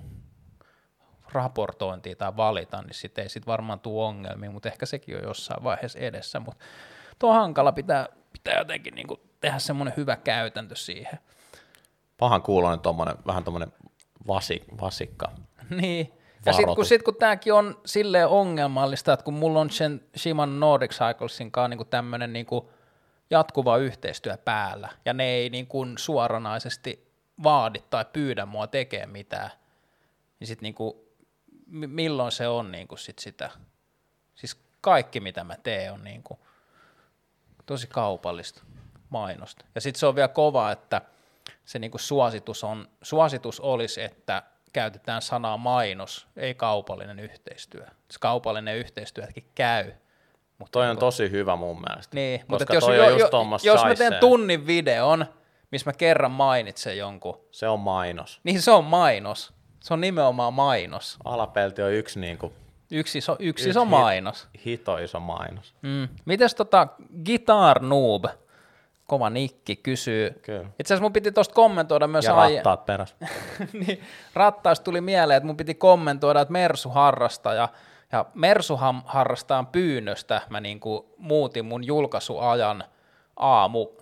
raportointia tai valita, niin sit ei sit varmaan tule ongelmia, mutta ehkä sekin on jossain vaiheessa edessä, mutta tuo hankala pitää jotenkin niinku tehdä semmoinen hyvä käytäntö siihen. Pahan kuuloinen vähän tommonen vasikka. Niin. Ja sitten kun tämäkin on silleen ongelmallista, että kun mulla on sen Shimano Nordic Cyclesin kanssa niin tämmöinen niin jatkuva yhteistyö päällä, ja ne ei niin kuin suoranaisesti vaadi tai pyydä mua tekemään mitään, niin sitten niin kuin, milloin se on niin kuin sitä, siis kaikki mitä mä teen on niin kuin tosi kaupallista mainosta. Ja sitten se on vielä kova, että se niin kuin suositus olisi, että käytetään sanaa mainos, ei kaupallinen yhteistyö. Se kaupallinen yhteistyökin käy. Mutta toi on tosi hyvä mun mielestä. Niin, mutta jos mä teen tunnin videon, missä mä kerran mainitsen jonkun. Se on mainos. Niin se on mainos. Se on nimenomaan mainos. Alapelti on yksi niinku. Yksi iso mainos. Hito iso mainos. Mites Guitar Noob? Kova nikki kysyy. Kyllä. Itse asiassa mun piti tuosta kommentoida myös ja rattaat perässä. Niin, rattaista tuli mieleen, että mun piti kommentoida, että Mersu-harrastaja ja Mersu-harrastajan pyynnöstä mä niinku muutin mun julkaisuajan aamu 4.45,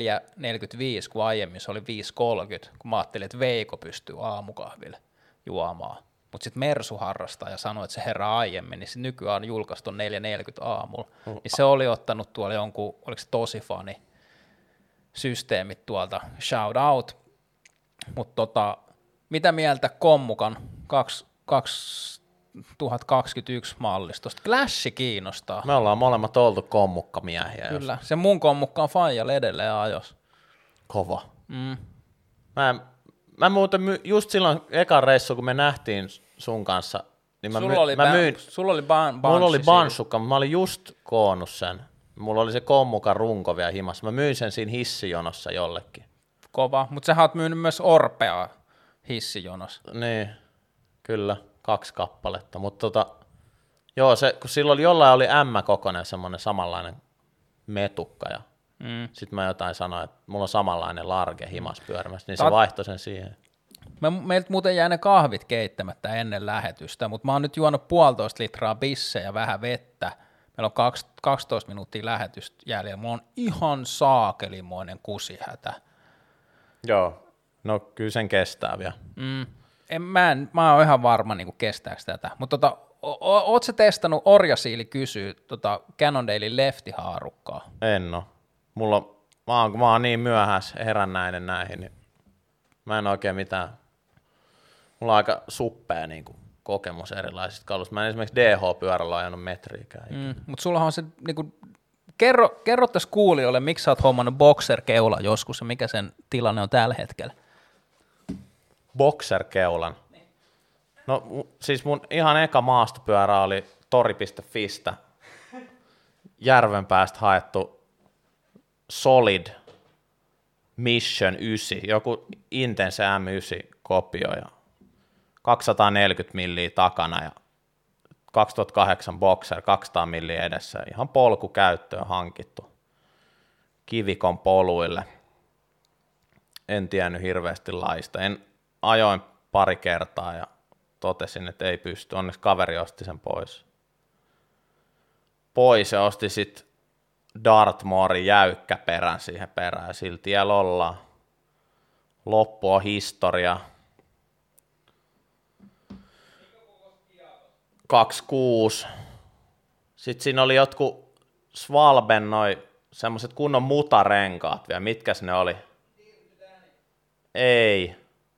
kun aiemmin se oli 5.30, kun mä ajattelin, että Veiko pystyy aamukahville juomaan. Mutta sitten Mersu-harrastaja sanoi, että se herää aiemmin, niin se nykyään on julkaistu 4.40 aamulla. Niin se oli ottanut tuolla jonkun, oliko se tosi fani, systeemit tuolta, shout out, mutta mitä mieltä Kommukan 2021 mallistosta? Clash kiinnostaa. Me ollaan molemmat oltu kommukkamiehiä. Kyllä, se mun kommukka on Faijalla edelleen ajos. Kova. Mä muuten just silloin ekan reissu, kun me nähtiin sun kanssa, niin sulla oli mulla oli Banshukka, mutta mä olin just koonnut sen. Mulla oli se kommukan runko vielä himassa. Mä myin sen siinä hissijonossa jollekin. Kova, mutta sähän oot myynyt myös Orpeaa hissijonossa. Niin, kyllä, 2 kappaletta. Mutta joo, kun silloin jollain oli M-kokoinen semmoinen samanlainen metukka ja sitten mä jotain sanoin, että mulla on samanlainen large himas pyörimässä, niin se vaihtoi sen siihen. Meiltä muuten jäi ne kahvit keittämättä ennen lähetystä, mutta mä oon nyt juonut 1,5 litraa bissejä ja vähän vettä. Meillä on 12 minuuttia lähetystä jäljellä. Mulla on ihan saakelimoinen kusihätä. Joo, no kyllä sen kestää vielä. mä oon ihan varma niin kestääkö tätä, mutta oot sä testannut Orjasiili kysyy Cannondalein leftihaarukkaa? En oo. Mä oon niin myöhäis herännäinen näihin, niin mä en oikein mitään. Mulla on aika suppea niin kuin kokemus erilaisista kaluista. Mä en esimerkiksi DH-pyörällä ajanut metriikään. Mutta sullahan on se, niin kuin, kerro tässä kuulijoille, miksi sä oot hommannut boxer-keula joskus ja mikä sen tilanne on tällä hetkellä? Boxer-keulan? No siis mun ihan eka maastopyörä oli tori.fistä Järvenpäästä haettu Solid Mission 9, joku Intense M9-kopio ja 240 milliä takana ja 2008 Boxer 200 milliä edessä. Ihan polkukäyttöön hankittu kivikon poluille. En tiennyt hirveästi laista. Ajoin pari kertaa ja totesin, että ei pysty. Onneksi kaveri osti sen pois ja osti sitten Dartmoorin jäykkäperän siihen perään ja sillä tiellä ollaan. Loppu on historia. 26. Sitten siinä oli jotkut Svalben semmoiset kunnon mutarenkaat vielä. Mitkäs ne oli? Ei.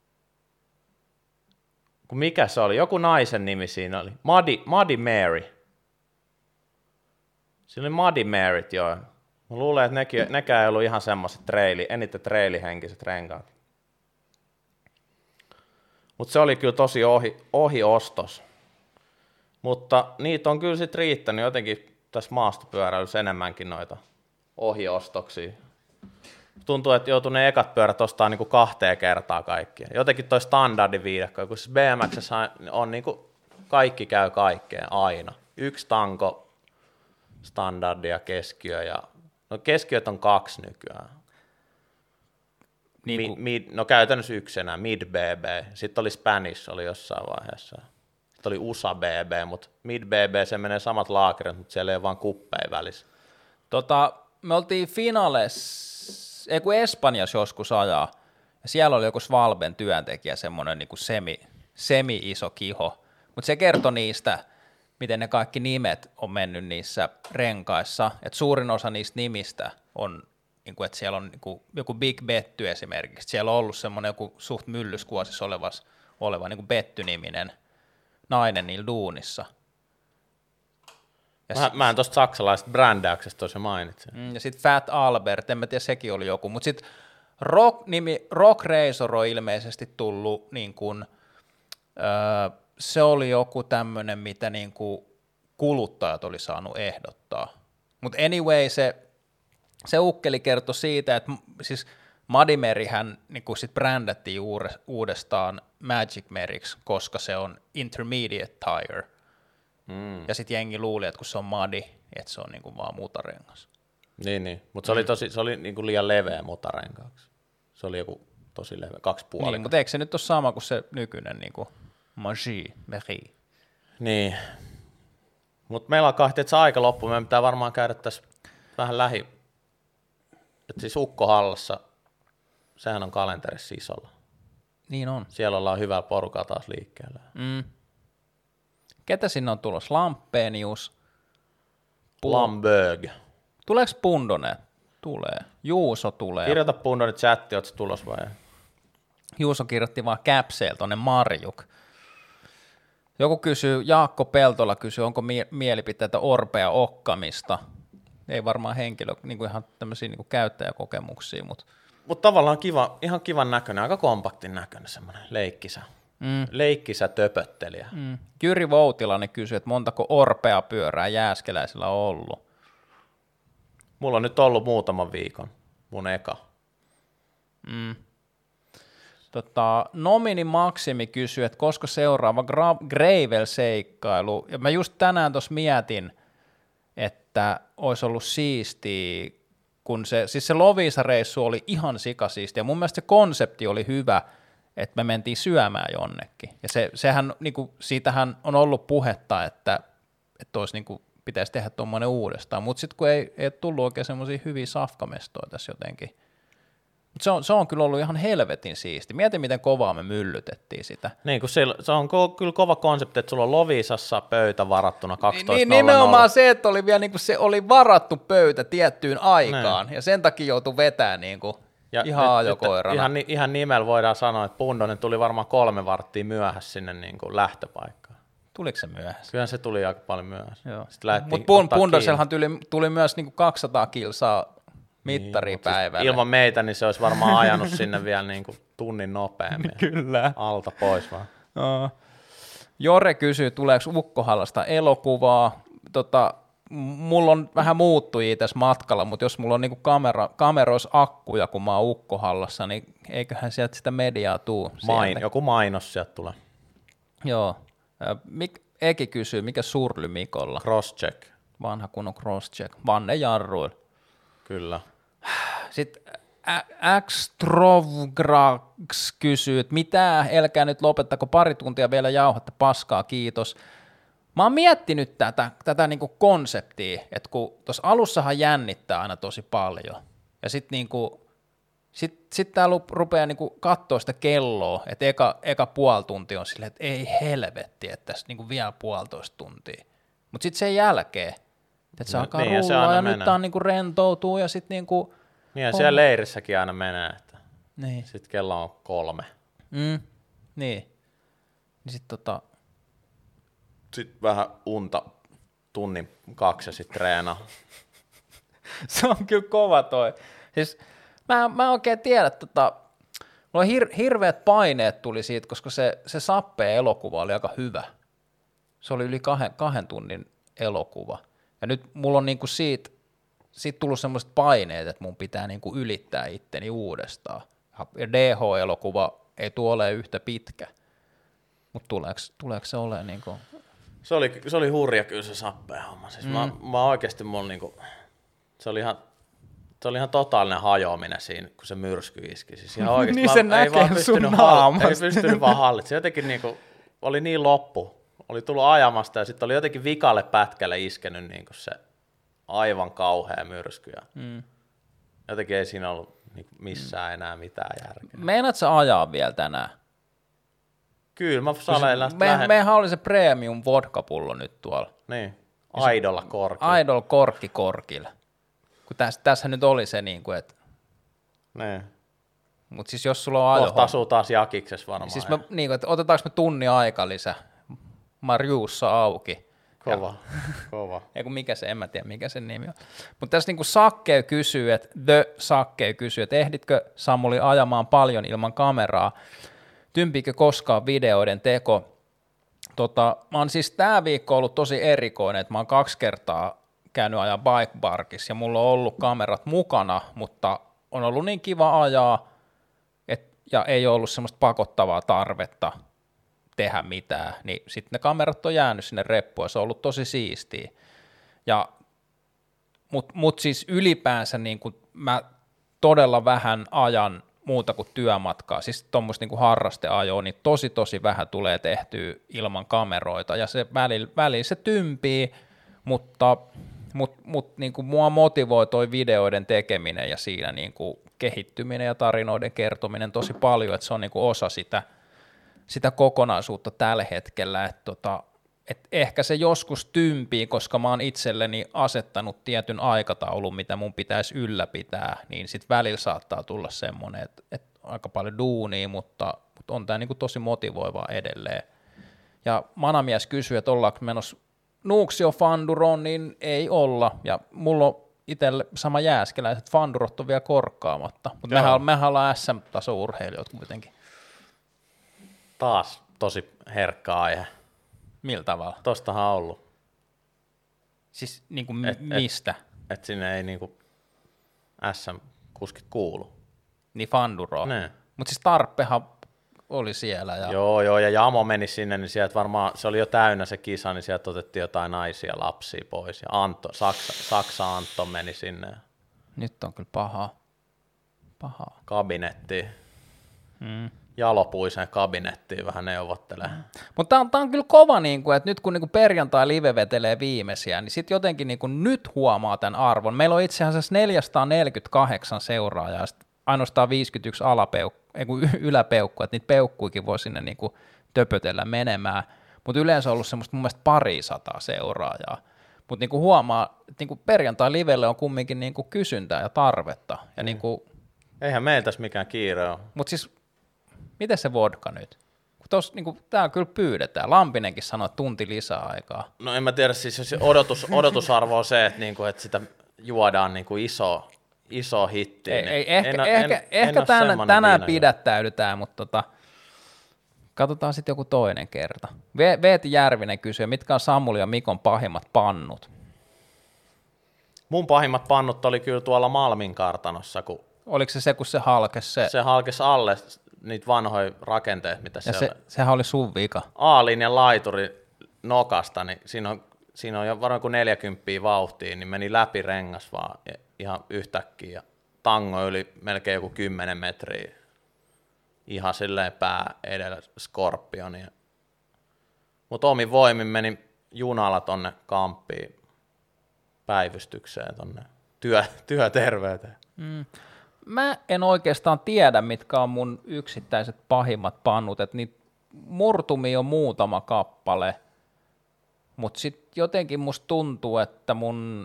Mikä se oli? Joku naisen nimi siinä oli. Muddy Mary. Siinä oli Muddy Maryt, joo. Mä luulen, että nekään ei ollut ihan semmoiset eniten treilihenkiset renkaat. Mutta se oli kyllä tosi ohi ostos. Mutta niitä on kyllä sitten riittänyt jotenkin tässä maastopyöräilyssä enemmänkin noita ohiostoksia. Tuntuu, että joutuu ne ekat pyörät ostaa niinku 2 kertaa kaikkia. Jotenkin toi standardiviidakko, kun siis BMX:ssä on niinku kaikki käy kaikkeen aina. 1 tanko, standardia, keskiö ja no keskiöt on 2 nykyään. No käytännössä 1 enää, Mid BB. Sitten oli Spanish oli jossain vaiheessa. Sitten oli USA BB, mutta Mid BB se menee samat laakerit, mutta siellä ei ole vaan kuppeja välissä. Me oltiin Espanjassa joskus ajaa, ja siellä oli joku Svalben työntekijä, semmoinen niin kuin semi-iso kiho, mutta se kertoi niistä, miten ne kaikki nimet on mennyt niissä renkaissa, että suurin osa niistä nimistä on, niin kuin, että siellä on niin kuin, joku Big Betty esimerkiksi, siellä on ollut semmoinen joku suht myllyskuosissa oleva niin kuin Betty-niminen nainen niillä duunissa. Mä en tuosta saksalaisesta brändäyksestä tuossa mainitsin. Ja sitten Fat Albert, en mä tiedä, sekin oli joku, mutta sitten Rock Razor on ilmeisesti tullut, niin kun, se oli joku tämmöinen, mitä niin kun kuluttajat oli saanut ehdottaa. Mutta anyway, se ukkeli kertoi siitä, että siis Muddy Maryhän niin kun sit brändättiin uudestaan Magic Maryksi, koska se on intermediate tire. Ja sitten jengi luuli, että kun se on muddy, että se on niinku vaan mutarengas. Niin. Mutta se oli niinku liian leveä mutarenkaaksi. Se oli joku tosi leveä, 2,5. Niin, mutta eikö se nyt ole sama kuin se nykyinen niinku Mary? Niin. Mutta meillä on aika loppu. Meidän pitää varmaan käydä tässä vähän lähi. Että siis Ukko-hallassa, sehän on kalenterissa isolla. Niin on. Siellä ollaan hyvällä porukalla taas liikkeellä. Ketä sinne on tulossa? Lampenius. Lamberg. Tuleeko Pundonen? Tulee. Juuso tulee. Kirjoita Pundonen chatti, ootko tulossa vai? Juuso kirjoitti vaan Käpseel tonne Marjuk. Joku kysyy, Jaakko Peltola kysyy, onko mielipiteitä Orpea Okkamista. Ei varmaan henkilö, niin kuin ihan tämmöisiä niin kuin käyttäjäkokemuksia, mutta tavallaan ihan kivan näköinen, aika kompaktin näköinen semmoinen leikkisä töpöttelijä. Jyri Voutilainen kysyy, että montako Orpea pyörää Jääskeläisillä on ollut? Mulla on nyt ollut muutaman viikon, mun eka. Nomini Maksimi kysyy, että koska seuraava Gravel-seikkailu, ja mä just tänään tuossa mietin, että olisi ollut siistiä, kun se Loviisa-reissu oli ihan sikasiisti, ja mun mielestä se konsepti oli hyvä, että me mentiin syömään jonnekin. Ja sehän, niinku, siitähän on ollut puhetta, että olisi, niinku, pitäisi tehdä tuommoinen uudestaan, mutta sitten kun ei tullut oikein semmoisia hyviä safkamestoja tässä jotenkin Se on kyllä ollut ihan helvetin siisti. Mieti, miten kovaa me myllytettiin sitä. Niin, kun se on kyllä kova konsepti, että sulla on Loviisassa pöytä varattuna 12.00. Niin, nimenomaan se, että oli vielä niin kuin se oli varattu pöytä tiettyyn aikaan, ja sen takia joutui vetämään niin kuin ihan ajokoirana. Ihan nimellä voidaan sanoa, että Pundonen tuli varmaan 3 varttia myöhässä sinne niin kuin lähtöpaikkaan. Tuliko se myöhässä? Kyllähän se tuli aika paljon myöhässä. Mutta Pundoselhan tuli myös niin kuin 200 kilsaa mittari päivällä. Ilman meitä niin se olisi varmaan ajanut sinne vielä niin kuin tunnin nopeammin. Kyllä. Alta pois vaan. Jore kysyy, tuleeko Ukkohallasta elokuvaa. Mulla on vähän muuttujia tässä matkalla, mutta jos mulla on niinku kameroissa akkuja, kun mä oon Ukkohallassa, niin eiköhän sieltä sitä mediaa tuu. Joku mainos sieltä tulee. Joo. Eki kysyy, mikä surly Mikolla? Crosscheck. Vanha kunnon crosscheck. Vanne jarruil. Kyllä. Sitten Xtrovgrax kysyy, että mitä, älkää nyt lopettako pari tuntia vielä jauhatta paskaa, kiitos. Mä oon miettinyt tätä niinku konseptia, että kun tuossa alussahan jännittää aina tosi paljon, ja sitten niinku, sit tää rupeaa niinku katsoa sitä kelloa, että eka puoli tuntia on silleen, että ei helvetti, että tässä niinku vielä 1,5 tuntia. Mutta sitten sen jälkeen, että se alkaa rullaa ja nyt tää on niinku rentoutuu ja sitten niinku... Niin ja siellä leirissäkin aina menee, että niin. Sitten kello on 3. Niin. Niin sitten Sitten vähän unta, tunnin 2 ja sitten treenaa. Se on kyllä kova toi. Siis mä en oikein tiedä, mulla hirveät paineet tuli siitä, koska se Sappeen elokuva oli aika hyvä. Se oli yli 2 tunnin elokuva. Ja nyt mulla on niinku siitä tullut semmoiset paineet, että mun pitää niinku ylittää itteni uudestaan. Ja DH-elokuva ei tule ole yhtä pitkä. Mutta tuleeko se olemaan niinku... Se oli hurja kyllä se Sappeen homma. Siis mä oikeasti se oli ihan totaalinen hajoaminen siinä, kun se myrsky iski. Siis ihan oikeasti niin se näkee sun naamasta. Ei pystynyt vaan hallitsemaan. Se jotenkin niinku, oli niin loppu. Oli tullut ajamasta ja sitten oli jotenkin vikalle pätkälle iskenyt niinku se aivan kauhea myrsky. Jotenkin ei siinä ollut niinku missään enää mitään järkeä. Meinaat sä ajaa vielä tänään? Kyllä, mä saleilan. Mehän oli se premium vodkapullo nyt tuolla. Niin, Aidolla korkilla. Idol korkki korkilla. Kun tässä nyt oli se niinku, että... Niin. Mut siis jos sulla on ajo... Kohta asuu taas Jakiksessa varmaan. Siis niinku, että otetaanko me tunnin aika lisää? Marjuussa auki. Kova. Eiku mikä se, en mä tiedä mikä sen nimi on. Mutta tässä niinku Sakke kysyy, että ehditkö Samuli ajamaan paljon ilman kameraa? Tympiikö koskaan videoiden teko? Mä oon siis tää viikko ollut tosi erikoinen, että mä oon 2 kertaa käynyt ajaa bike parkissa ja mulla on ollut kamerat mukana, mutta on ollut niin kiva ajaa ja ei ole ollut semmoista pakottavaa tarvetta tehdä mitään, niin sitten ne kamerat on jäänyt sinne reppuun ja se on ollut tosi siistiä. Mut siis ylipäänsä niin kun mä todella vähän ajan muuta kuin työmatkaa, siis tuommoista niin harrasteajoa, niin tosi vähän tulee tehtyä ilman kameroita, ja se välillä se tympii, mutta niin kuin mua motivoi toi videoiden tekeminen ja siinä niin kuin kehittyminen ja tarinoiden kertominen tosi paljon, että se on niin kuin osa sitä kokonaisuutta tällä hetkellä, että ehkä se joskus tympii, koska mä oon itselleni asettanut tietyn aikataulun, mitä mun pitäisi ylläpitää, niin sitten välillä saattaa tulla semmoinen, että aika paljon duunia, mutta on tää niinku tosi motivoivaa edelleen. Ja Manamies kysyy, että ollaanko menossa Nuuksio Fanduroon, niin ei olla, ja mulla on itselle sama Jääskeläiset, Fandurot on vielä korkkaamatta, mutta mehän ollaan SM-taso-urheilijoita kuitenkin. Taas tosi herkkä aihe. Millä tavalla? Tostahan on ollut. Siis niinku mistä? Et sinne ei niinku SM-kuskit kuulu. Niin Fanduroon. Mutta siis Tarppehan oli siellä. Ja... Joo, ja Jamo meni sinne, niin sieltä varmaan, se oli jo täynnä se kisa, niin sieltä otettiin jotain naisia, lapsia pois. Ja Saksa Antto meni sinne. Nyt on kyllä pahaa. Kabinettiin. Jalopuiseen kabinettiin vähän neuvottelee. Mutta tämä on kyllä kova, että nyt kun perjantai live vetelee viimeisiä, niin sitten jotenkin nyt huomaa tämän arvon. Meillä on itse asiassa 448 seuraajaa, ainoastaan 51 yläpeukkua, että niitä peukkuikin voi sinne niin kuin töpötellä menemään, mutta yleensä on ollut semmoista mun mielestä 200 seuraajaa. Mutta niinku huomaa, että niinku perjantai-livelle on kumminkin niinku kysyntää ja tarvetta. Ja niinku, eihän meillä tässä mikään kiire ole. mutta siis, miten se vodka nyt? Niinku, tää kyllä pyydetään. Lampinenkin sanoi, että tunti lisää aikaa. No en mä tiedä, siis jos odotusarvo on se, että niinku, et sitä juodaan niinku iso hitti. Ehkä tänään pidättäydytään, mutta katsotaan sitten joku toinen kerta. Veeti Järvinen kysyy, mitkä on Samuli ja Mikon pahimmat pannut? Mun pahimmat pannut oli kyllä tuolla Malmin kartanossa. Oliko se kun se halkesi? Se halkesi alle niitä vanhoja rakenteita, mitä ja siellä. Sehän oli sun vika. A-linjan laituri nokasta, niin siinä on jo varmaan kuin 40 vauhtia, niin meni läpi rengas vaan ihan yhtäkkiä. Ja tango yli melkein joku 10 metriä. Ihan silleen pää edellä Skorpionia. Mutta omin voimin meni junalla tonne Kamppiin päivystykseen tonne työterveyteen. Mä en oikeastaan tiedä, mitkä on mun yksittäiset pahimmat pannut, että niitä murtumia on muutama kappale, mutta sitten jotenkin musta tuntuu, että mun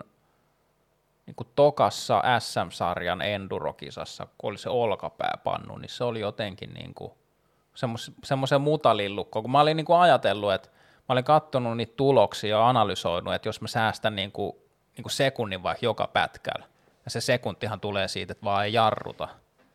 niin tokassa SM-sarjan endurokisassa, kun oli se olkapääpannu, niin se oli jotenkin niin semmoisen mutalillukkoon, kun mä olin niin ajatellut, että mä olin katsonut niitä tuloksia ja analysoinut, että jos mä säästän niin kuin sekunnin vaikka joka pätkällä, ja se sekuntihan tulee siitä, että vaan ei jarruta,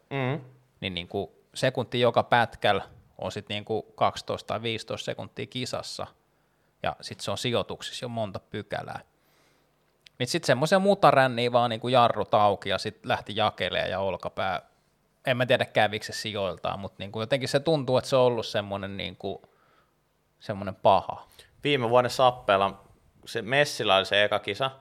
niin kuin sekunti joka pätkällä on sitten niin kuin 12 tai 15 sekuntia kisassa, ja sitten se on sijoituksissa jo monta pykälää. Niin sitten semmoisen mutaränniä vaan niin kuin jarrut auki ja sitten lähti jakelemaan ja olkapää. En mä tiedä kävikö se sijoiltaan, mutta niin kuin jotenkin se tuntuu, että se on ollut semmoinen, niin kuin, semmoinen paha. Viime vuoden Sappeella, se Messillä oli se eka kisa,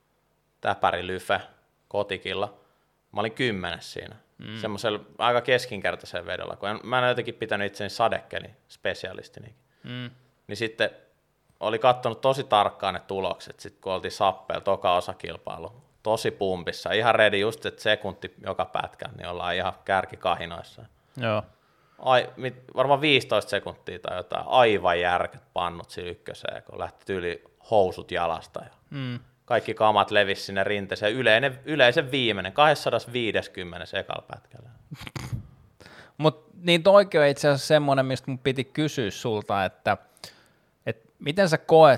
Täpäri Lyfe, kotikilla. Mä olin 10 siinä, semmoisella aika keskinkertaisen vedolla, kun mä en jotenkin pitänyt itseni sadekeli spesialistini. Niin sitten oli katsonut tosi tarkkaan ne tulokset, sit kun oltiin Sappeella, toka osakilpailu, tosi pumpissa, ihan ready just, että sekunti joka pätkä, niin ollaan ihan kärkikahinoissa. Joo. Varmaan 15 sekuntia tai jotain, aivan järket pannut siinä ykköseen, kun lähti yli housut jalasta ja kaikki kamat levisi sinne rinteeseen, yleisen viimeinen, 250 ekalla pätkällä. Mutta niin toikin on itse asiassa semmoinen, mistä mun piti kysyä sulta, että miten sä koet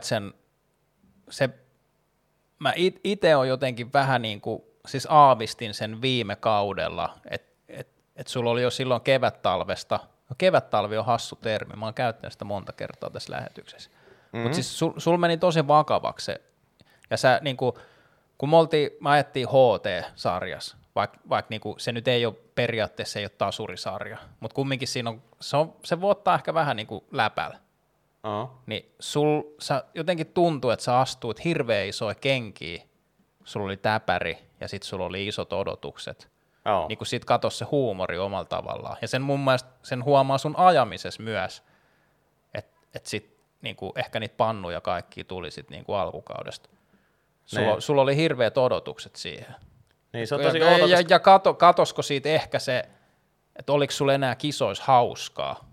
mä itse on jotenkin vähän niin kuin, siis aavistin sen viime kaudella, että sulla oli jo silloin kevättalvesta, kevättalvi on hassu termi, mä oon käyttänyt sitä monta kertaa tässä lähetyksessä, mutta siis sulla meni tosi vakavaksi se, ja sä niin kuin, kun me ajettiin HT-sarjassa, vaikka niin kuin, se nyt ei ole periaatteessa ei ole tasurisarja, mutta kumminkin siinä se voi ottaa ehkä vähän niin kuin läpällä. Niin sä jotenkin tuntuu, että sä astuit hirveän isoja kenkiä, sulla oli täpäri ja sitten sulla oli isot odotukset. Niin kun sit katos se huumori omalla tavallaan. Ja sen mun mielestä sen huomaa sun ajamisessa myös, että sit niinku ehkä niitä pannuja kaikki tuli sit niinku alkukaudesta. Sulla oli hirveät odotukset siihen. Niin, se on tosi odotus. Ja katosko siitä ehkä se, että oliko sulla enää kisoissa hauskaa?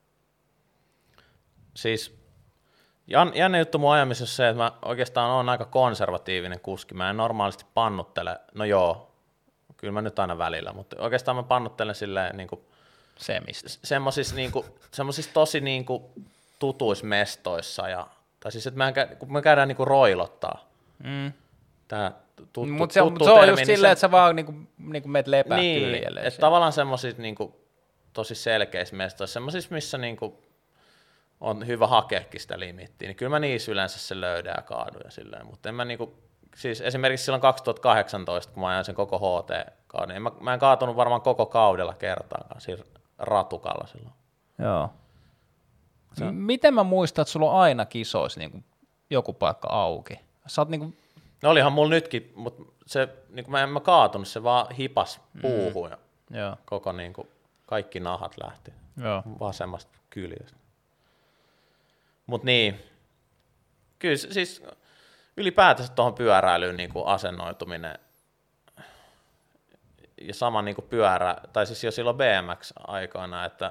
Siis jännä juttu mun ajamisessa se, että mä oikeastaan oon aika konservatiivinen kuski. Mä en normaalisti pannuttele, no joo, kyllä mä nyt aina välillä, mutta oikeastaan mä pannuttelen silleen niinku semmoisissa tosi niinku tutuissa mestoissa, tai siis että kun me käydään niinku roilottaa. Tää Mutta se on just silleen, että sä vaan niinku meet lepää kyljelle. Niin, että tavallaan semmoisissa niinku tosi selkeissä mestoissa, semmoisissa missä niinku on hyvä hakeakin sitä limittiä, niin kyllä mä niissä yleensä se löydän ja kaadun ja silleen, mutta en mä niinku, siis esimerkiksi silloin 2018, kun mä ajan sen koko HT-kauden, niin mä en kaatunut varmaan koko kaudella kertaakaan siinä ratukalla silloin. Joo. Miten mä muistan, että sulla on aina kisoissa niin joku paikka auki? Sä oot niinku... No olihan mulla nytkin, mutta se, niin mä en kaatunut, se vaan hipas puuhun ja koko niinku, kaikki nahat lähti vasemmasta kyljestä. Mutta niin, kyllä siis ylipäätänsä tuohon pyöräilyyn niin kuin asennoituminen, ja sama niin kuin pyörä, tai siis jo silloin BMX-aikoina, että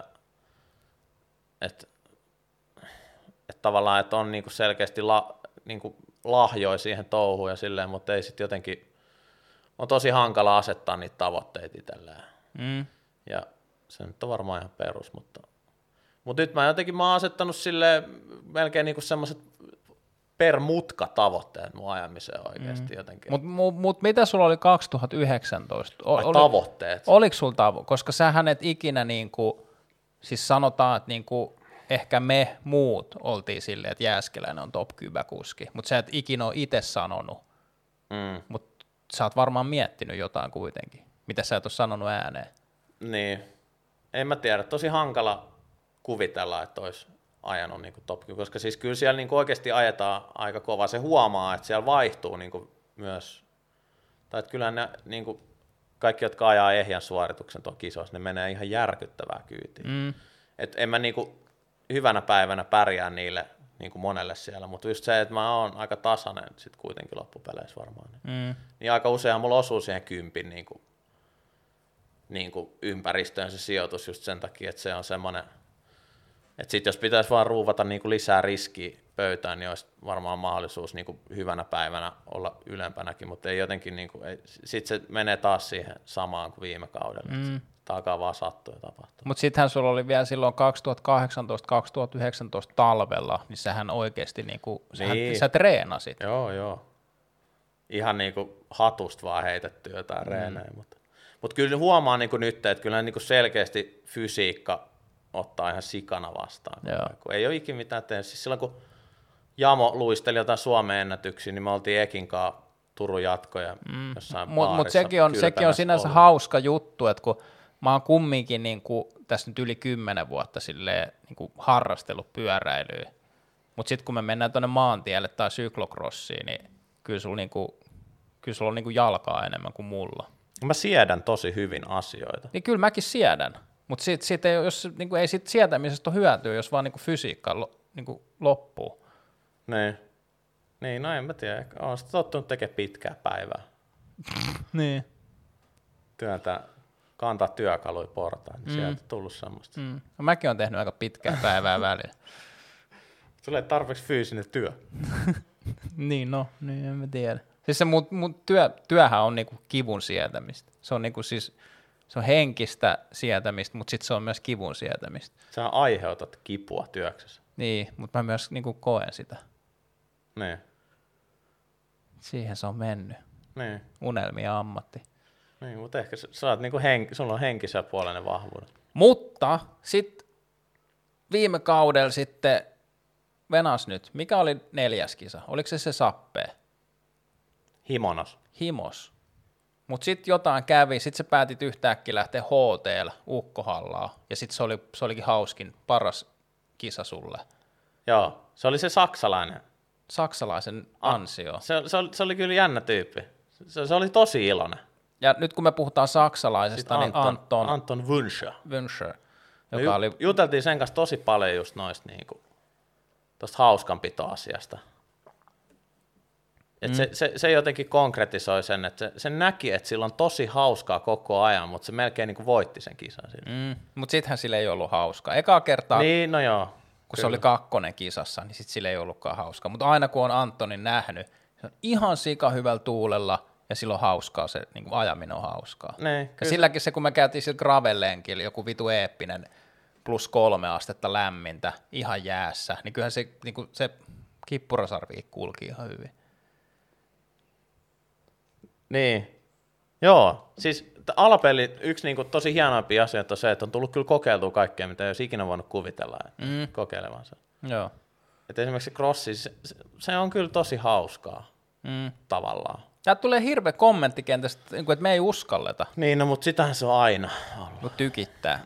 tavallaan, että on niin kuin selkeästi niin kuin lahjoi siihen touhuun ja silleen, mutta ei sitten jotenkin, on tosi hankala asettaa niitä tavoitteita itselleen. Ja se nyt on varmaan ihan perus, mutta nyt mä oon asettanut silleen melkein niinku semmoiset per mutka tavoitteet mun ajamiseen oikeasti jotenkin. Mut mitä sulla oli 2019? Tavoitteet? Oliko sulla koska sähän et ikinä niinku, siis sanotaan, että niinku ehkä me muut oltiin silleen, että Jääskeläinen on top 10 kuski, mutta sä et ikinä ole itse sanonut, mutta sä oot varmaan miettinyt jotain kuitenkin, mitä sä et ole sanonut ääneen. Niin, en mä tiedä, tosi hankala kuvitella, että olisi ajanut niin top 10, koska siis kyllä siellä niin oikeasti ajetaan aika kova, se huomaa, että siellä vaihtuu niin myös, tai että kyllä ne niin kaikki, jotka ajaa ehjän suorituksen tuon kisoissa, ne menee ihan järkyttävää kyytiin. Et en mä niin hyvänä päivänä pärjää niille niin monelle siellä, mutta just se, että mä oon aika tasainen sit kuitenkin loppupeleissä varmaan, niin aika usein mulla osuu siihen 10 niin kuin ympäristöön se sijoitus just sen takia, että se on semmoinen, että sit jos pitäisi vaan ruuvata niin kuin lisää riskiä pöytään, niin olisi varmaan mahdollisuus niin kuin hyvänä päivänä olla ylempänäkin, mutta ei jotenkin, niin kuin, sitten se menee taas siihen samaan kuin viime kaudella, että alkaa vaan sattua ja tapahtua. Mutta sittenhän sulla oli vielä silloin 2018-2019 talvella, niin sähän oikeasti, niinku, sä treenasit. Joo. Ihan niin kuin hatusta vaan heitetty jotain reenejä, mutta kyllä huomaa niin kuin nyt, että kyllä niin kuin selkeästi fysiikka ottaa ihan sikana vastaan. Kun ei ole ikinä mitään tehnyt. Siis silloin kun Jamo luisteli jotain Suomen ennätyksiä, niin me oltiin Ekinkaan Turun jatkoja jossain baarissa. Mutta sekin on sinänsä hauska juttu, että kun mä oon kumminkin niin kuin, tässä nyt yli 10 vuotta silleen, niin kuin harrastellut pyöräilyä, mutta sitten kun me mennään tuonne maantielle tai syklokrossiin, niin kyllä sulla on niin kuin jalkaa enemmän kuin mulla. Mä siedän tosi hyvin asioita. Niin kyllä mäkin siedän, mutta niin ei siitä sietämisestä ole hyötyä, jos vaan niin kuin fysiikka niin kuin loppuu. Niin, no en mä tiedä. Olen sitten tottunut tekemään pitkää päivää. Niin. Kantaa työkaluja portaan, niin sieltä on tullut semmoista. No, mäkin olen tehnyt aika pitkää päivää välillä. Sulla ei tarpeeksi fyysinen työ. niin en mä tiedä. Siis se mun työhän on niinku kivun sietämistä. Se on niinku siis, se on henkistä sietämistä, mutta sitten se on myös kivun sietämistä. Sä aiheutat kipua työksessä. Niin, mutta mä myös niinku koen sitä. Niin. Siihen se on mennyt. Niin. Unelmi ja ammatti. Niin, mutta ehkä sä oot niinku sulla on henkisellä puolella vahvuudet. Mutta sitten viime kaudella sitten, venas nyt, mikä oli 4. kisa? Oliko se Sappee? Himos. Mutta sitten jotain kävi, sitten sä päätit yhtäkkiä lähteä HT:llä Ukkohallaan, ja sitten se olikin hauskin, paras kisa sulle. Joo, se oli se saksalainen. Saksalaisen ansio. Se oli kyllä jännä tyyppi. Se oli tosi iloinen. Ja nyt kun me puhutaan saksalaisesta, niin Anton Wünscher, joka oli... Juteltiin sen kanssa tosi paljon just noista niinku, tuosta hauskanpitoasiasta. Se jotenkin konkretisoi sen, että se näki, että sillä on tosi hauskaa koko ajan, mutta se melkein niin kuin voitti sen kisan. Mutta sittenhän sillä ei ollut hauskaa. Ekaa kertaa, niin, no joo, kun kyllä. Se oli 2. kisassa, niin sitten sillä ei ollutkaan hauskaa. Mutta aina kun on Antonin nähnyt, se on ihan sika hyvällä tuulella ja silloin hauskaa, se niin kuin ajaminen on hauskaa. Niin, ja silläkin se, kun me käytiin sillä gravellenkillä, joku vitu eeppinen +3 astetta lämmintä, ihan jäässä, niin kyllähän se, niin kuin se kippurasarvi kulki ihan hyvin. Niin, joo, siis Alapeli yksi niinku tosi hienoimpia asioita on se, että on tullut kyllä kokeiltua kaikkea, mitä ei olisi ikinä voinut kuvitella kokeilevansa. Joo. Et esimerkiksi se crossi, se on kyllä tosi hauskaa tavallaan. Täältä tulee hirveä kommenttikentästä, että me ei uskalleta. Niin, no, mutta sitähän se on aina ollut. Mut tykittää.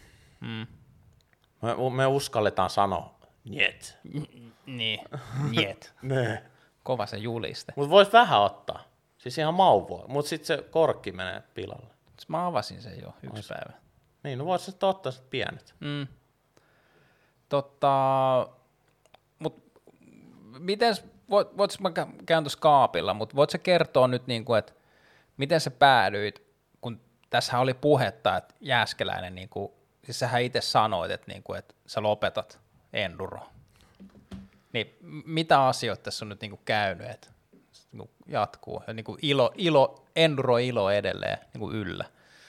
Me uskalletaan sanoa niet. Niin, niet. Ne. Kova se juliste. Mutta vois vähän ottaa. Siis ihan mauvua, mutta sitten se korkki menee pilalle. Mä avasin sen jo yksi päivä. Niin, no vois sitten ottaa sit pienet. Mut mites, voit mä käyn tuossa kaapilla, mutta voit sä kertoa nyt, niinku, että miten sä päädyit, kun tässähän oli puhetta, että Jääskeläinen, niin kuin, siis sähän itse sanoit, että, niin kuin, että sä lopetat enduro. Niin mitä asioita tässä on nyt niin kuin käynyt, että niin kuin jatkuu, ja niin kuin enduro-ilo edelleen niin kuin yllä?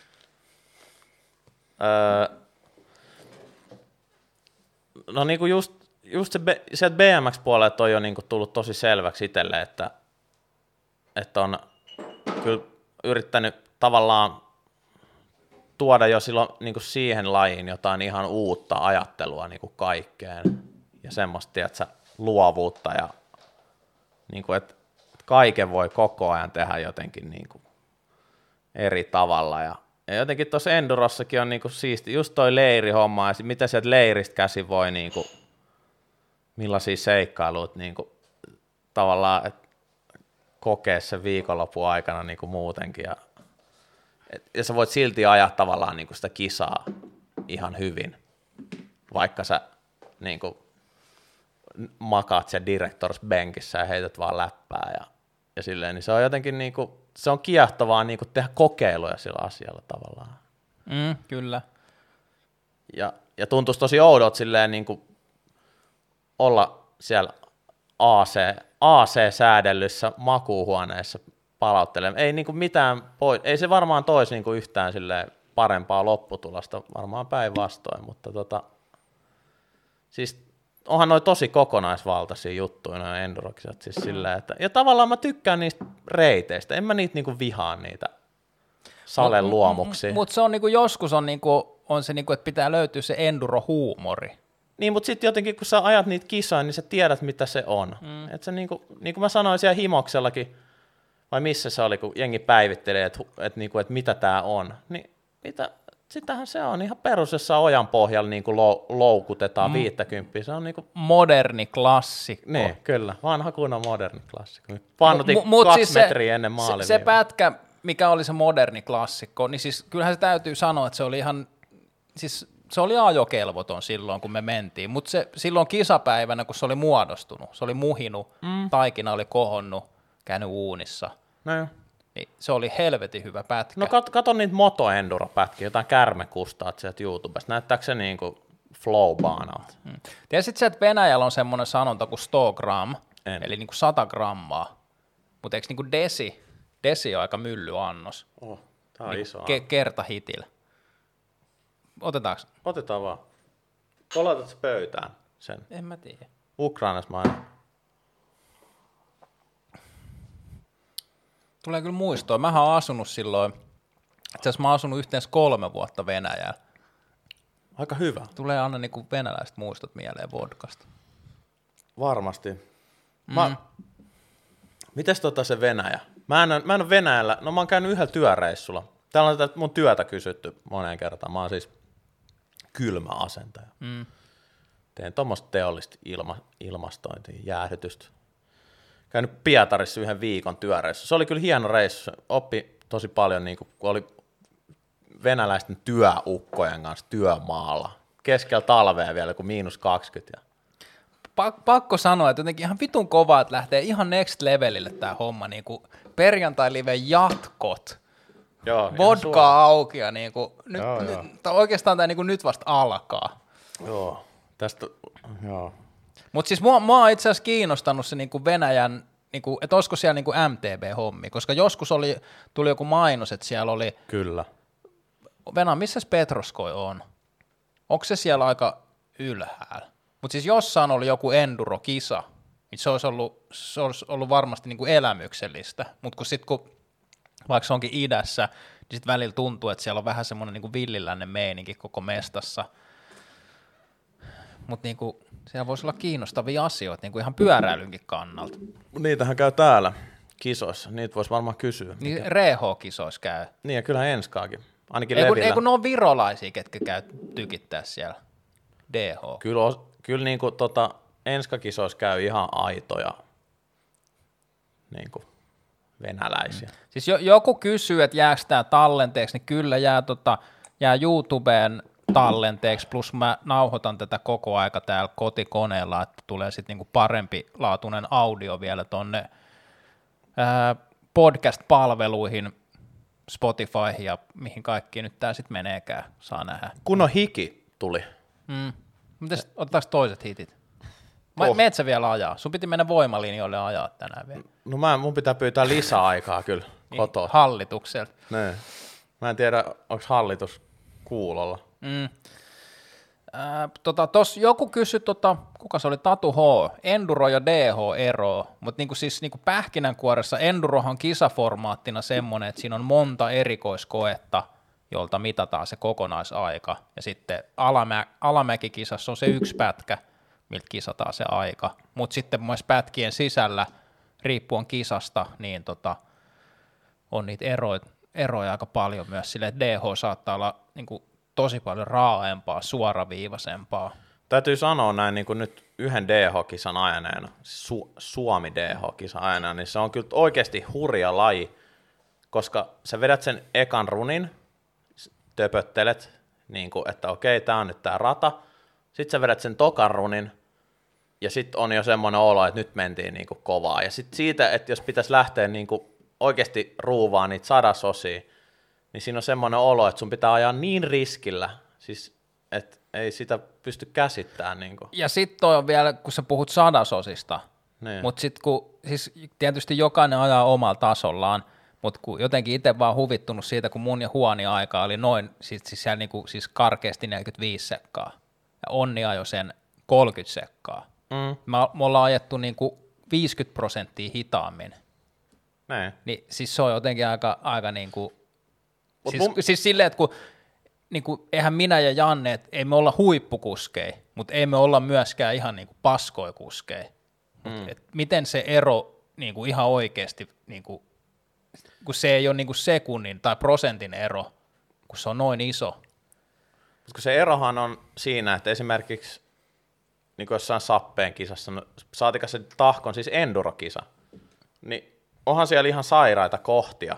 No niin kuin just se sieltä BMX-puolelta on jo niin kuin tullut tosi selväksi itselle, että on kyllä yrittänyt tavallaan tuoda jo silloin niin kuin siihen lajiin jotain ihan uutta ajattelua niin kuin kaikkeen ja semmoista, tiedätkö, luovuutta ja niin kuin, että kaiken voi koko ajan tehdä jotenkin niin kuin eri tavalla ja jotenkin tuossa endurossakin on niin kuin siisti, just toi leirihomma ja mitä sieltä leiristä käsin voi niin kuin, millaisia seikkailuita niin kuin, tavallaan, että kokea sen viikonlopun aikana niin kuin muutenkin ja sä voit silti ajaa tavallaan niin kuin sitä kisaa ihan hyvin, vaikka sä niin kuin, makaat siellä directors-benkissä ja heität vaan läppää ja silleen, niin se on jotenkin niin kuin, se on kiehtovaa niin kuin tehdä kokeiluja sillä asialla tavallaan. Kyllä. Ja tuntuisi tosi oudot silleen niin kuin olla siellä AC-säädellyssä makuuhuoneessa palauttelemaan. Ei niin kuin mitään ei se varmaan toisi niin kuin yhtään silleen parempaa lopputulosta, varmaan päinvastoin, mutta siis onhan noi tosi kokonaisvaltaisia juttuja, noi endurokisat siis silleen, että, ja tavallaan mä tykkään niistä reiteistä, en mä niitä niinku vihaa niitä salen luomuksia. Mutta se on niinku, joskus on, niinku, on se, niinku, että pitää löytyä se enduro-huumori. Niin, mutta sitten jotenkin kun sä ajat niitä kisoja, niin sä tiedät mitä se on. Että se niin kuin mä sanoin siellä Himoksellakin, vai missä se oli, kun jengi päivittelee, että mitä tää on, niin sitähän se on ihan perus, jossa ojan pohjalla niin kuin loukutetaan 50. Se on niin kuin moderni klassikko. Niin, kyllä. Vanha kunnon moderni klassikko. Pannutin 2 siis metriä ennen maaliin. Se pätkä, mikä oli se moderni klassikko, niin siis kyllähän se täytyy sanoa, että se oli ihan, siis se oli ajokelvoton silloin, kun me mentiin, mutta se silloin kisapäivänä, kun se oli muodostunut, se oli muhinut, taikina oli kohonnut, käynyt uunissa. No. Niin se oli helvetin hyvä pätkä. No kato niitä motoenduro-pätkiä, jotain kärmekustaat sieltä YouTubesta. Näyttääkö se niin kuin flow-baanalta? Tiesit sä, että Venäjällä on semmoinen sanonta kuin 100 gram, eli niin kuin 100 grammaa, mutta eikö niin kuin desi on aika myllyannos? Tää on niin iso. Kertahitillä. Otetaanko? Otetaan vaan. Laitat sä pöytään sen? En mä tiedä. Ukrainassa mä aina. Tulee kyllä muistoa. Mähän oon asunut silloin, itse asiassa mä oon asunut yhteensä 3 vuotta Venäjällä. Aika hyvä. Tulee aina niin kuin venäläiset muistot mieleen vodkasta. Varmasti. Mites se Venäjä? Mä en ole Venäjällä, no mä oon käynyt yhdellä työreissulla. Täällä on tätä mun työtä kysytty moneen kertaan. Mä oon siis kylmäasentaja. Teen tuommoista teollista ilmastointia, jäähdytystä. Käynyt Pietarissa yhden viikon työreissu. Se oli kyllä hieno reissu. Oppi tosi paljon, niin kun oli venäläisten työukkojen kanssa työmaalla. Keskellä talvea vielä, kun -20. Pakko sanoa, että jotenkin ihan vitun kovaa, että lähtee ihan next levelille tää homma. Niin kuin perjantai-live jatkot. Joo, vodkaa auki ja niin kuin, Joo. oikeastaan tämä niin kuin nyt vasta alkaa. Joo, tästä, joo. Mutta siis mua on itse asiassa kiinnostanut se niinku Venäjän, niinku, että olisiko siellä niinku MTB-hommi, koska joskus tuli joku mainos, että siellä oli, Kyllä. Venäjä, missä Petroskoi on? Onko se siellä aika ylhäällä? Mutta siis jossain oli joku enduro-kisa, niin se olisi ollut varmasti niinku elämyksellistä, mutta kun vaikka se onkin idässä, niin sitten välillä tuntuu, että siellä on vähän semmoinen niinku villilännen meininki koko mestassa. Mutta niinku, siellä voisi olla kiinnostavia asioita niinku ihan pyöräilynkin kannalta. Niitähän käy täällä kisoissa, niitä voisi varmaan kysyä. Niin RH-kisoissa käy. Niin ja kyllähän Enskaakin, ainakin Ei Levillä. kun ne on virolaisia, ketkä käy tykittää siellä DH. Kyllä niin kuin Enska-kisoissa käy ihan aitoja niin kuin venäläisiä. Siis joku kysyy, että jääkö tämä tallenteeksi, niin kyllä jää YouTubeen tallenteeksi, plus mä nauhoitan tätä koko aika täällä kotikoneella, että tulee sitten niinku parempi laatuinen audio vielä tonne podcast-palveluihin, Spotifyhin ja mihin kaikkiin nyt tää sitten meneekään, saa nähdä. Kunnon hiki tuli. Mites, otetaanko toiset hitit? Meet sä vielä ajaa? Sun piti mennä voimalinjoille ajaa tänään vielä. No mun pitää pyytää lisää aikaa kyllä kotoa. Hallitukselta. Nee. Mä en tiedä, onko hallitus kuulolla. Tos joku kysyi, kuka se oli, Tatu H, Enduro ja DH ero, mutta niinku pähkinänkuoressa Endurohan on kisaformaattina semmoinen, että siinä on monta erikoiskoetta, jolta mitataan se kokonaisaika, ja sitten alamäkikisassa on se yksi pätkä, miltä kisataan se aika, mutta sitten myös pätkien sisällä, riippuen kisasta, niin on niitä eroja aika paljon myös sille, että DH saattaa olla niinku tosi paljon raaempaa, suoraviivaisempaa. Täytyy sanoa näin niin kuin nyt yhden DH-kisan ajaneena, Suomi DH-kisan ajaneena, niin se on kyllä oikeasti hurja laji, koska sä vedät sen ekan runin, töpöttelet, niin kuin, että okei, tää on nyt tää rata, sit sä vedät sen tokan runin, ja sit on jo semmoinen olo, että nyt mentiin niin kuin kovaa, ja sit siitä, että jos pitäisi lähteä niin kuin oikeasti ruuvaan niitä sadasosia, niin siinä on semmoinen olo, että sun pitää ajaa niin riskillä, siis että ei sitä pysty käsittämään. Niin kuin. Ja sitten on vielä, kun sä puhut sadasosista, niin. mutta sitten siis tietysti jokainen ajaa omalla tasollaan, mutta kun jotenkin itse vaan huvittunut siitä, kun mun ja Huoni aika oli noin, siis siellä niinku, siis karkeasti 45 sekkaa, ja Onni ajoi sen 30 sekkaa. Me ollaan ajettu niinku 50% hitaammin. Niin siis se on jotenkin aika niinku, siis silleen, että kun niinku, eihän minä ja Janne, et ei me olla huippukuskeja, mutta ei me olla myöskään ihan niinku paskoja kuskeja. Miten se ero niinku, ihan oikeasti, niinku, kun se ei ole niinku sekunnin tai prosentin ero, kun se on noin iso. Koska se erohan on siinä, että esimerkiksi niin kuin jossain Sappeen kisassa, no, saatika se tahkon, siis endurokisa, niin onhan siellä ihan sairaita kohtia.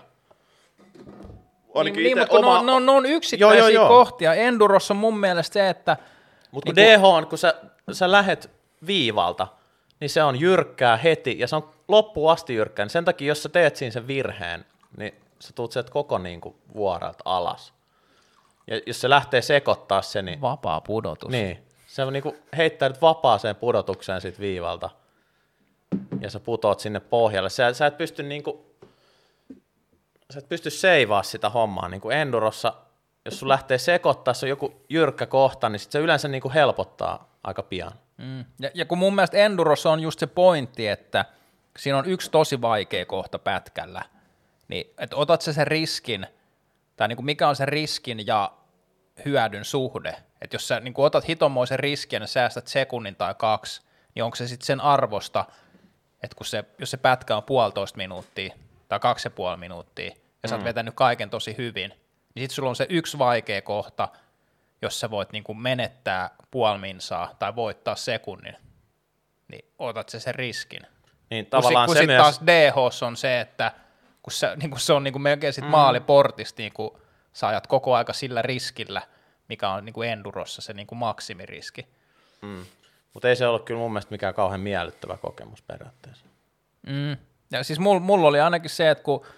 Niin, mutta ne on yksittäisiä kohtia. Endurossa on mun mielestä se, että... Mutta kun DH on, kun sä lähet viivalta, niin se on jyrkkää heti, ja se on loppuun asti jyrkkää. Niin sen takia, jos sä teet siinä sen virheen, niin sä tuut sieltä koko niin kuin vuorelta alas. Ja jos se lähtee sekoittaa se, niin... Vapaa pudotus. Niin. Se niin kuin heittäydyt vapaaseen pudotukseen sit viivalta, ja sä putoat sinne pohjalle. Sä et pysty niinku... Sä et pysty seivaa sitä hommaa, niin kuin Endurossa, jos sun lähtee sekoittaa, se on joku jyrkkä kohta, niin sit se yleensä niin kuin helpottaa aika pian. Ja kun mun mielestä Endurossa on just se pointti, että siinä on yksi tosi vaikea kohta pätkällä, niin että otat sä sen riskin, tai niin kuin mikä on se riskin ja hyödyn suhde, että jos sä niin kuin otat hitomoisen riskin ja säästät sekunnin tai 2, niin onko se sitten sen arvosta, että jos se pätkä on 1,5 minuuttia, tai 2,5 minuuttia, ja sä oot vetänyt kaiken tosi hyvin, niin sit sulla on se yksi vaikea kohta, jos sä voit niinku menettää puoli minsaa tai voittaa sekunnin, niin otat sen riskin. Niin tavallaan kun se sit taas DH on se, että kun se on niinku melkein sit maaliportista, niinku sä ajat koko aika sillä riskillä, mikä on niinku Endurossa se niinku maksimiriski. Mutta ei se ole kyllä mun mielestä mikään kauhean miellyttävä kokemus periaatteessa. Ja siis mulla oli ainakin se, että kun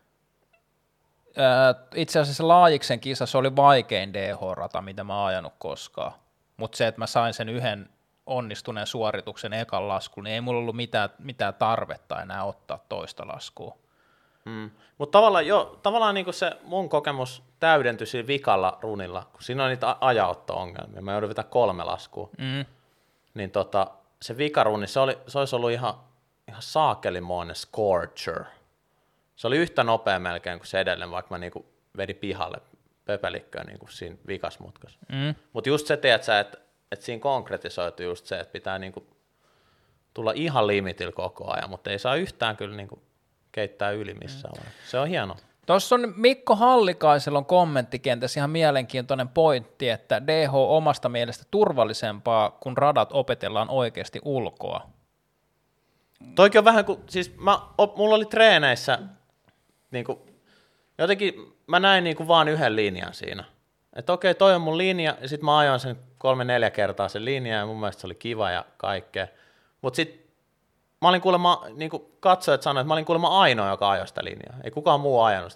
itse asiassa Laajiksen kisassa oli vaikein DH-rata, mitä mä oon ajanut koskaan, mutta se, että mä sain sen yhden onnistuneen suorituksen ekan laskuun, niin ei mulla ollut mitään tarvetta enää ottaa toista laskua. Mutta tavallaan niinku se mun kokemus täydentyi siinä vikalla runilla, kun siinä on niitä ajaotto-ongelmia, mä joudun vetää 3 laskua, niin se vikarunni, se olisi ollut ihan saakelimoinen scorcher. Se oli yhtä nopea melkein kuin se edellinen, vaikka mä niinku vedin pihalle pöpelikköön niinku siinä vikasmutkassa. Mutta just se, tiedätkö, että siinä konkretisoitu just se, että pitää niinku tulla ihan limitillä koko ajan, mutta ei saa yhtään kyllä niinku keittää yli missään. Se on hienoa. Tuossa on Mikko Hallikaisella on kommenttikentässä ihan mielenkiintoinen pointti, että DH on omasta mielestä turvallisempaa, kun radat opetellaan oikeasti ulkoa. Toikin on vähän kuin, siis mulla oli treeneissä, niin kuin, jotenkin mä näin niin kuin vaan yhden linjan siinä. Että okei, toi on mun linja, ja sitten mä ajoin sen 3-4 kertaa sen linjan, ja mun mielestä se oli kiva ja kaikkea. Mutta sitten mä olin kuulemma, niin kuin katsojat sanoivat, että mä olin kuulemma ainoa, joka ajoi sitä linjaa. Ei kukaan muu ajanut sitä.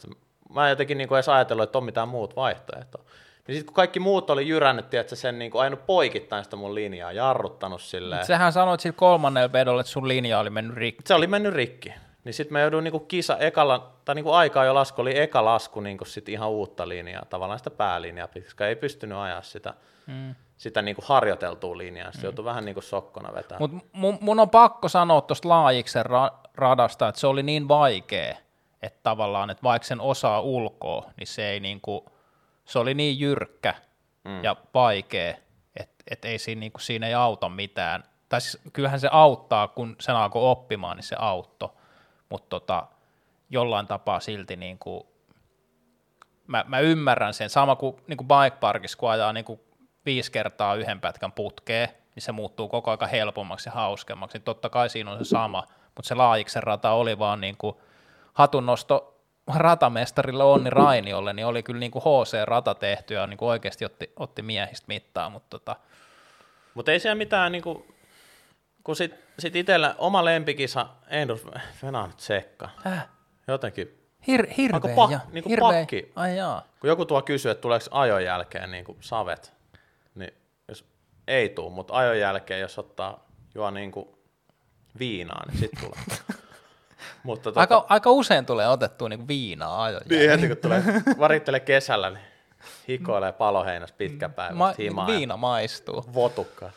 mä jotenkin niinku edes ajatellut, että on mitään muut vaihtoehtoa. Niin sitten kun kaikki muut oli jyrännyt, että sen niinku ajanut poikittain sitä mun linjaa, jarruttanut silleen. Sähän sanoit sillä kolmannella vedolla, että sun linja oli mennyt rikki. Se oli mennyt rikki. Niin sitten mä jouduin niinku niinku aikaa jo lasku, oli eka lasku niinku sit ihan uutta linjaa, tavallaan sitä päälinjaa, koska ei pystynyt ajaa sitä niinku harjoiteltua linjaa, sitten joutui vähän niinku sokkona vetää. Mutta mun on pakko sanoa tuosta Laajiksen radasta, että se oli niin vaikea, että tavallaan, että vaikka sen osaa ulkoa, niin se ei niinku, se oli niin jyrkkä ja vaikea, että ei siinä ei auta mitään. Tai siis kyllähän se auttaa, kun sen alkoi oppimaan, niin se auttoi, mutta jollain tapaa silti niinku, mä ymmärrän sen, sama kuin niinku bike parkissa, kun ajaa niinku 5 kertaa yhden pätkän putkeen, niin se muuttuu koko ajan helpommaksi ja hauskemmaksi, niin totta kai siinä on se sama, mutta se Laajiksen rata oli vaan niinku hatunnosto ratamestarille Onni Rainiolle, niin oli kyllä niinku HC-rata tehty ja niinku oikeasti otti miehistä mittaa, mutta Mutta ei siellä mitään, niinku, kun sit itsellä oma lempikisa, Endurance, venää nyt tsekka, jotenkin, hirveä, niinku hirveä, pakki, ai jaa. kun joku tuo kysyy, että tuleeko ajon jälkeen niinku savet, niin jos ei tule, mutta ajon jälkeen, jos juo niinku viinaa, niin sit tulee. Mutta Aika usein tulee otettua niinku viinaa ajon niin heti kun tulee, varittelee kesällä, niin hikoilee paloheinässä pitkä päivä, himaa. Viina maistuu. Votukka.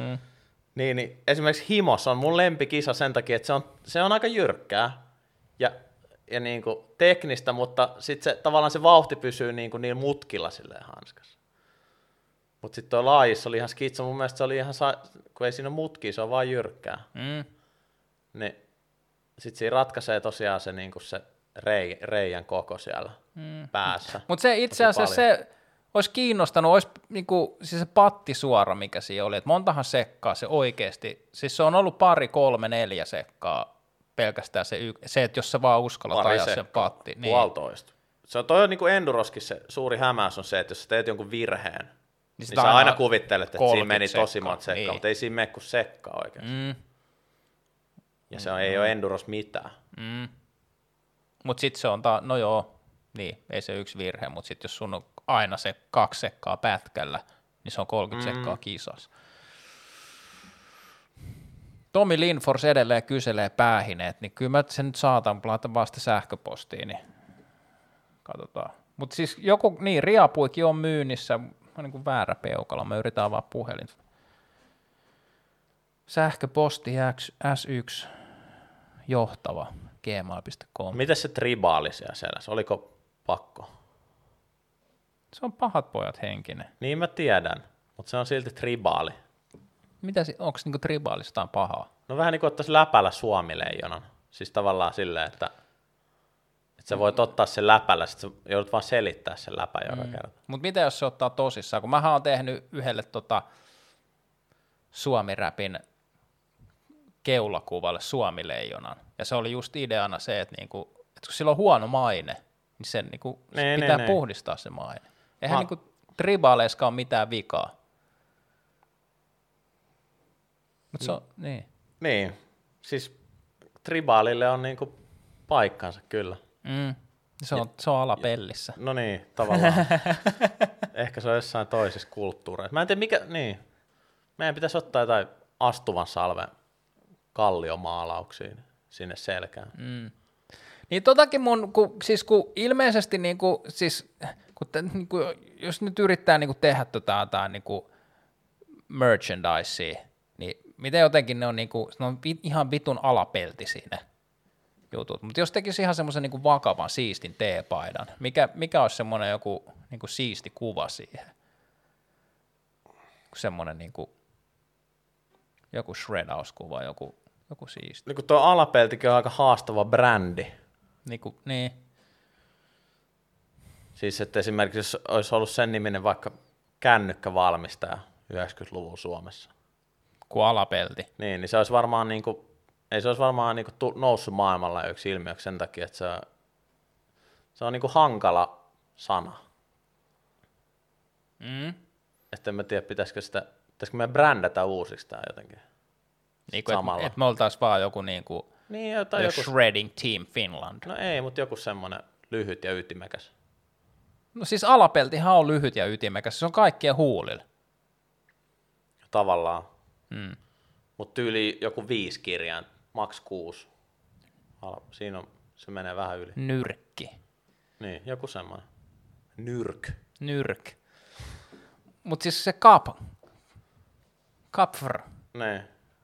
Niin, esimerkiksi himos on mun lempikisa sen takia, että se on aika jyrkkää ja niinku teknistä, mutta sitten tavallaan se vauhti pysyy niinku niin mutkilla silleen hanskassa. Mutta sitten tuo laajissa oli ihan skitsa, mun mielestä se oli ihan, kun ei siinä ole mutkia, se on vaan jyrkkää. Niin sitten siinä ratkaisee tosiaan se, niinku se reijän koko siellä päässä. Mutta se itse asiassa se olisi kiinnostanut, olisi niinku, siis se pattisuora, mikä siinä oli, että montahan sekkaa se oikeasti, siis se on ollut 2, 3, 4 sekkaa pelkästään se että jos sä vaan uskallat ajaa sen patti. Niin. 1,5. Se on toi niinku Enduroskin se suuri hämäys on se, että jos sä teet jonkun virheen, niin sä aina kuvittelet, että siinä meni tosi monta sekkaa, niin. Mutta ei siinä mene kuin sekkaa oikeasti. Ja se ei ole Enduros mitään. Mutta sitten se on, no joo, niin, ei se yksi virhe, mutta sitten jos sun on aina se 2 sekkaa pätkällä, niin se on 30 sekkaa kisassa. Tomi Lindfors edelleen kyselee päähineet, niin kyllä mä sen nyt saatan, laitan vasta sähköpostiin, niin katsotaan. Mutta siis joku, niin Riapuikin on myynnissä, on niin kuin väärä peukalo, mä yritän avaa puhelin. Sähköposti S1 johtava gmail.com. Miten se tribaali siellä? Oliko pakko? Se on pahat pojat henkinen. Niin mä tiedän, mutta se on silti tribaali. Onko niinku tribaalista pahaa? No vähän niin kuin ottaisi läpällä Suomi-leijonan. Siis tavallaan silleen, että sä voit ottaa sen läpällä, sit sä joudut vaan selittää sen läpän joka kerta. Mutta mitä jos se ottaa tosissaan? Kun mähän oon tehnyt yhdelle Suomi-räpin keulakuvalle Suomi-leijonan. Ja se oli just ideana se, että kun sillä on huono maine, niin sen pitää puhdistaa se maine. Eihän tribaaleiskaan ole mitään vikaa. Mutta se on, niin. Niin, siis tribaalille on niinku paikkansa kyllä. Se on alapellissä. No niin, tavallaan. Ehkä se on jossain toisessa kulttuureissa. Mä en tiedä mikä, niin. Meidän pitäisi ottaa jotain astuvan salven kalliomaalauksia sinne selkään. Niin totakin kun ilmeisesti jos nyt yrittää tehdä merchandisea, niin miten jotenkin ne on, ne on ihan vitun alapeltisiä ne jutut. Mutta jos tekisi ihan semmoisen vakavan siistin teepaidan, mikä olisi semmoinen joku siisti kuva siihen? Semmoinen joku shredauskuva, joku siisti. Niin kuin tuo alapeltikin on aika haastava brändi. Niin. Siis että esimerkiksi jos olisi ollut sen niminen vaikka kännykkävalmistaja 90-luvun Suomessa. Kuin alapelti. Niin se olisi varmaan ei se olisi varmaan noussut maailmalla yksi ilmiöksi sen takia, että se on hankala sana. Että en mä tiedä, pitäisikö me brändätä uusiksi tää jotenkin. Samalla. Että me oltaisiin vaan joku niin, joku Shredding Team Finland. No ei, mutta joku semmoinen lyhyt ja ytimekäs. No siis alapeltihan on lyhyt ja ytimekäs, se on kaikkien huulilla. Tavallaan. Mutta tyyli joku 5 kirjaan, maks 6. Siinä on, se menee vähän yli. Nyrkki. Niin, joku semmoinen. Nyrk. Mut siis se kapfr. Niin.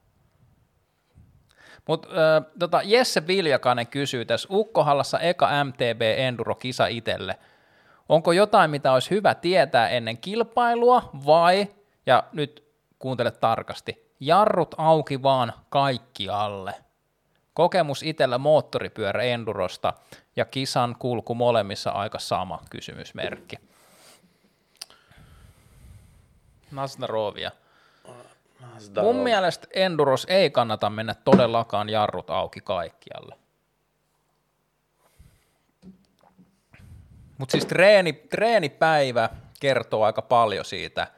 Mut Jesse Viljakainen kysyy tässä Ukkohallassa eka MTB Enduro-kisa itelle. Onko jotain, mitä olisi hyvä tietää ennen kilpailua vai, ja nyt kuuntele tarkasti, jarrut auki vaan kaikkialle. Kokemus itsellä moottoripyörä Endurosta ja kisan kulku molemmissa aika sama kysymysmerkki. Nasdarovia. Mun mielestä Enduros ei kannata mennä todellakaan jarrut auki kaikkialle. Mutta siis treenipäivä kertoo aika paljon siitä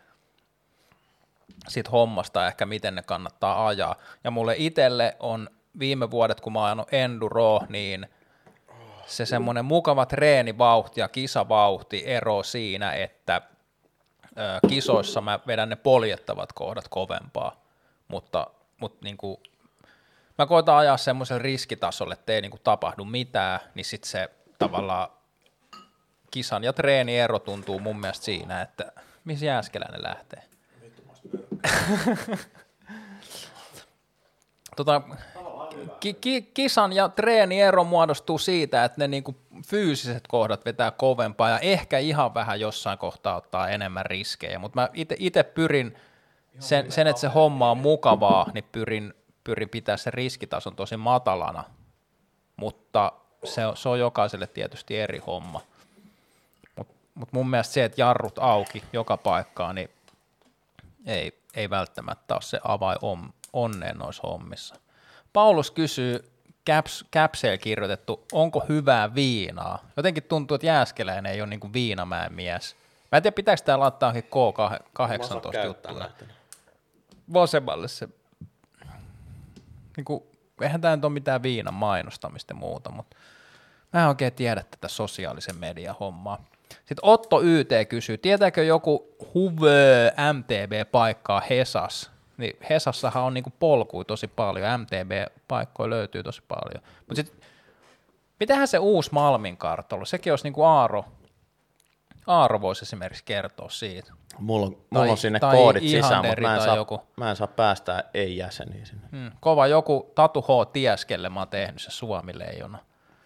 hommasta ehkä, miten ne kannattaa ajaa. Ja mulle itselle on viime vuodet, kun mä oon ajanut Enduroa, niin se semmoinen mukava treenivauhti ja kisavauhti ero siinä, että kisoissa mä vedän ne poljettavat kohdat kovempaa, mutta niinku, mä koitan ajaa semmoiselle riskitasolle, ettei niinku tapahdu mitään, niin sitten se tavallaan kisan ja treeniero tuntuu mun mielestä siinä, että missä Jääskeläinen lähtee. Kisan ja treeniero muodostuu siitä, että ne niinku fyysiset kohdat vetää kovempaa ja ehkä ihan vähän jossain kohtaa ottaa enemmän riskejä, mutta mä itse pyrin sen, että se homma on mukavaa, niin pyrin pitää sen riskitason tosi matalana, mutta se on jokaiselle tietysti eri homma. Mutta mun mielestä se, että jarrut auki joka paikkaan, niin ei välttämättä ole se avain onneen noissa hommissa. Paulus kysyy, Capseen kirjoitettu, onko hyvää viinaa? Jotenkin tuntuu, että Jääskeläinen ei ole niin kuin viinamäen mies. Mä en tiedä, pitääkö tää laittaa K18 juttuna. Vasemmalle se. Niin kuin, eihän tää nyt ole mitään viinan mainostamista ja muuta, mutta mä en oikein tiedä tätä sosiaalisen median hommaa. Sitten Otto YT kysyy, tietääkö joku Huve MTB-paikkaa Hesas? Niin Hesassahan on niinku polkuja tosi paljon, MTB-paikkoja löytyy tosi paljon. Mutta sitten, mitähän se uusi Malmin kartalla, sekin olisi niinku Aaro voisi esimerkiksi kertoa siitä. Mulla on sinne koodit sisään, mutta mä en saa päästää ei-jäseniä sinne. Kova joku Tatu H. Tieskelle mä oon tehnyt se Suomi-leijona.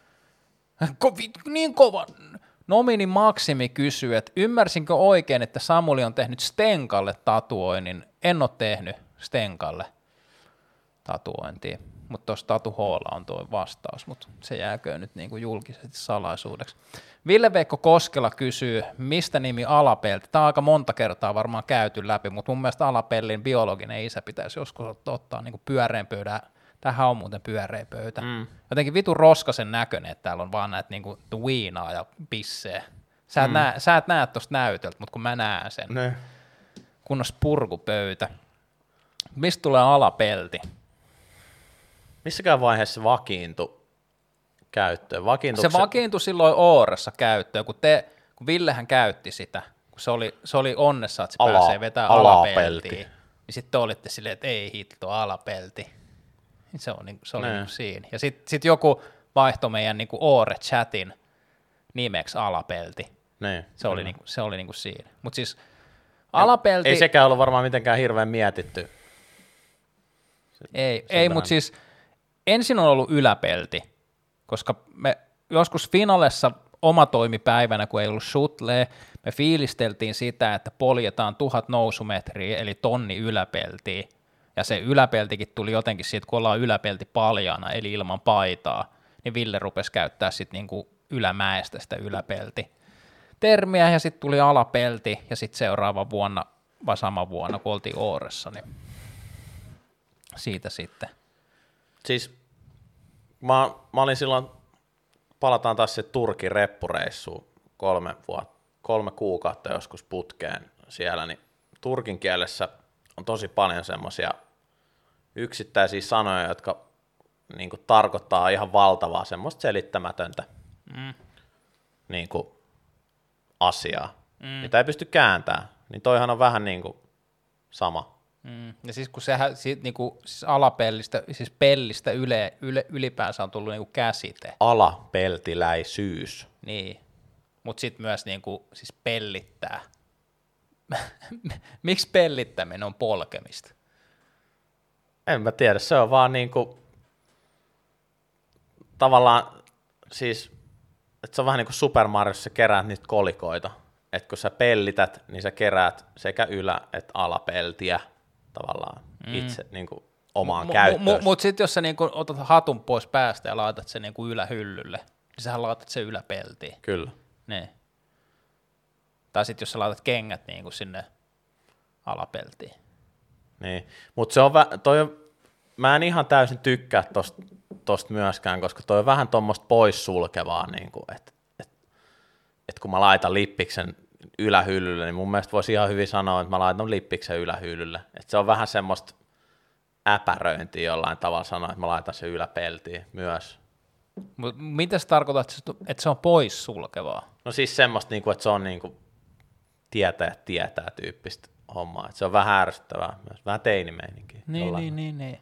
Niin kova. Nomini Maksimi kysyy, että ymmärsinkö oikein, että Samuli on tehnyt Stenkalle tatuoinnin. En ole tehnyt Stenkalle tatuointia, mutta tuossa Tatu H:lla on tuo vastaus, mutta se jääköön nyt niin kuin julkisesti salaisuudeksi. Ville-Veikko Koskela kysyy, mistä nimi Alapelti? Tämä on aika monta kertaa varmaan käyty läpi, mutta mun mielestä Alapellin biologinen isä pitäisi joskus ottaa niin kuin pyöreän pöydän. Tämähän on muuten pyöreä pöytä. Jotenkin vitun roskasen näköinen, että täällä on vaan näitä niinku viinaa ja pisseä. Sä et näe tosta näytöltä, mutta kun mä näen sen. Ne. Kunnos purkupöytä. Mistä tulee Alapelti? Missäkään vaiheessa se vakiintui käyttöön? Se vakiintui silloin Ooressa käyttöön, kun Villehän käytti sitä, kun se oli onnessa, että se pääsee vetämään Alapeltiin. Niin sitten te olitte silleen, että ei hitto, Alapelti. Se oli niin siinä. Ja sitten joku vaihtoi meidän niin Oore-chatin nimeksi Alapelti. Ne. Se oli niin siinä. Mutta siis Alapelti... Ei sekään ollut varmaan mitenkään hirveän mietitty. Ei, mutta siis ensin on ollut Yläpelti, koska me joskus finalessa omatoimipäivänä, kun ei ollut shuttlea, me fiilisteltiin sitä, että poljetaan 1000 nousumetriä, eli tonni yläpeltiä. Ja se yläpeltikin tuli jotenkin siitä, kun ollaan yläpelti paljaana, eli ilman paitaa, niin Ville rupesi käyttää sitten niinku ylämäestä sitä yläpelti-termiä, ja sitten tuli alapelti, ja sitten seuraava vuonna, vai sama vuonna, kun oltiin Ooressa, niin siitä sitten. Siis mä olin silloin, palataan taas se Turkin reppureissuun 3 kuukautta joskus putkeen siellä, niin turkin kielessä on tosi paljon semmoisia yksittäisiä sanoja, jotka niin kuin tarkoittaa ihan valtavaa semmoista selittämätöntä. niinku asiaa, mitä ei pysty kääntämään, niin toihan on vähän niinku sama. Ja siis kun sehän niinku, siis alapellistä, siis pellistä ylipäänsä on tullut niinku käsite. Alapeltiläisyys. Niin, mutta sitten myös niinku, siis pellittää. Miksi pellittäminen on polkemista? En mä tiedä, se on vaan niinku tavallaan siis, että se on vähän niin kuin Super Mariossa sä keräät niitä kolikoita, että kun sä pellität, niin sä keräät sekä ylä- että alapeltiä tavallaan itse niin kuin omaan käyttöön. Mutta sitten jos sä niinku otat hatun pois päästä ja laitat sen niinku ylähyllylle, niin sähän laitat sen yläpeltiin. Kyllä. Niin. Tai sitten jos sä laitat kengät niinku sinne alapeltiin. Niin, mutta mä en ihan täysin tykkää tosta myöskään, koska toi on vähän tuommoista poissulkevaa, niin että kun mä laitan lippiksen ylähyllylle, niin mun mielestä voisi ihan hyvin sanoa, että mä laitan lippiksen ylähyllylle. Että se on vähän semmoista äpäröintiä jollain tavalla sanoa, että mä laitan sen yläpeltiin myös. Mitä sä tarkoitat, että se on poissulkevaa? No siis semmoista, että se on tietää tyyppistä hommaa. Että se on vähän ärsyttävää myös, vähän teinimeininkiä. Niin.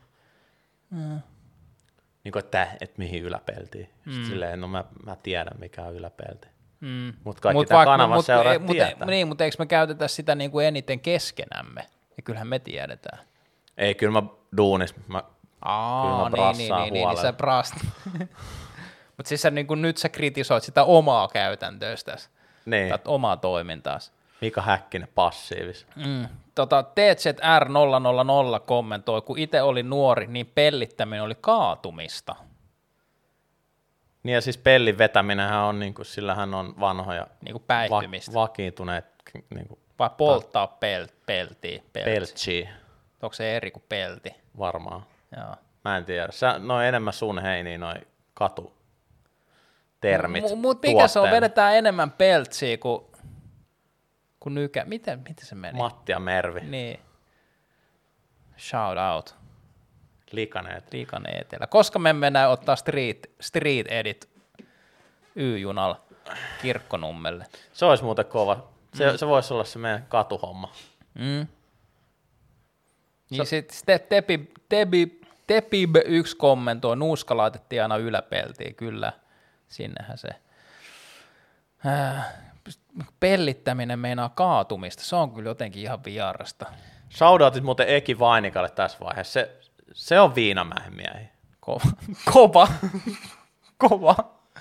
Niin kuin, että mihin yläpeltiin. Silleen, no mä tiedän, mikä on yläpelti. Mutta kaikki tämän kanavan seuraat tietää. Niin, mutta eikö me käytetä sitä niin kuin eniten keskenämme? Ja kyllähän me tiedetään. Ei, kyllä mä duunis. Kyllä mä brassaan niin, sä brast. Mutta siis nyt sä kritisoit sitä omaa käytäntööstäsi. Niin. Tai omaa toimintaasi. Mika Häkkinen passiivis. TZR000 kommentoi, kun itse oli nuori, niin pellittäminen oli kaatumista. Niin ja siis pellin vetäminenhän on, niin kuin, sillähän on vanhoja päihtymistä. Vakiintuneet. Niin kuin, vai polttaa peltiä. Peltsiä. Onko se eri kuin pelti? Varmaan. Joo. Mä en tiedä. Noi enemmän sun heiniä, noi katutermit. Mutta mikä se on? Vedetään enemmän peltsiä kuin nykä. Miten se meni? Matti ja Mervi. Niin. Shout out. Likaneet. Etelä. Koska me mennään ottaa street edit Y-junalla Kirkkonummelle. Se olisi muuten kova. Se voisi olla se meidän katuhomma. Niin sitten Tepib 1 kommentoi, nuuska laitettiin aina yläpeltiin, kyllä, sinnehän se. Pellittäminen meinaa kaatumista, se on kyllä jotenkin ihan vierasta. Shoutoutit muuten Eki Vainikalle tässä vaiheessa, se on Viinamäen miehi. Kova.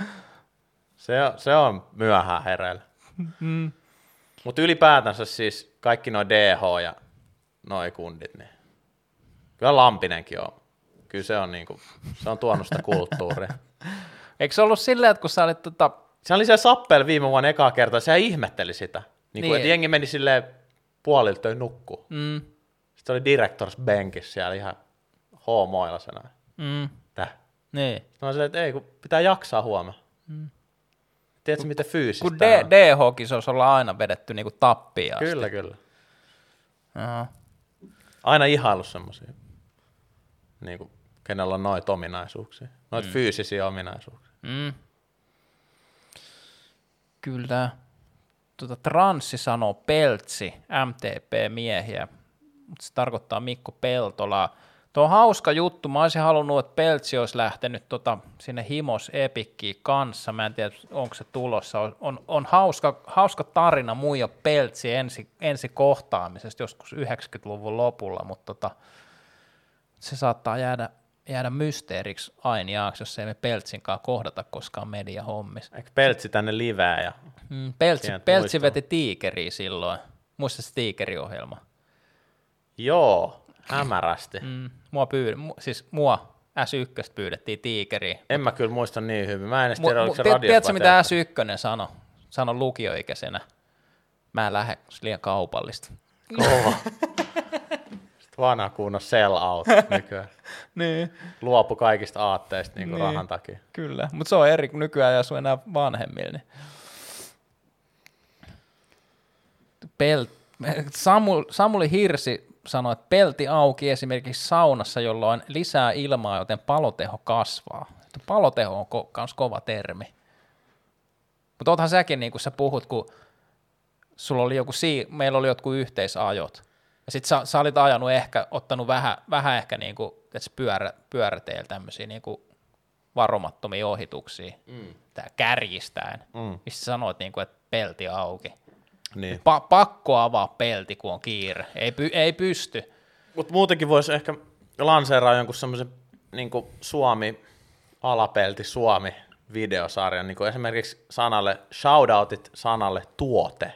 Se on myöhään hereillä. Mutta ylipäätänsä siis kaikki nuo DH ja noi kundit, niin kyllä Lampinenkin on. Kyllä se on tuonut sitä kulttuuria. Eikö se ollut silleen, että kun sä olit Se oli siellä Sappel viime vuonna ekaa kertaa, sehän ihmetteli sitä. Niin. Että jengi meni silleen puolilta toi nukkuu. Sitten oli directors benkissä siellä ihan hoomoilasena. Niin. No silleen, että ei, kun pitää jaksaa huomenna. Tiedätkö, miten fyysistä kun DH-kisoissa ollaan aina vedetty niinku tappia asti. Kyllä. Aha. Aina ihailu semmosia, niinku, kenellä on noita ominaisuuksia, noita fyysisiä ominaisuuksia. Kyllä. Transsi sanoo peltsi, MTP-miehiä, mutta se tarkoittaa Mikko Peltolaa. Tuo on hauska juttu, mä olisin halunnut, että Peltsi olisi lähtenyt sinne Himos Epikkiin kanssa, mä en tiedä, onko se tulossa, on hauska tarina muija Peltsi ensi kohtaamisesta joskus 90-luvun lopulla, mutta se saattaa jäädä mysteeriksi ainiaaksi, jos ei me Peltsinkaan kohdata koskaan mediahommissa. Eikö Peltsi tänne liveä? Ja Peltsi veti Tiikeriä silloin, muista se Tiikeri-ohjelma. Joo. Hämärästi. Mua S1 pyydettiin Tiikeriin. En mä kyllä muista niin hyvin. Mä en edes tiedä, oliko se radiossa. Tiedätkö, mitä S1 sanoi lukioikäisenä? Mä en lähde, se liian kaupallista. Kova. Sitten vanha kunnon sell out nykyään. Niin. Luopu kaikista aatteista niin rahan takia. Kyllä, mutta se on eri, kun nykyään ei asu enää vanhemmilla. Niin. Samuli Hirsi sanoi, että pelti auki esimerkiksi saunassa, jolloin lisää ilmaa, joten paloteho kasvaa. Paloteho on myös kova termi. Mutta oothan säkin, niin kun sä puhut, kun sulla oli meillä oli jotkut yhteisajot, ja sit sä olit ajanut ottanut vähän ehkä niinku, pyöräteillä tämmöisiä niinku varomattomia ohituksia, tää kärjistäen, mistä sanoit niinku, että pelti auki. Niin. Pakko avaa pelti, kun on kiire. Ei pysty. Mutta muutenkin voisi ehkä lanseeraa jonkun semmoisen niinku Suomi-alapelti Suomi-videosarjan, niinku esimerkiksi shoutoutit sanalle tuote.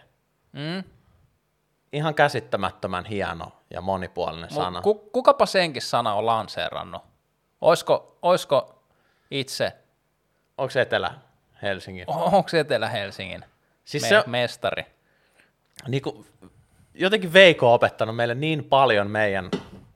Ihan käsittämättömän hieno ja monipuolinen sana. Kukapa senkin sana on lanseerannut? Oisko itse... Onko se Etelä-Helsingin? Onko se Etelä-Helsingin Siis mestari? Niinku, jotenkin Veikko on opettanut meille niin paljon meidän,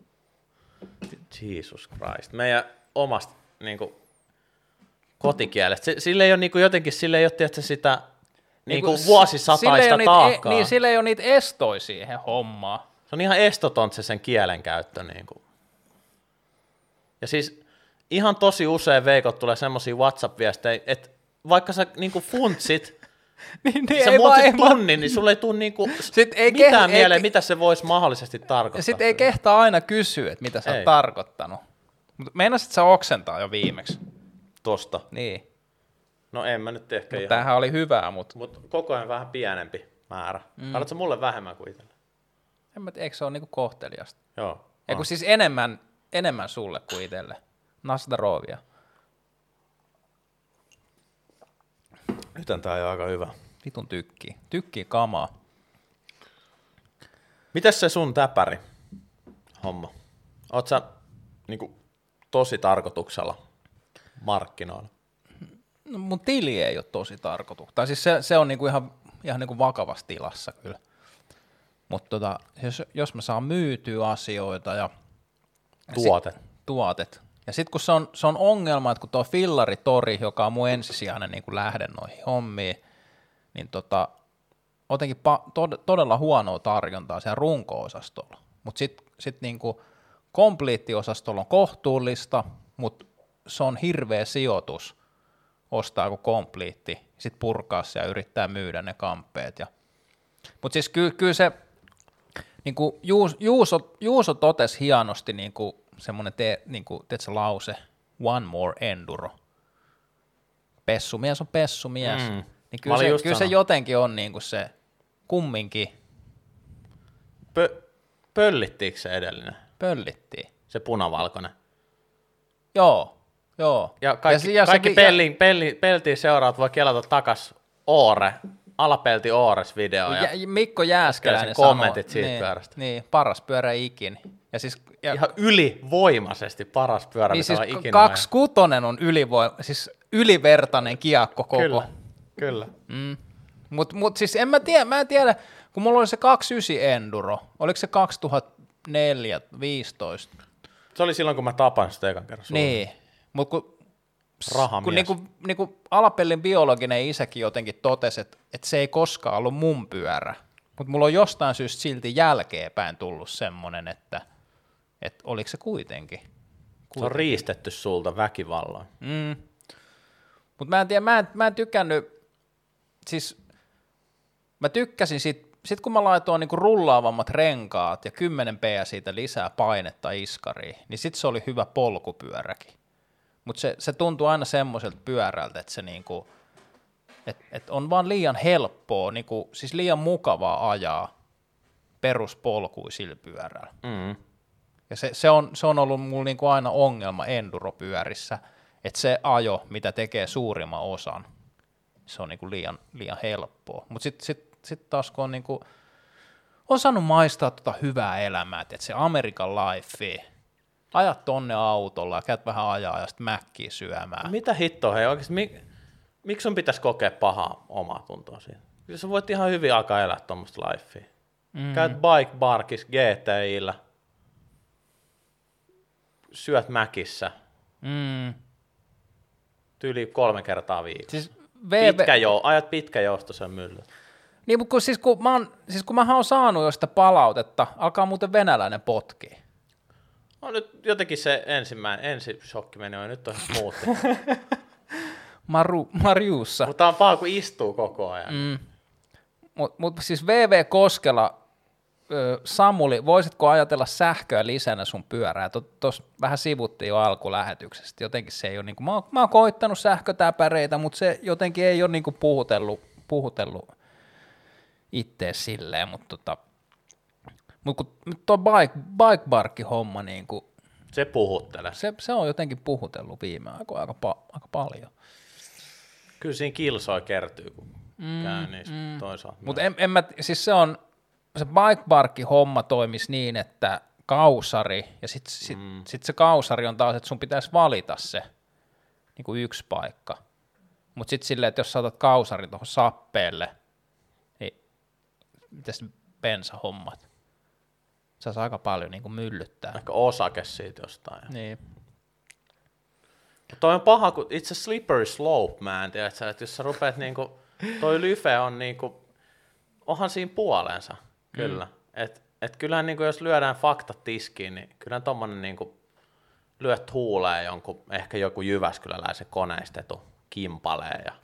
Jesus Christ, meidän omasta niinku, kotikielestä. Sillä ei ole niinku, jotenkin, sillä ei ole tietysti sitä niinku, vuosisataista taakkaa. Niin, sillä ei ole niitä estoja siihen hommaan. Se on ihan estoton se sen kielenkäyttö. Niinku. Ja siis ihan tosi usein Veikot tulee semmosia WhatsApp-viestejä, että vaikka sä niinku funtsit, niin sä muutsit tunnin, niin sulle ei tule niinku mitään mieleen, mitä se voisi mahdollisesti tarkoittaa. Sitten ei kehtaa aina kysyä, että mitä sä oot tarkoittanut. Mutta meinasit sä oksentaa jo viimeksi? Tosta. Niin. No en mä nyt ehkä ihan. Tämähän oli hyvää, mutta... Mutta koko ajan vähän pienempi määrä. Haluatko mulle vähemmän kuin itselle? En mä tiedä, eikö se ole niinku kohteliasta? Joo. Eiku siis enemmän sulle kuin itselle. Nasdarovia. Nythän tää on aika hyvä. Vitun tykkii kamaa. Mites se sun täpäri homma? Oot sä niinku tosi tarkoituksella markkinoilla? No, mun tili ei ole tosi tarkoitus. Tai siis se on niinku ihan niinku vakavassa tilassa kyllä. Mutta jos mä saan myytyä asioita ja tuotet. Ja sitten kun se on ongelma, että kun tuo fillaritori, joka on mun ensisijainen niin lähde noihin hommiin, niin jotenkin todella huonoa tarjontaa siellä runko-osastolla. Mutta sitten niin kompliittiosastolla on kohtuullista, mutta se on hirveä sijoitus ostaa joku kompliitti, sitten purkaa se ja yrittää myydä ne kamppeet. Mutta siis kyllä se, niin kuin Juuso totesi hienosti, niin kuin semmoinen lause, one more enduro. Pessumies on pessumies. Niin kyllä se jotenkin on niin kuin se kumminkin. Pöllittiinkö se edellinen? Pöllittiin. Se punavalkoinen. Joo. Ja kaikki peltiin seuraat voi kelata takas alapelti Oores-video. Ja Mikko Jääskeläinen kommentit siitä pyörästä. Niin, paras pyörä ikinä. Ihan ylivoimaisesti paras pyörä, niin mitä siis on ikinä 26 on ylivertainen kiekko koko. Kyllä. Mut siis en tiedä, kun mulla oli se 29 Enduro, oliko se 2004-15? Se oli silloin, kun mä tapasin sitä ekan kerran. Niin, mutta kun niinku Alapellin biologinen isäkin jotenkin totesi, että se ei koskaan ollut mun pyörä, mutta mulla on jostain syystä silti jälkeenpäin tullut semmoinen, että oliko se kuitenkin. Se on riistetty sulta väkivalloin. Mutta mä en tiedä, mä en tykännyt, siis mä tykkäsin sit kun mä laitoin niinku rullaavammat renkaat ja 10 p siitä lisää painetta iskariin, niin sit se oli hyvä polkupyöräkin. Mutta se tuntuu aina semmoiselta pyörältä, että se niinku, et on vaan liian helppoa, niinku, siis liian mukavaa ajaa peruspolkuisilla pyörällä. Ja se on ollut mulla niinku aina ongelma enduropyörissä, että se ajo, mitä tekee suurimman osan, se on niinku liian helppoa. Mutta sitten taas kun on, niinku, on saanut maistaa hyvää elämää, että se American life, ajat tonne autolla ja käyt vähän ajaa ja sitten mäkkiä syömään. Mitä hittoa, hei oikeasti, miksi sun pitäisi kokea pahaa omaa tuntoa siitä? Kyllä sä voit ihan hyvin alkaa elää tuommoista lifea. Käyt bike barkis GTI:llä, syöt mäkissä, tyyli 3 kertaa viikossa. Siis ajat pitkäjoustoisen myllyt. Niin, mutta kun mä oon saanut jo sitä palautetta, alkaa muuten venäläinen potkii. No nyt jotenkin se ensi shokki meni ja nyt on muutti. Marjuussa. Mutta on paha, kun istuu koko ajan. Mutta siis VV Koskela, Samuli, voisitko ajatella sähköä lisänä sun pyörää? Tuossa vähän sivuttiin jo alkulähetyksestä. Jotenkin se ei ole, niinku, mä oon koittanut sähkötäpäreitä, mutta se jotenkin ei ole niinku puhutellut itse silleen, mutta kun tuo bike barkki homma, niinku, Se puhuttelee. se on jotenkin puhutellut viime aikoina aika paljon. Kyllä siinä kilsoa kertyy, kun käy niistä toisaalta. Mutta siis se bike barkki homma toimisi niin, että kausari, ja sit se kausari on taas, että sun pitäisi valita se niin kuin yksi paikka. Mutta sitten silleen, että jos sä otat kausarin tuohon sappeelle, niin mitäs bensahommat? Se saa aika paljon niin kuin myllyttää. Ehkä osake siitä jostain. Niin. Toi on paha, kun itse slippery slope, mä en tiedä, että jos sä rupeat niinku, toi lyfe on niinku, onhan siinä puolensa, kyllä. Et kyllähän niinku, jos lyödään faktat tiskiin, niin kyllähän tommonen niinku, lyöt huuleen jonkun, ehkä joku jyväskyläläisen koneistetun kimpaleen ja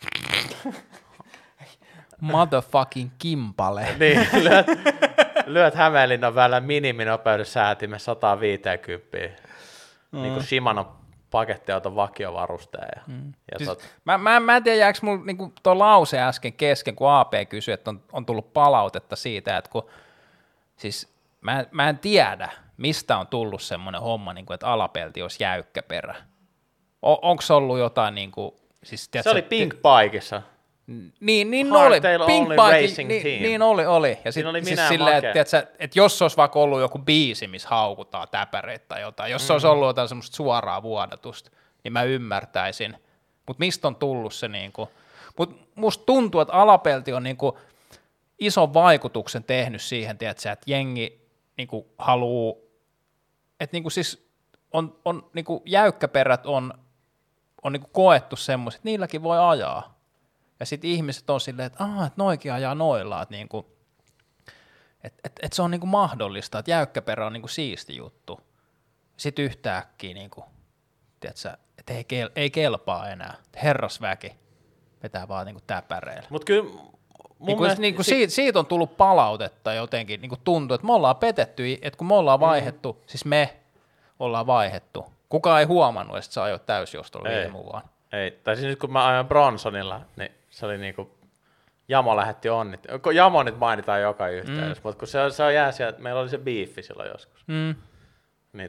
Motherfucking kimpale. niin, lyöt Hämeenlinnan väylä miniminopeuden säätimen 150. Niin kuin Shimano pakettiauton vakiovarusteen. Ja Siis, mä en tiedä, jääkö mulla niinku tuo lause äsken kesken, kun AP kysyi, että on tullut palautetta siitä, että kun, siis mä en tiedä, mistä on tullut semmoinen homma, niin kuin, että alapelti olisi jäykkä perä. Onko se ollut jotain, niin kuin, siis, tiedätkö, se oli Pink Bikeissa. Niin Hardtail oli, Pink Only Bike, Racing Team. niin oli. Ja Siinä oli siis minä silleen, Make. että jos olisi vaikka ollut joku biisi, missä haukutaan täpäreitä tai jotain, jos se olisi ollut jotain semmoista suoraa vuodatusta, niin mä ymmärtäisin. Mutta mistä on tullut se niinku, mutta musta tuntuu, että alapelti on niinku ison vaikutuksen tehnyt siihen, tiedätkö, että jengi niinku haluu, että niinku siis on niinku jäykkäperät on niinku koettu semmoiset, että niilläkin voi ajaa. Ja sitten ihmiset on silleen, että noikin ajaa noilla, että niinku, et se on niinku mahdollista, että jäykkäperä on niinku siisti juttu. Sitten yhtäkkiä niinku, tiedätkö, että ei kelpaa enää, herrasväki vetää vaan niinku täpäreillä. Mut kyllä Siitä on tullut palautetta jotenkin, niinku tuntuu, että me ollaan petetty, että kun me ollaan vaihdettu, siis me ollaan vaihdettu, kukaan ei huomannut, että sä ajoit täysjostolla viime vuonna. Ei, tai siis nyt kun mä ajoin Bronsonilla, niin se oli niinku, Jamo lähetti onnittelemaan. Jamo nyt mainitaan joka yhteydessä, mutta kun se on jää sieltä, meillä oli se biiffi silloin joskus, niin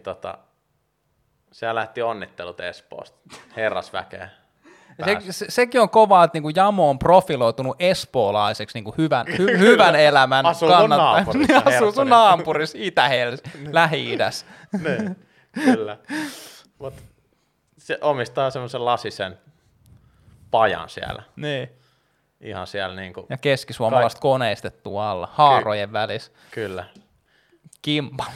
siellä lähti onnittelut Espoosta, herrasväkeä. Sekin on kovaa, että niinku Jamo on profiloitunut espoolaiseksi niinku hyvän elämän kannattaja. Asuu sun naapurissa Lähi-idässä. Niin, kyllä. Mut se omistaa semmoisen lasisen pajan siellä. Niin. Ihan siellä niinku. Ja keskisuomalaista koneistettua alla, haarojen välissä. Kyllä. Kimpale.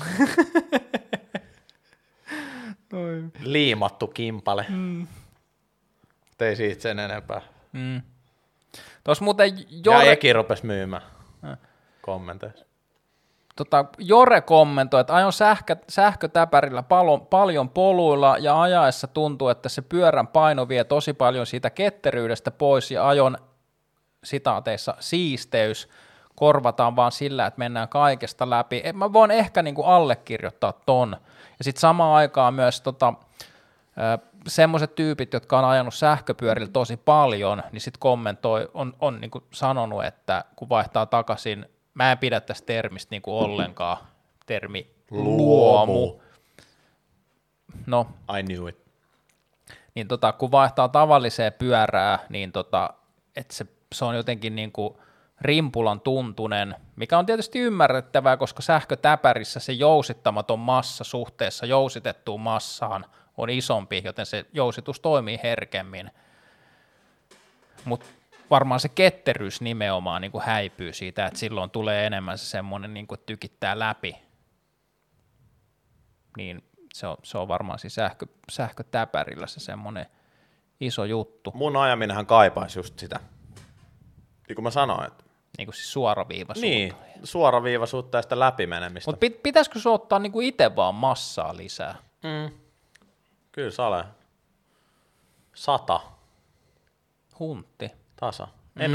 Liimattu kimpale. Ei siitä sen enempää. Tuossa muuten Ja Eki rupesi myymään kommenteissa. Jore kommentoi, että ajon sähkötäpärillä paljon poluilla ja ajaessa tuntuu, että se pyörän paino vie tosi paljon siitä ketteryydestä pois ja ajon sitaateissa siisteys korvataan vaan sillä, että mennään kaikesta läpi. Mä voin ehkä niinku allekirjoittaa ton. Ja sitten samaan aikaan myös semmoiset tyypit, jotka on ajanut sähköpyörillä tosi paljon, niin sitten kommentoi, on niinku sanonut, että kun vaihtaa takaisin, mä en pidä tästä termistä niinku ollenkaan, termi luomu. No, I knew it. niin kun vaihtaa tavalliseen pyörää, niin että se on jotenkin niinku rimpulan tuntunen, mikä on tietysti ymmärrettävää, koska sähkötäpärissä se jousittamaton massa suhteessa jousitettuun massaan on isompi, joten se jousitus toimii herkemmin. Mutta varmaan se ketteryys nimenomaan niin kuin häipyy siitä, että silloin tulee enemmän se semmoinen, niin kuin tykittää läpi. Niin se on varmaan siinä sähkötäpärillä se semmoinen iso juttu. Mun ajaminenhan kaipaisi just sitä. Niin kuin mä sanoin, että niin kuin siis suoraviivaisuutta. Niin, suoraviivaisuutta ja sitä läpimenemistä. Mutta pitäisikö se ottaa niin kuin itse vaan massaa lisää? Kyllä sale. 100. Huntti. Tasa. En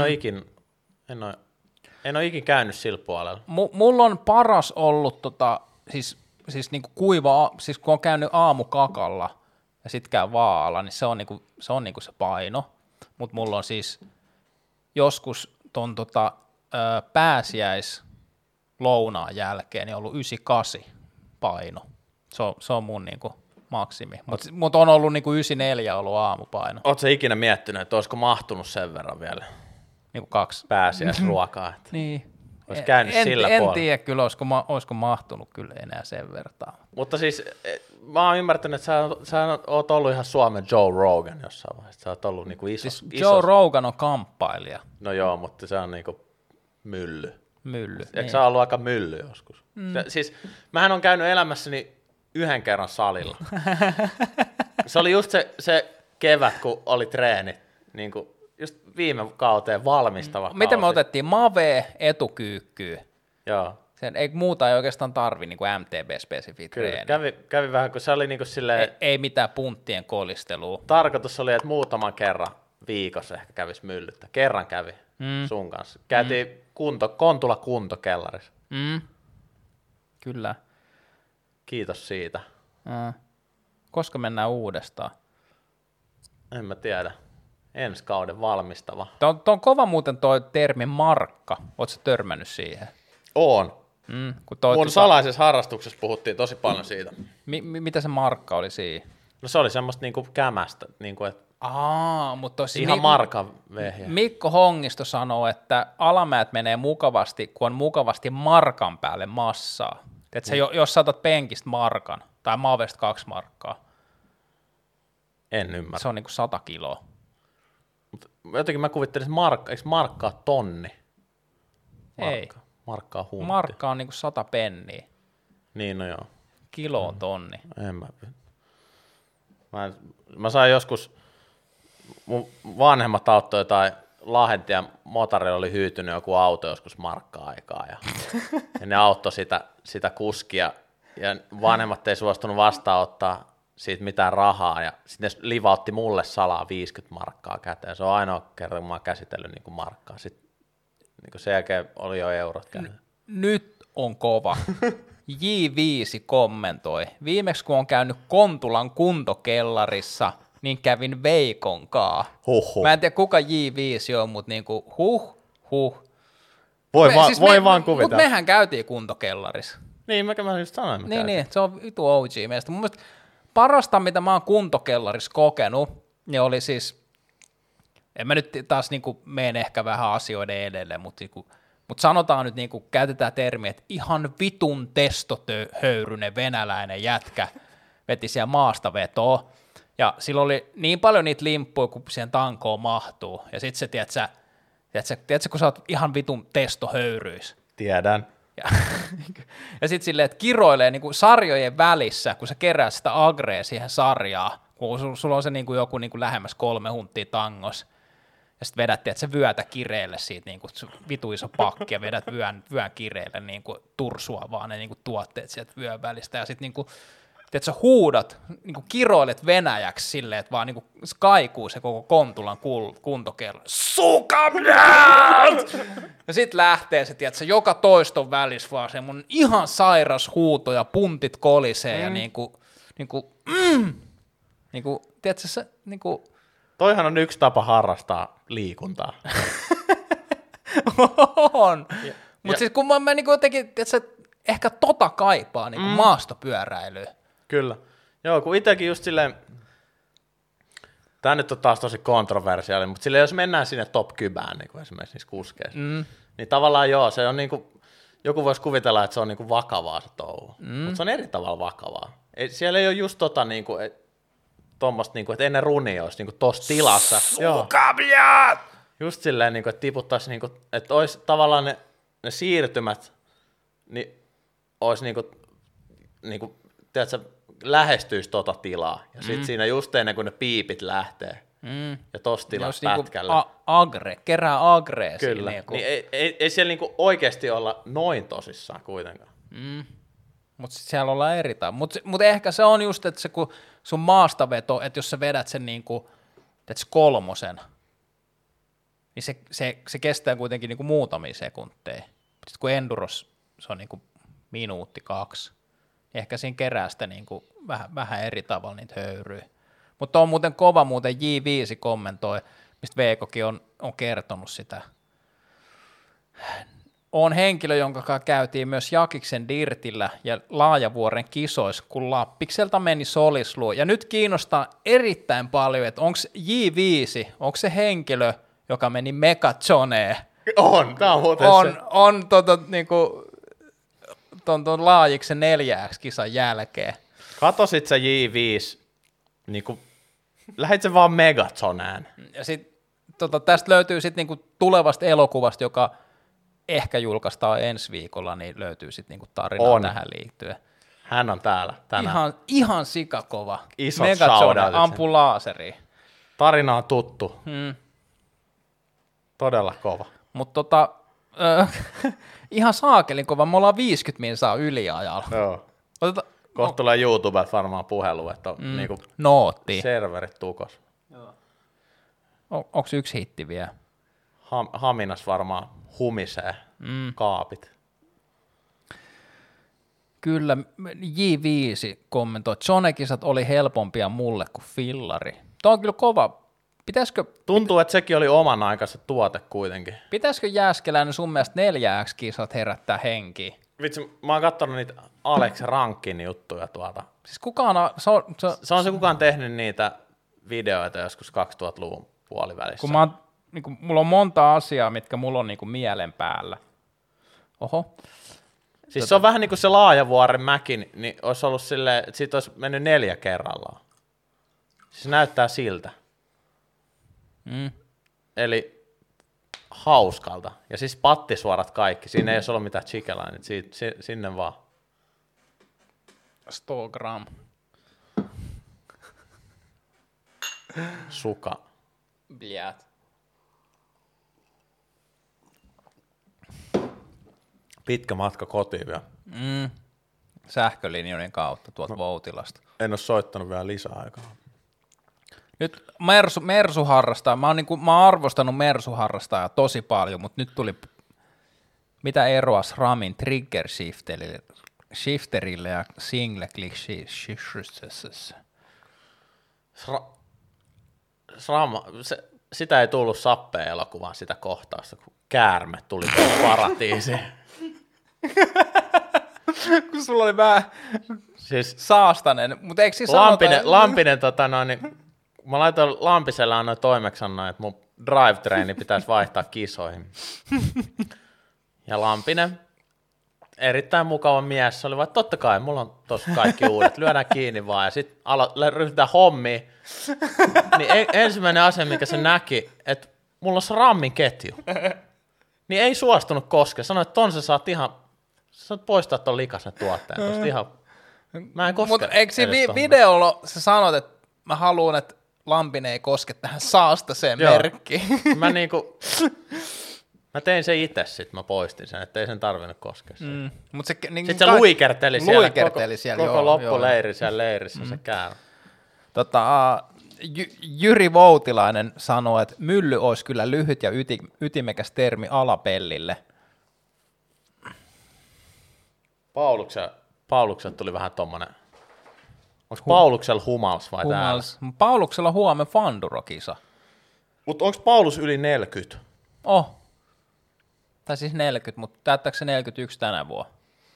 ole ikin käynyt sillä puolella. Mulla on paras ollut siis niinku siis kun on käynyt aamukakalla ja sit käy vaalla, niin se on se paino. Mut mulla on siis joskus ton pääsiäislounaan jälkeen niin ollut 98 paino. Se on mun niinku maksimi. Mut on ollut niinku 94 ollut aamupaino. Ootko sä ikinä miettinyt, että olisiko mahtunut sen verran vielä Niinku 2. pääsiäisruokaa? Että Niin. olisi käynyt sillä en puolella. tiedä kyllä, olisiko mahtunut kyllä enää sen verran. Mutta siis mä oon ymmärtänyt, että sä oot ollut ihan Suomen Joe Rogan jossain vaiheessa. Sä oot ollut niinku Siis Joe Rogan on kamppailija. No joo, mutta se on niinku mylly. Mylly. Eikö sä ollut aika mylly joskus? Siis mähän on käynyt elämässäni yhden kerran salilla. Se oli just se kevät, kun oli treenit, niin kuin just viime kauteen valmistava kausi. Miten me otettiin Mave etukyykkyy? Joo. Sen ei muuta ei oikeastaan tarvi niin kuin MTB-spesifi treeni. Kävi vähän, kun se oli niin kuin silleen... Ei mitään punttien kolistelua. Tarkoitus oli, että muutaman kerran viikossa ehkä kävisi myllyttä. Kerran kävi sun kanssa. Käytiin Kontula kuntokellarissa. Kyllä. Kiitos siitä. Koska mennään uudestaan? En mä tiedä. Ensi kauden valmistava. Tuo on kova muuten toi termi markka. Ootko törmännyt siihen? Oon. Mun salaisessa harrastuksessa puhuttiin tosi paljon siitä. Mitä se markka oli siinä? No se oli semmoista niinku kämästä, niinku, että mutta ihan markan vehjä. Mikko Hongisto sanoo, että alamäät menee mukavasti, kun on mukavasti markan päälle massaa. Että jos saatat penkistä markan, tai Mavesta 2 markkaa. En ymmärrä. Se on niinku 100 kiloa. Jotenkin mä kuvittelin, että eikö markkaa tonni? Ei. Markkaa huntti. Markka on niinku 100 penniä. Niin, no joo. Kilo on tonni. En mä sain joskus, mun vanhemmat auttoi jotain Lahdentie motorilla oli hyytynyt joku auto joskus markka-aikaa ja ne auttoi sitä kuskia ja vanhemmat ei suostunut vastaanottaa siitä mitään rahaa ja sitten ne livautti mulle salaa 50 markkaa käteen. Se on ainoa kerta, kun mä oon käsitellyt niin kuin markkaa. Sitten niin kuin sen jälkeen oli jo eurot käteen. Nyt on kova. J5 kommentoi. Viimeksi kun on käynyt Kontulan kuntokellarissa, niin kävin Veikonkaa. Mä en tiedä kuka J5 on, mutta niinku Voi vaan kuvitella. Mutta mehän käytiin kuntokellarissa. Niin, mä just sanoin. Niin, se on vitu OG meistä. Mun mielestä parasta, mitä mä oon kuntokellarissa kokenut, niin oli siis, en mä nyt taas niinku mene ehkä vähän asioiden edelle, mutta sanotaan nyt, niinku, käytetään termiä, että ihan vitun testohöyrynen venäläinen jätkä veti siellä maasta vetoa, ja sillä oli niin paljon niitä limppuja, kun siihen tankoon mahtuu, ja sit se, tiedätkö, kun sä oot ihan vitun testohöyryis. Tiedän. Ja sitten silleen, että kiroilee niinku sarjojen välissä, kun sä kerää sitä agrea siihen sarjaan, kun sulla on se niinku joku niinku lähemmäs 3 hunttia tangos, ja sitten vedät, että sä vyötä kireelle siitä niinku vitu iso pakki, ja vedät vyön kireelle niinku tursua vaan ne niinku tuotteet sieltä vyön välistä, ja sitten niinku, että sä huudat, niinku kiroilet venäjäksi silleen, että vaan niinku kaikuu se koko Kontulan kuntokello. Sukamjät! Ja sit lähtee se, tiedätkö, joka toiston välissä vaan semmonen ihan sairas huuto ja puntit kolisee ja tiedätkö se, Toihan on yksi tapa harrastaa liikuntaa. on. Mutta siis kun mä niinku jotenkin, tiedätkö, ehkä kaipaa niinku maastopyöräilyä. Kyllä. Joo, kun itsekin just silleen, tämä nyt on taas tosi kontroversiaali, mutta silleen jos mennään sinne top 10, niin kuin esimerkiksi niissä kuskeissa, niin tavallaan joo, se on niinku, joku voisi kuvitella, että se on niinku vakavaa se touhu, mutta se on eri tavalla vakavaa. Siellä ei ole just niinku, tuommoista, niinku, että ennen runia olisi niinku tossa tilassa. Sukamjat! Just silleen, niinku, että tiputtaisi, niinku, että olisi tavallaan ne siirtymät, niin olisi niinku tiedätkö, lähestyisi tilaa, ja sitten siinä just ennen kuin ne piipit lähtee, ja tossa tilassa pätkällä. Agre, kerää agree. Kyllä, niin ei siellä niinku oikeasti olla noin tosissaan kuitenkaan. Mutta siellä ollaan eri tavalla. Mutta ehkä se on just, että se kun sun maastaveto, että jos sä vedät sen niinku, 3, niin se kestää kuitenkin niin kuin muutamia sekunteja. Sitten kun enduros se on niin kuin minuutti 2, niin ehkä siinä kerää sitä niin kuin vähän eri tavalla niitä höyryjä. Mutta on muuten kova, muuten J5 kommentoi, mistä Veikokin on kertonut sitä. On henkilö, jonka kanssa käytiin myös Jakiksen Dirtillä ja Laajavuoren kisoissa, kun Lappikselta meni Solisluu. Ja nyt kiinnostaa erittäin paljon, että onko J5, onko se henkilö, joka meni Megazoneen? On, tää on muuten on niinku, ton Laajiksen 4X-kisan jälkeen. Katosit sä J5, niinku, lähit se vaan Megazoneen. Ja sit tästä löytyy sitten niinku tulevasta elokuvasta, joka ehkä julkaistaan ensi viikolla, niin löytyy sitten niinku tarinaa tähän liittyen. Hän on täällä tänään. Ihan sikakova. Isot Megazone shoutoutit ampuu laaseriin. Tarina on tuttu. Todella kova. Mutta ihan saakelin kova. Me ollaan 50 minsaa yliajalla. Joo. Kohta tulee YouTubelta varmaan puhelu, että on niinku nootti. serverit tukos. Onko yksi hitti vielä? Haminas varmaan humisee kaapit. Kyllä, J5 kommentoi, Zone-kisat oli helpompia mulle kuin fillari. Tuo on kyllä kova. Tuntuu, että sekin oli oman aikansa tuote kuitenkin. Pitäisikö Jääskeläinen sun mielestä 4X-kisat herättää henkiä? Vitsi, mä oon katsonut niitä Alex Rankin juttuja tuolta. Siis kukaan Se on se kukaan tehnyt niitä videoita joskus 2000-luvun puolivälissä. Kun mulla on monta asiaa, mitkä mulla on niinku mielen päällä. Oho. Siis se on vähän niin kuin se Laajavuoren mäki, niin olisi ollut silleen, että siitä olisi mennyt 4 kerrallaan. Se näyttää siltä. Eli hauskalta. Ja siis pattisuorat kaikki. Siinä ei olisi ollut mitään chickelainit. Sinne vaan. 100 gram. Suka. Bljät. Pitkä matka kotiin vielä. Sähkölinjojen kautta tuolta Voutilasta. En ole soittanut vielä lisäaikaa. Nyt Mersu-harrastaa, mä oon arvostanut Mersu-harrastajaa tosi paljon, mutta nyt tuli, mitä eroa SRAMin trigger shifterille ja single click SRAM, sitä ei tullut Sappeen elokuvaan sitä kohtausta, kun käärme tuli paratiisiin. Kun sulla oli vähän siis saastanen, mutta eikö siis Lampinen niin, mä laitoin Lampiselle annoin toimeksiannoin, että mun drive-traini pitäisi vaihtaa kisoihin. Ja Lampinen, erittäin mukava mies, se oli vaan, totta kai, mulla on tossa kaikki uudet, lyödään kiinni vaan, ja sitten ryhdytään hommiin. Niin ensimmäinen asia, mikä se näki, että mulla on SRAMin ketju. Niin ei suostunut koskea, sanoi, että ton sä saat poistaa ton likaisen tuotteen, tosta ihan, mä en koske. Mutta eikö siinä videolla sä sanot, että mä haluan, että Lampinen ei koske tähän saastaseen merkkiin. Mä tein sen itse sit, mä poistin sen, ettei sen tarvinnut koskea sen. Sitten se luikerteli siellä koko loppuleiri siellä leirissä se käärä. Jyri Voutilainen sanoi, että mylly olisi kyllä lyhyt ja ytimekäs termi alapellille. Pauluksella tuli vähän tommonen. Onko Pauluksella humals vai täällä? Pauluksella huomenna Fanduro-kisa. Mutta onko Paulus yli 40? Tai siis 40, mutta täyttääkö se 41 tänä vuonna?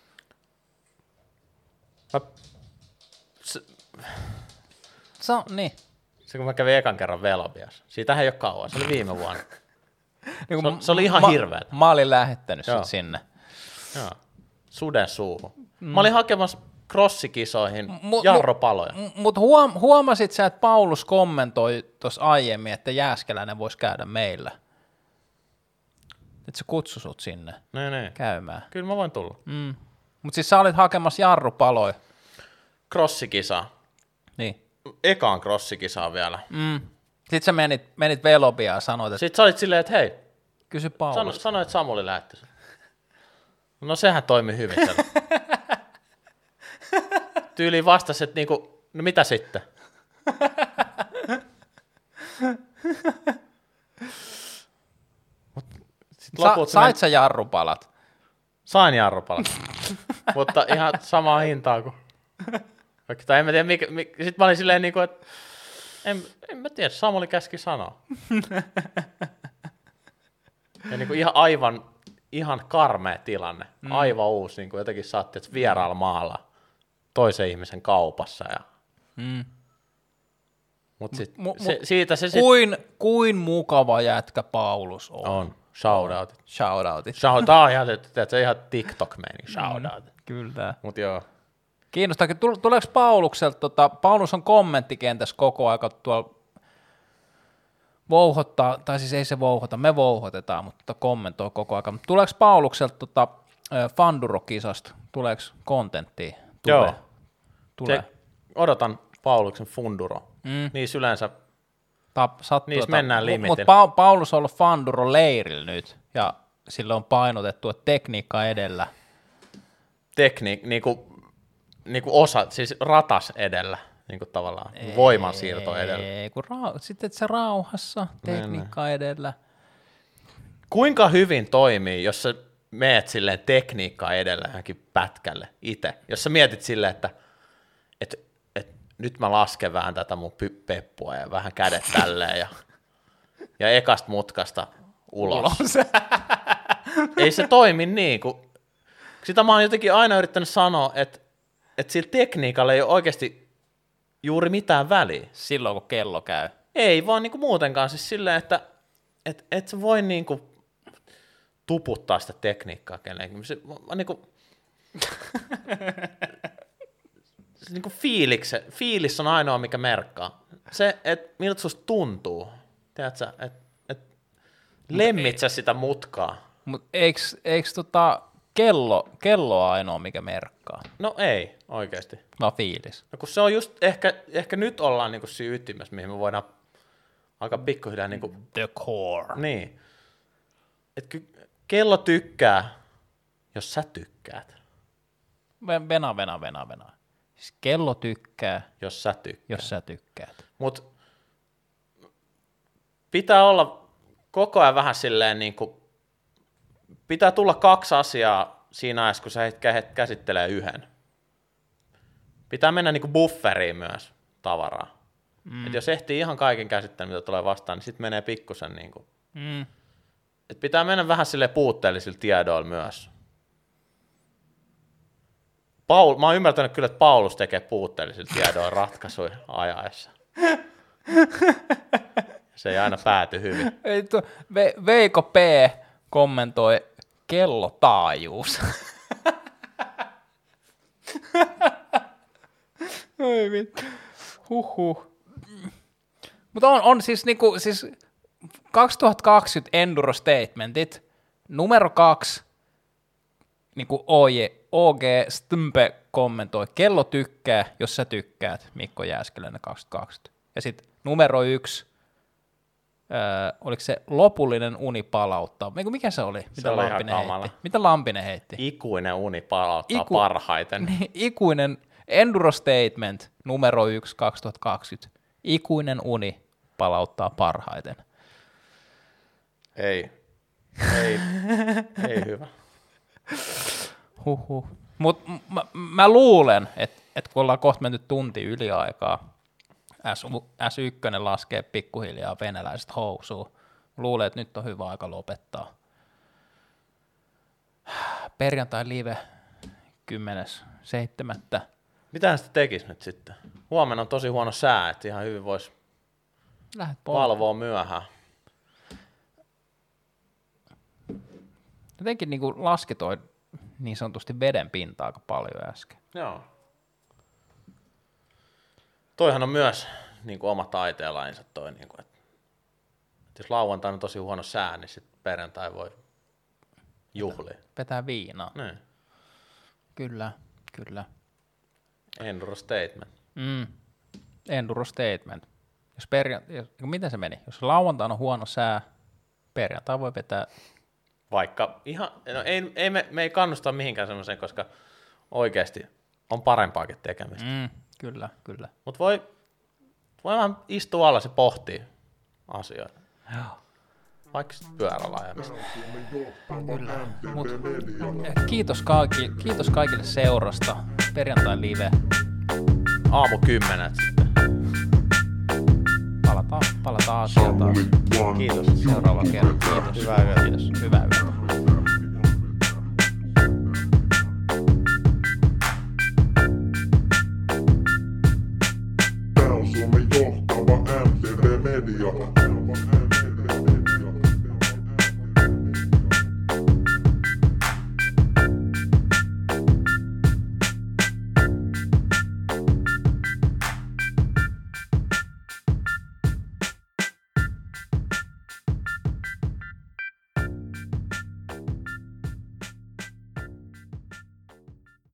Niin. Se kun mä kävin ekan kerran Velobiassa. Siitähän ei ole kauan, se oli viime vuonna. Se oli ihan hirveetä. Mä olin lähettänyt sit sinne. Joo. Suden suuhun. Mä olin hakemassa crossikisoihin jarropaloja. Mutta huomasit sä, että Paulus kommentoi tuossa aiemmin, että Jääskeläinen voisi käydä meillä? Että se kutsui sut sinne käymään. Kyllä mä voin tulla. Mutta siis sä olit hakemassa jarrupaloja. Crossikisa. Niin. Ekaan crossikisaan vielä. Sitten sä menit Velobiaan ja sanoit, että... Sitten sä olit silleen, että hei. Kysy Paulus. Sanoit, että Samuli lähetti sen. No sehän toimi hyvin siellä. Tyyliin vastasi, että niinku, no mitä sitten? Sait sä jarrupalat? Sain jarrupalat, mutta ihan samaa hintaa kuin... Tai en mä tiedä, sitten mä olin silleen niinku, että en mä tiedä, Samuli käski sanoa. Ja niinku ihan karmea tilanne, aivan uusi, niinku jotenkin saatti, että vieraalla maalla toisen ihmisen kaupassa. Ja... Mut siitä se Kuin mukava jätkä Paulus on. On, shoutoutit. Shoutoutit. Shoutout, ihan TikTok-meni, shoutoutit. Kyllä. Mut joo. Kiinnostaakin, tuleeko Paulukselta, Paulus on kommenttikentässä koko aika tuolla vouhottaa, tai siis ei se vouhota, me vouhotetaan, mutta kommentoi koko aika. Tuleeko Paulukselta Fanduro-kisasta, tuleeko kontenttia? Joo. Tulee. Odotan Pauluksen Funduro. Niissä yleensä, niissä mennään limitillä. Mutta Paulus on ollut Fanduro-leirillä nyt, ja sillä on painotettu, että tekniikka edellä. Niinku osa, siis ratas edellä, niinku tavallaan, voimansiirto edellä. Ei, kun sitten se rauhassa, tekniikka edellä. Kuinka hyvin toimii, jos sä meet silleen tekniikka edellä johonkin pätkälle itse? Jos sä mietit silleen, että nyt mä lasken vähän tätä mun peppua ja vähän kädet tälleen ja ekasta mutkasta ulos. Ei se toimi niin, kun sitä mä oon jotenkin aina yrittänyt sanoa, että sillä tekniikalla ei ole oikeasti juuri mitään väliä. Silloin, kun kello käy. Ei, vaan niinku muutenkaan siis silleen, että et sä voi niinku tuputtaa sitä tekniikkaa kenellekään. Se niinku, se niinku fiilis on ainoa, mikä merkkaa. Se, että miltä susta tuntuu. Tiedätkö, että lemmit sä sitä mutkaa. Mutta eikö kello ainoa, mikä merkkaa? No ei, oikeasti. Vaan fiilis. No kun se on just, ehkä nyt ollaan niinku siinä ytimessä, mihin me voidaan aika pikkuhiljaa niinku... The core. Niin. Että kello tykkää, jos sä tykkäät. Vena. Siis kello tykkää, jos sä tykkäät. Mut pitää olla koko ajan vähän silleen niinku, pitää tulla 2 asiaa siinä ajassa, kun sä käsittelee yhden. Pitää mennä niinku bufferiin myös tavaraa. Et jos ehtii ihan kaiken käsitteen, mitä tulee vastaan, niin sit menee pikkusen niinku. Et pitää mennä vähän silleen puutteellisilla tiedoilla myös. Mä oon ymmärtänyt kyllä, että Paulus tekee puutteellisilla tiedoilla ratkaisuja ajaessa. Se ei aina pääty hyvin. Veiko P. kommentoi kellotaajuus. Oi vittu. Huhhuh. Mutta on siis niinku, siis 2020 Enduro Statementit, numero 2, niinku OG Stumpe kommentoi, kello tykkää, jos sä tykkäät, Mikko Jääskeläinen 2020. Ja sitten numero 1, oliko se lopullinen uni palauttaa? Mikä se oli? Mitä Lampinen heitti? Ikuinen uni palauttaa parhaiten. Ikuinen Enduro Statement numero 1 2020. Ikuinen uni palauttaa parhaiten. Ei hyvä. Huhhuh. Mutta mä luulen, että kun ollaan kohta menty tunti yliaikaa, S1 laskee pikkuhiljaa venäläiset housuun. Luulen, että nyt on hyvä aika lopettaa. Perjantai live 10.7. Mitähän sitä tekisi nyt sitten? Huomenna on tosi huono sää, että ihan hyvin voisi valvoa myöhään. Jotenkin niin laski toi niin sanotusti veden pinta aika paljon äsken. Joo. Toihan on myös niin kuin oma taiteenlainsa toi, niin kuin, että jos lauantaina on tosi huono sää, niin sitten perjantai voi juhlia. Vetää viinaa. Niin. Kyllä. Enduro Statement. Enduro Statement. Miten se meni? Jos lauantaina on huono sää, perjantai voi vetää. Vaikka ihan, no me ei kannusta mihinkään semmoiseen, koska oikeasti on parempaakin tekemistä. Kyllä. Mutta voi vähän istua alas ja pohtia asioita. Joo. vaikka pyörällä ajamista. Kyllä. Kiitos kaikille seurasta. Perjantai live. Aamu 10 sitten. Palataan asiaan taas. Kiitos. Seuraava kerta. Kiitos. Hyvää yötä. Kiitos. Hyvää yötä. Tää on Suomen johtava MTV Media.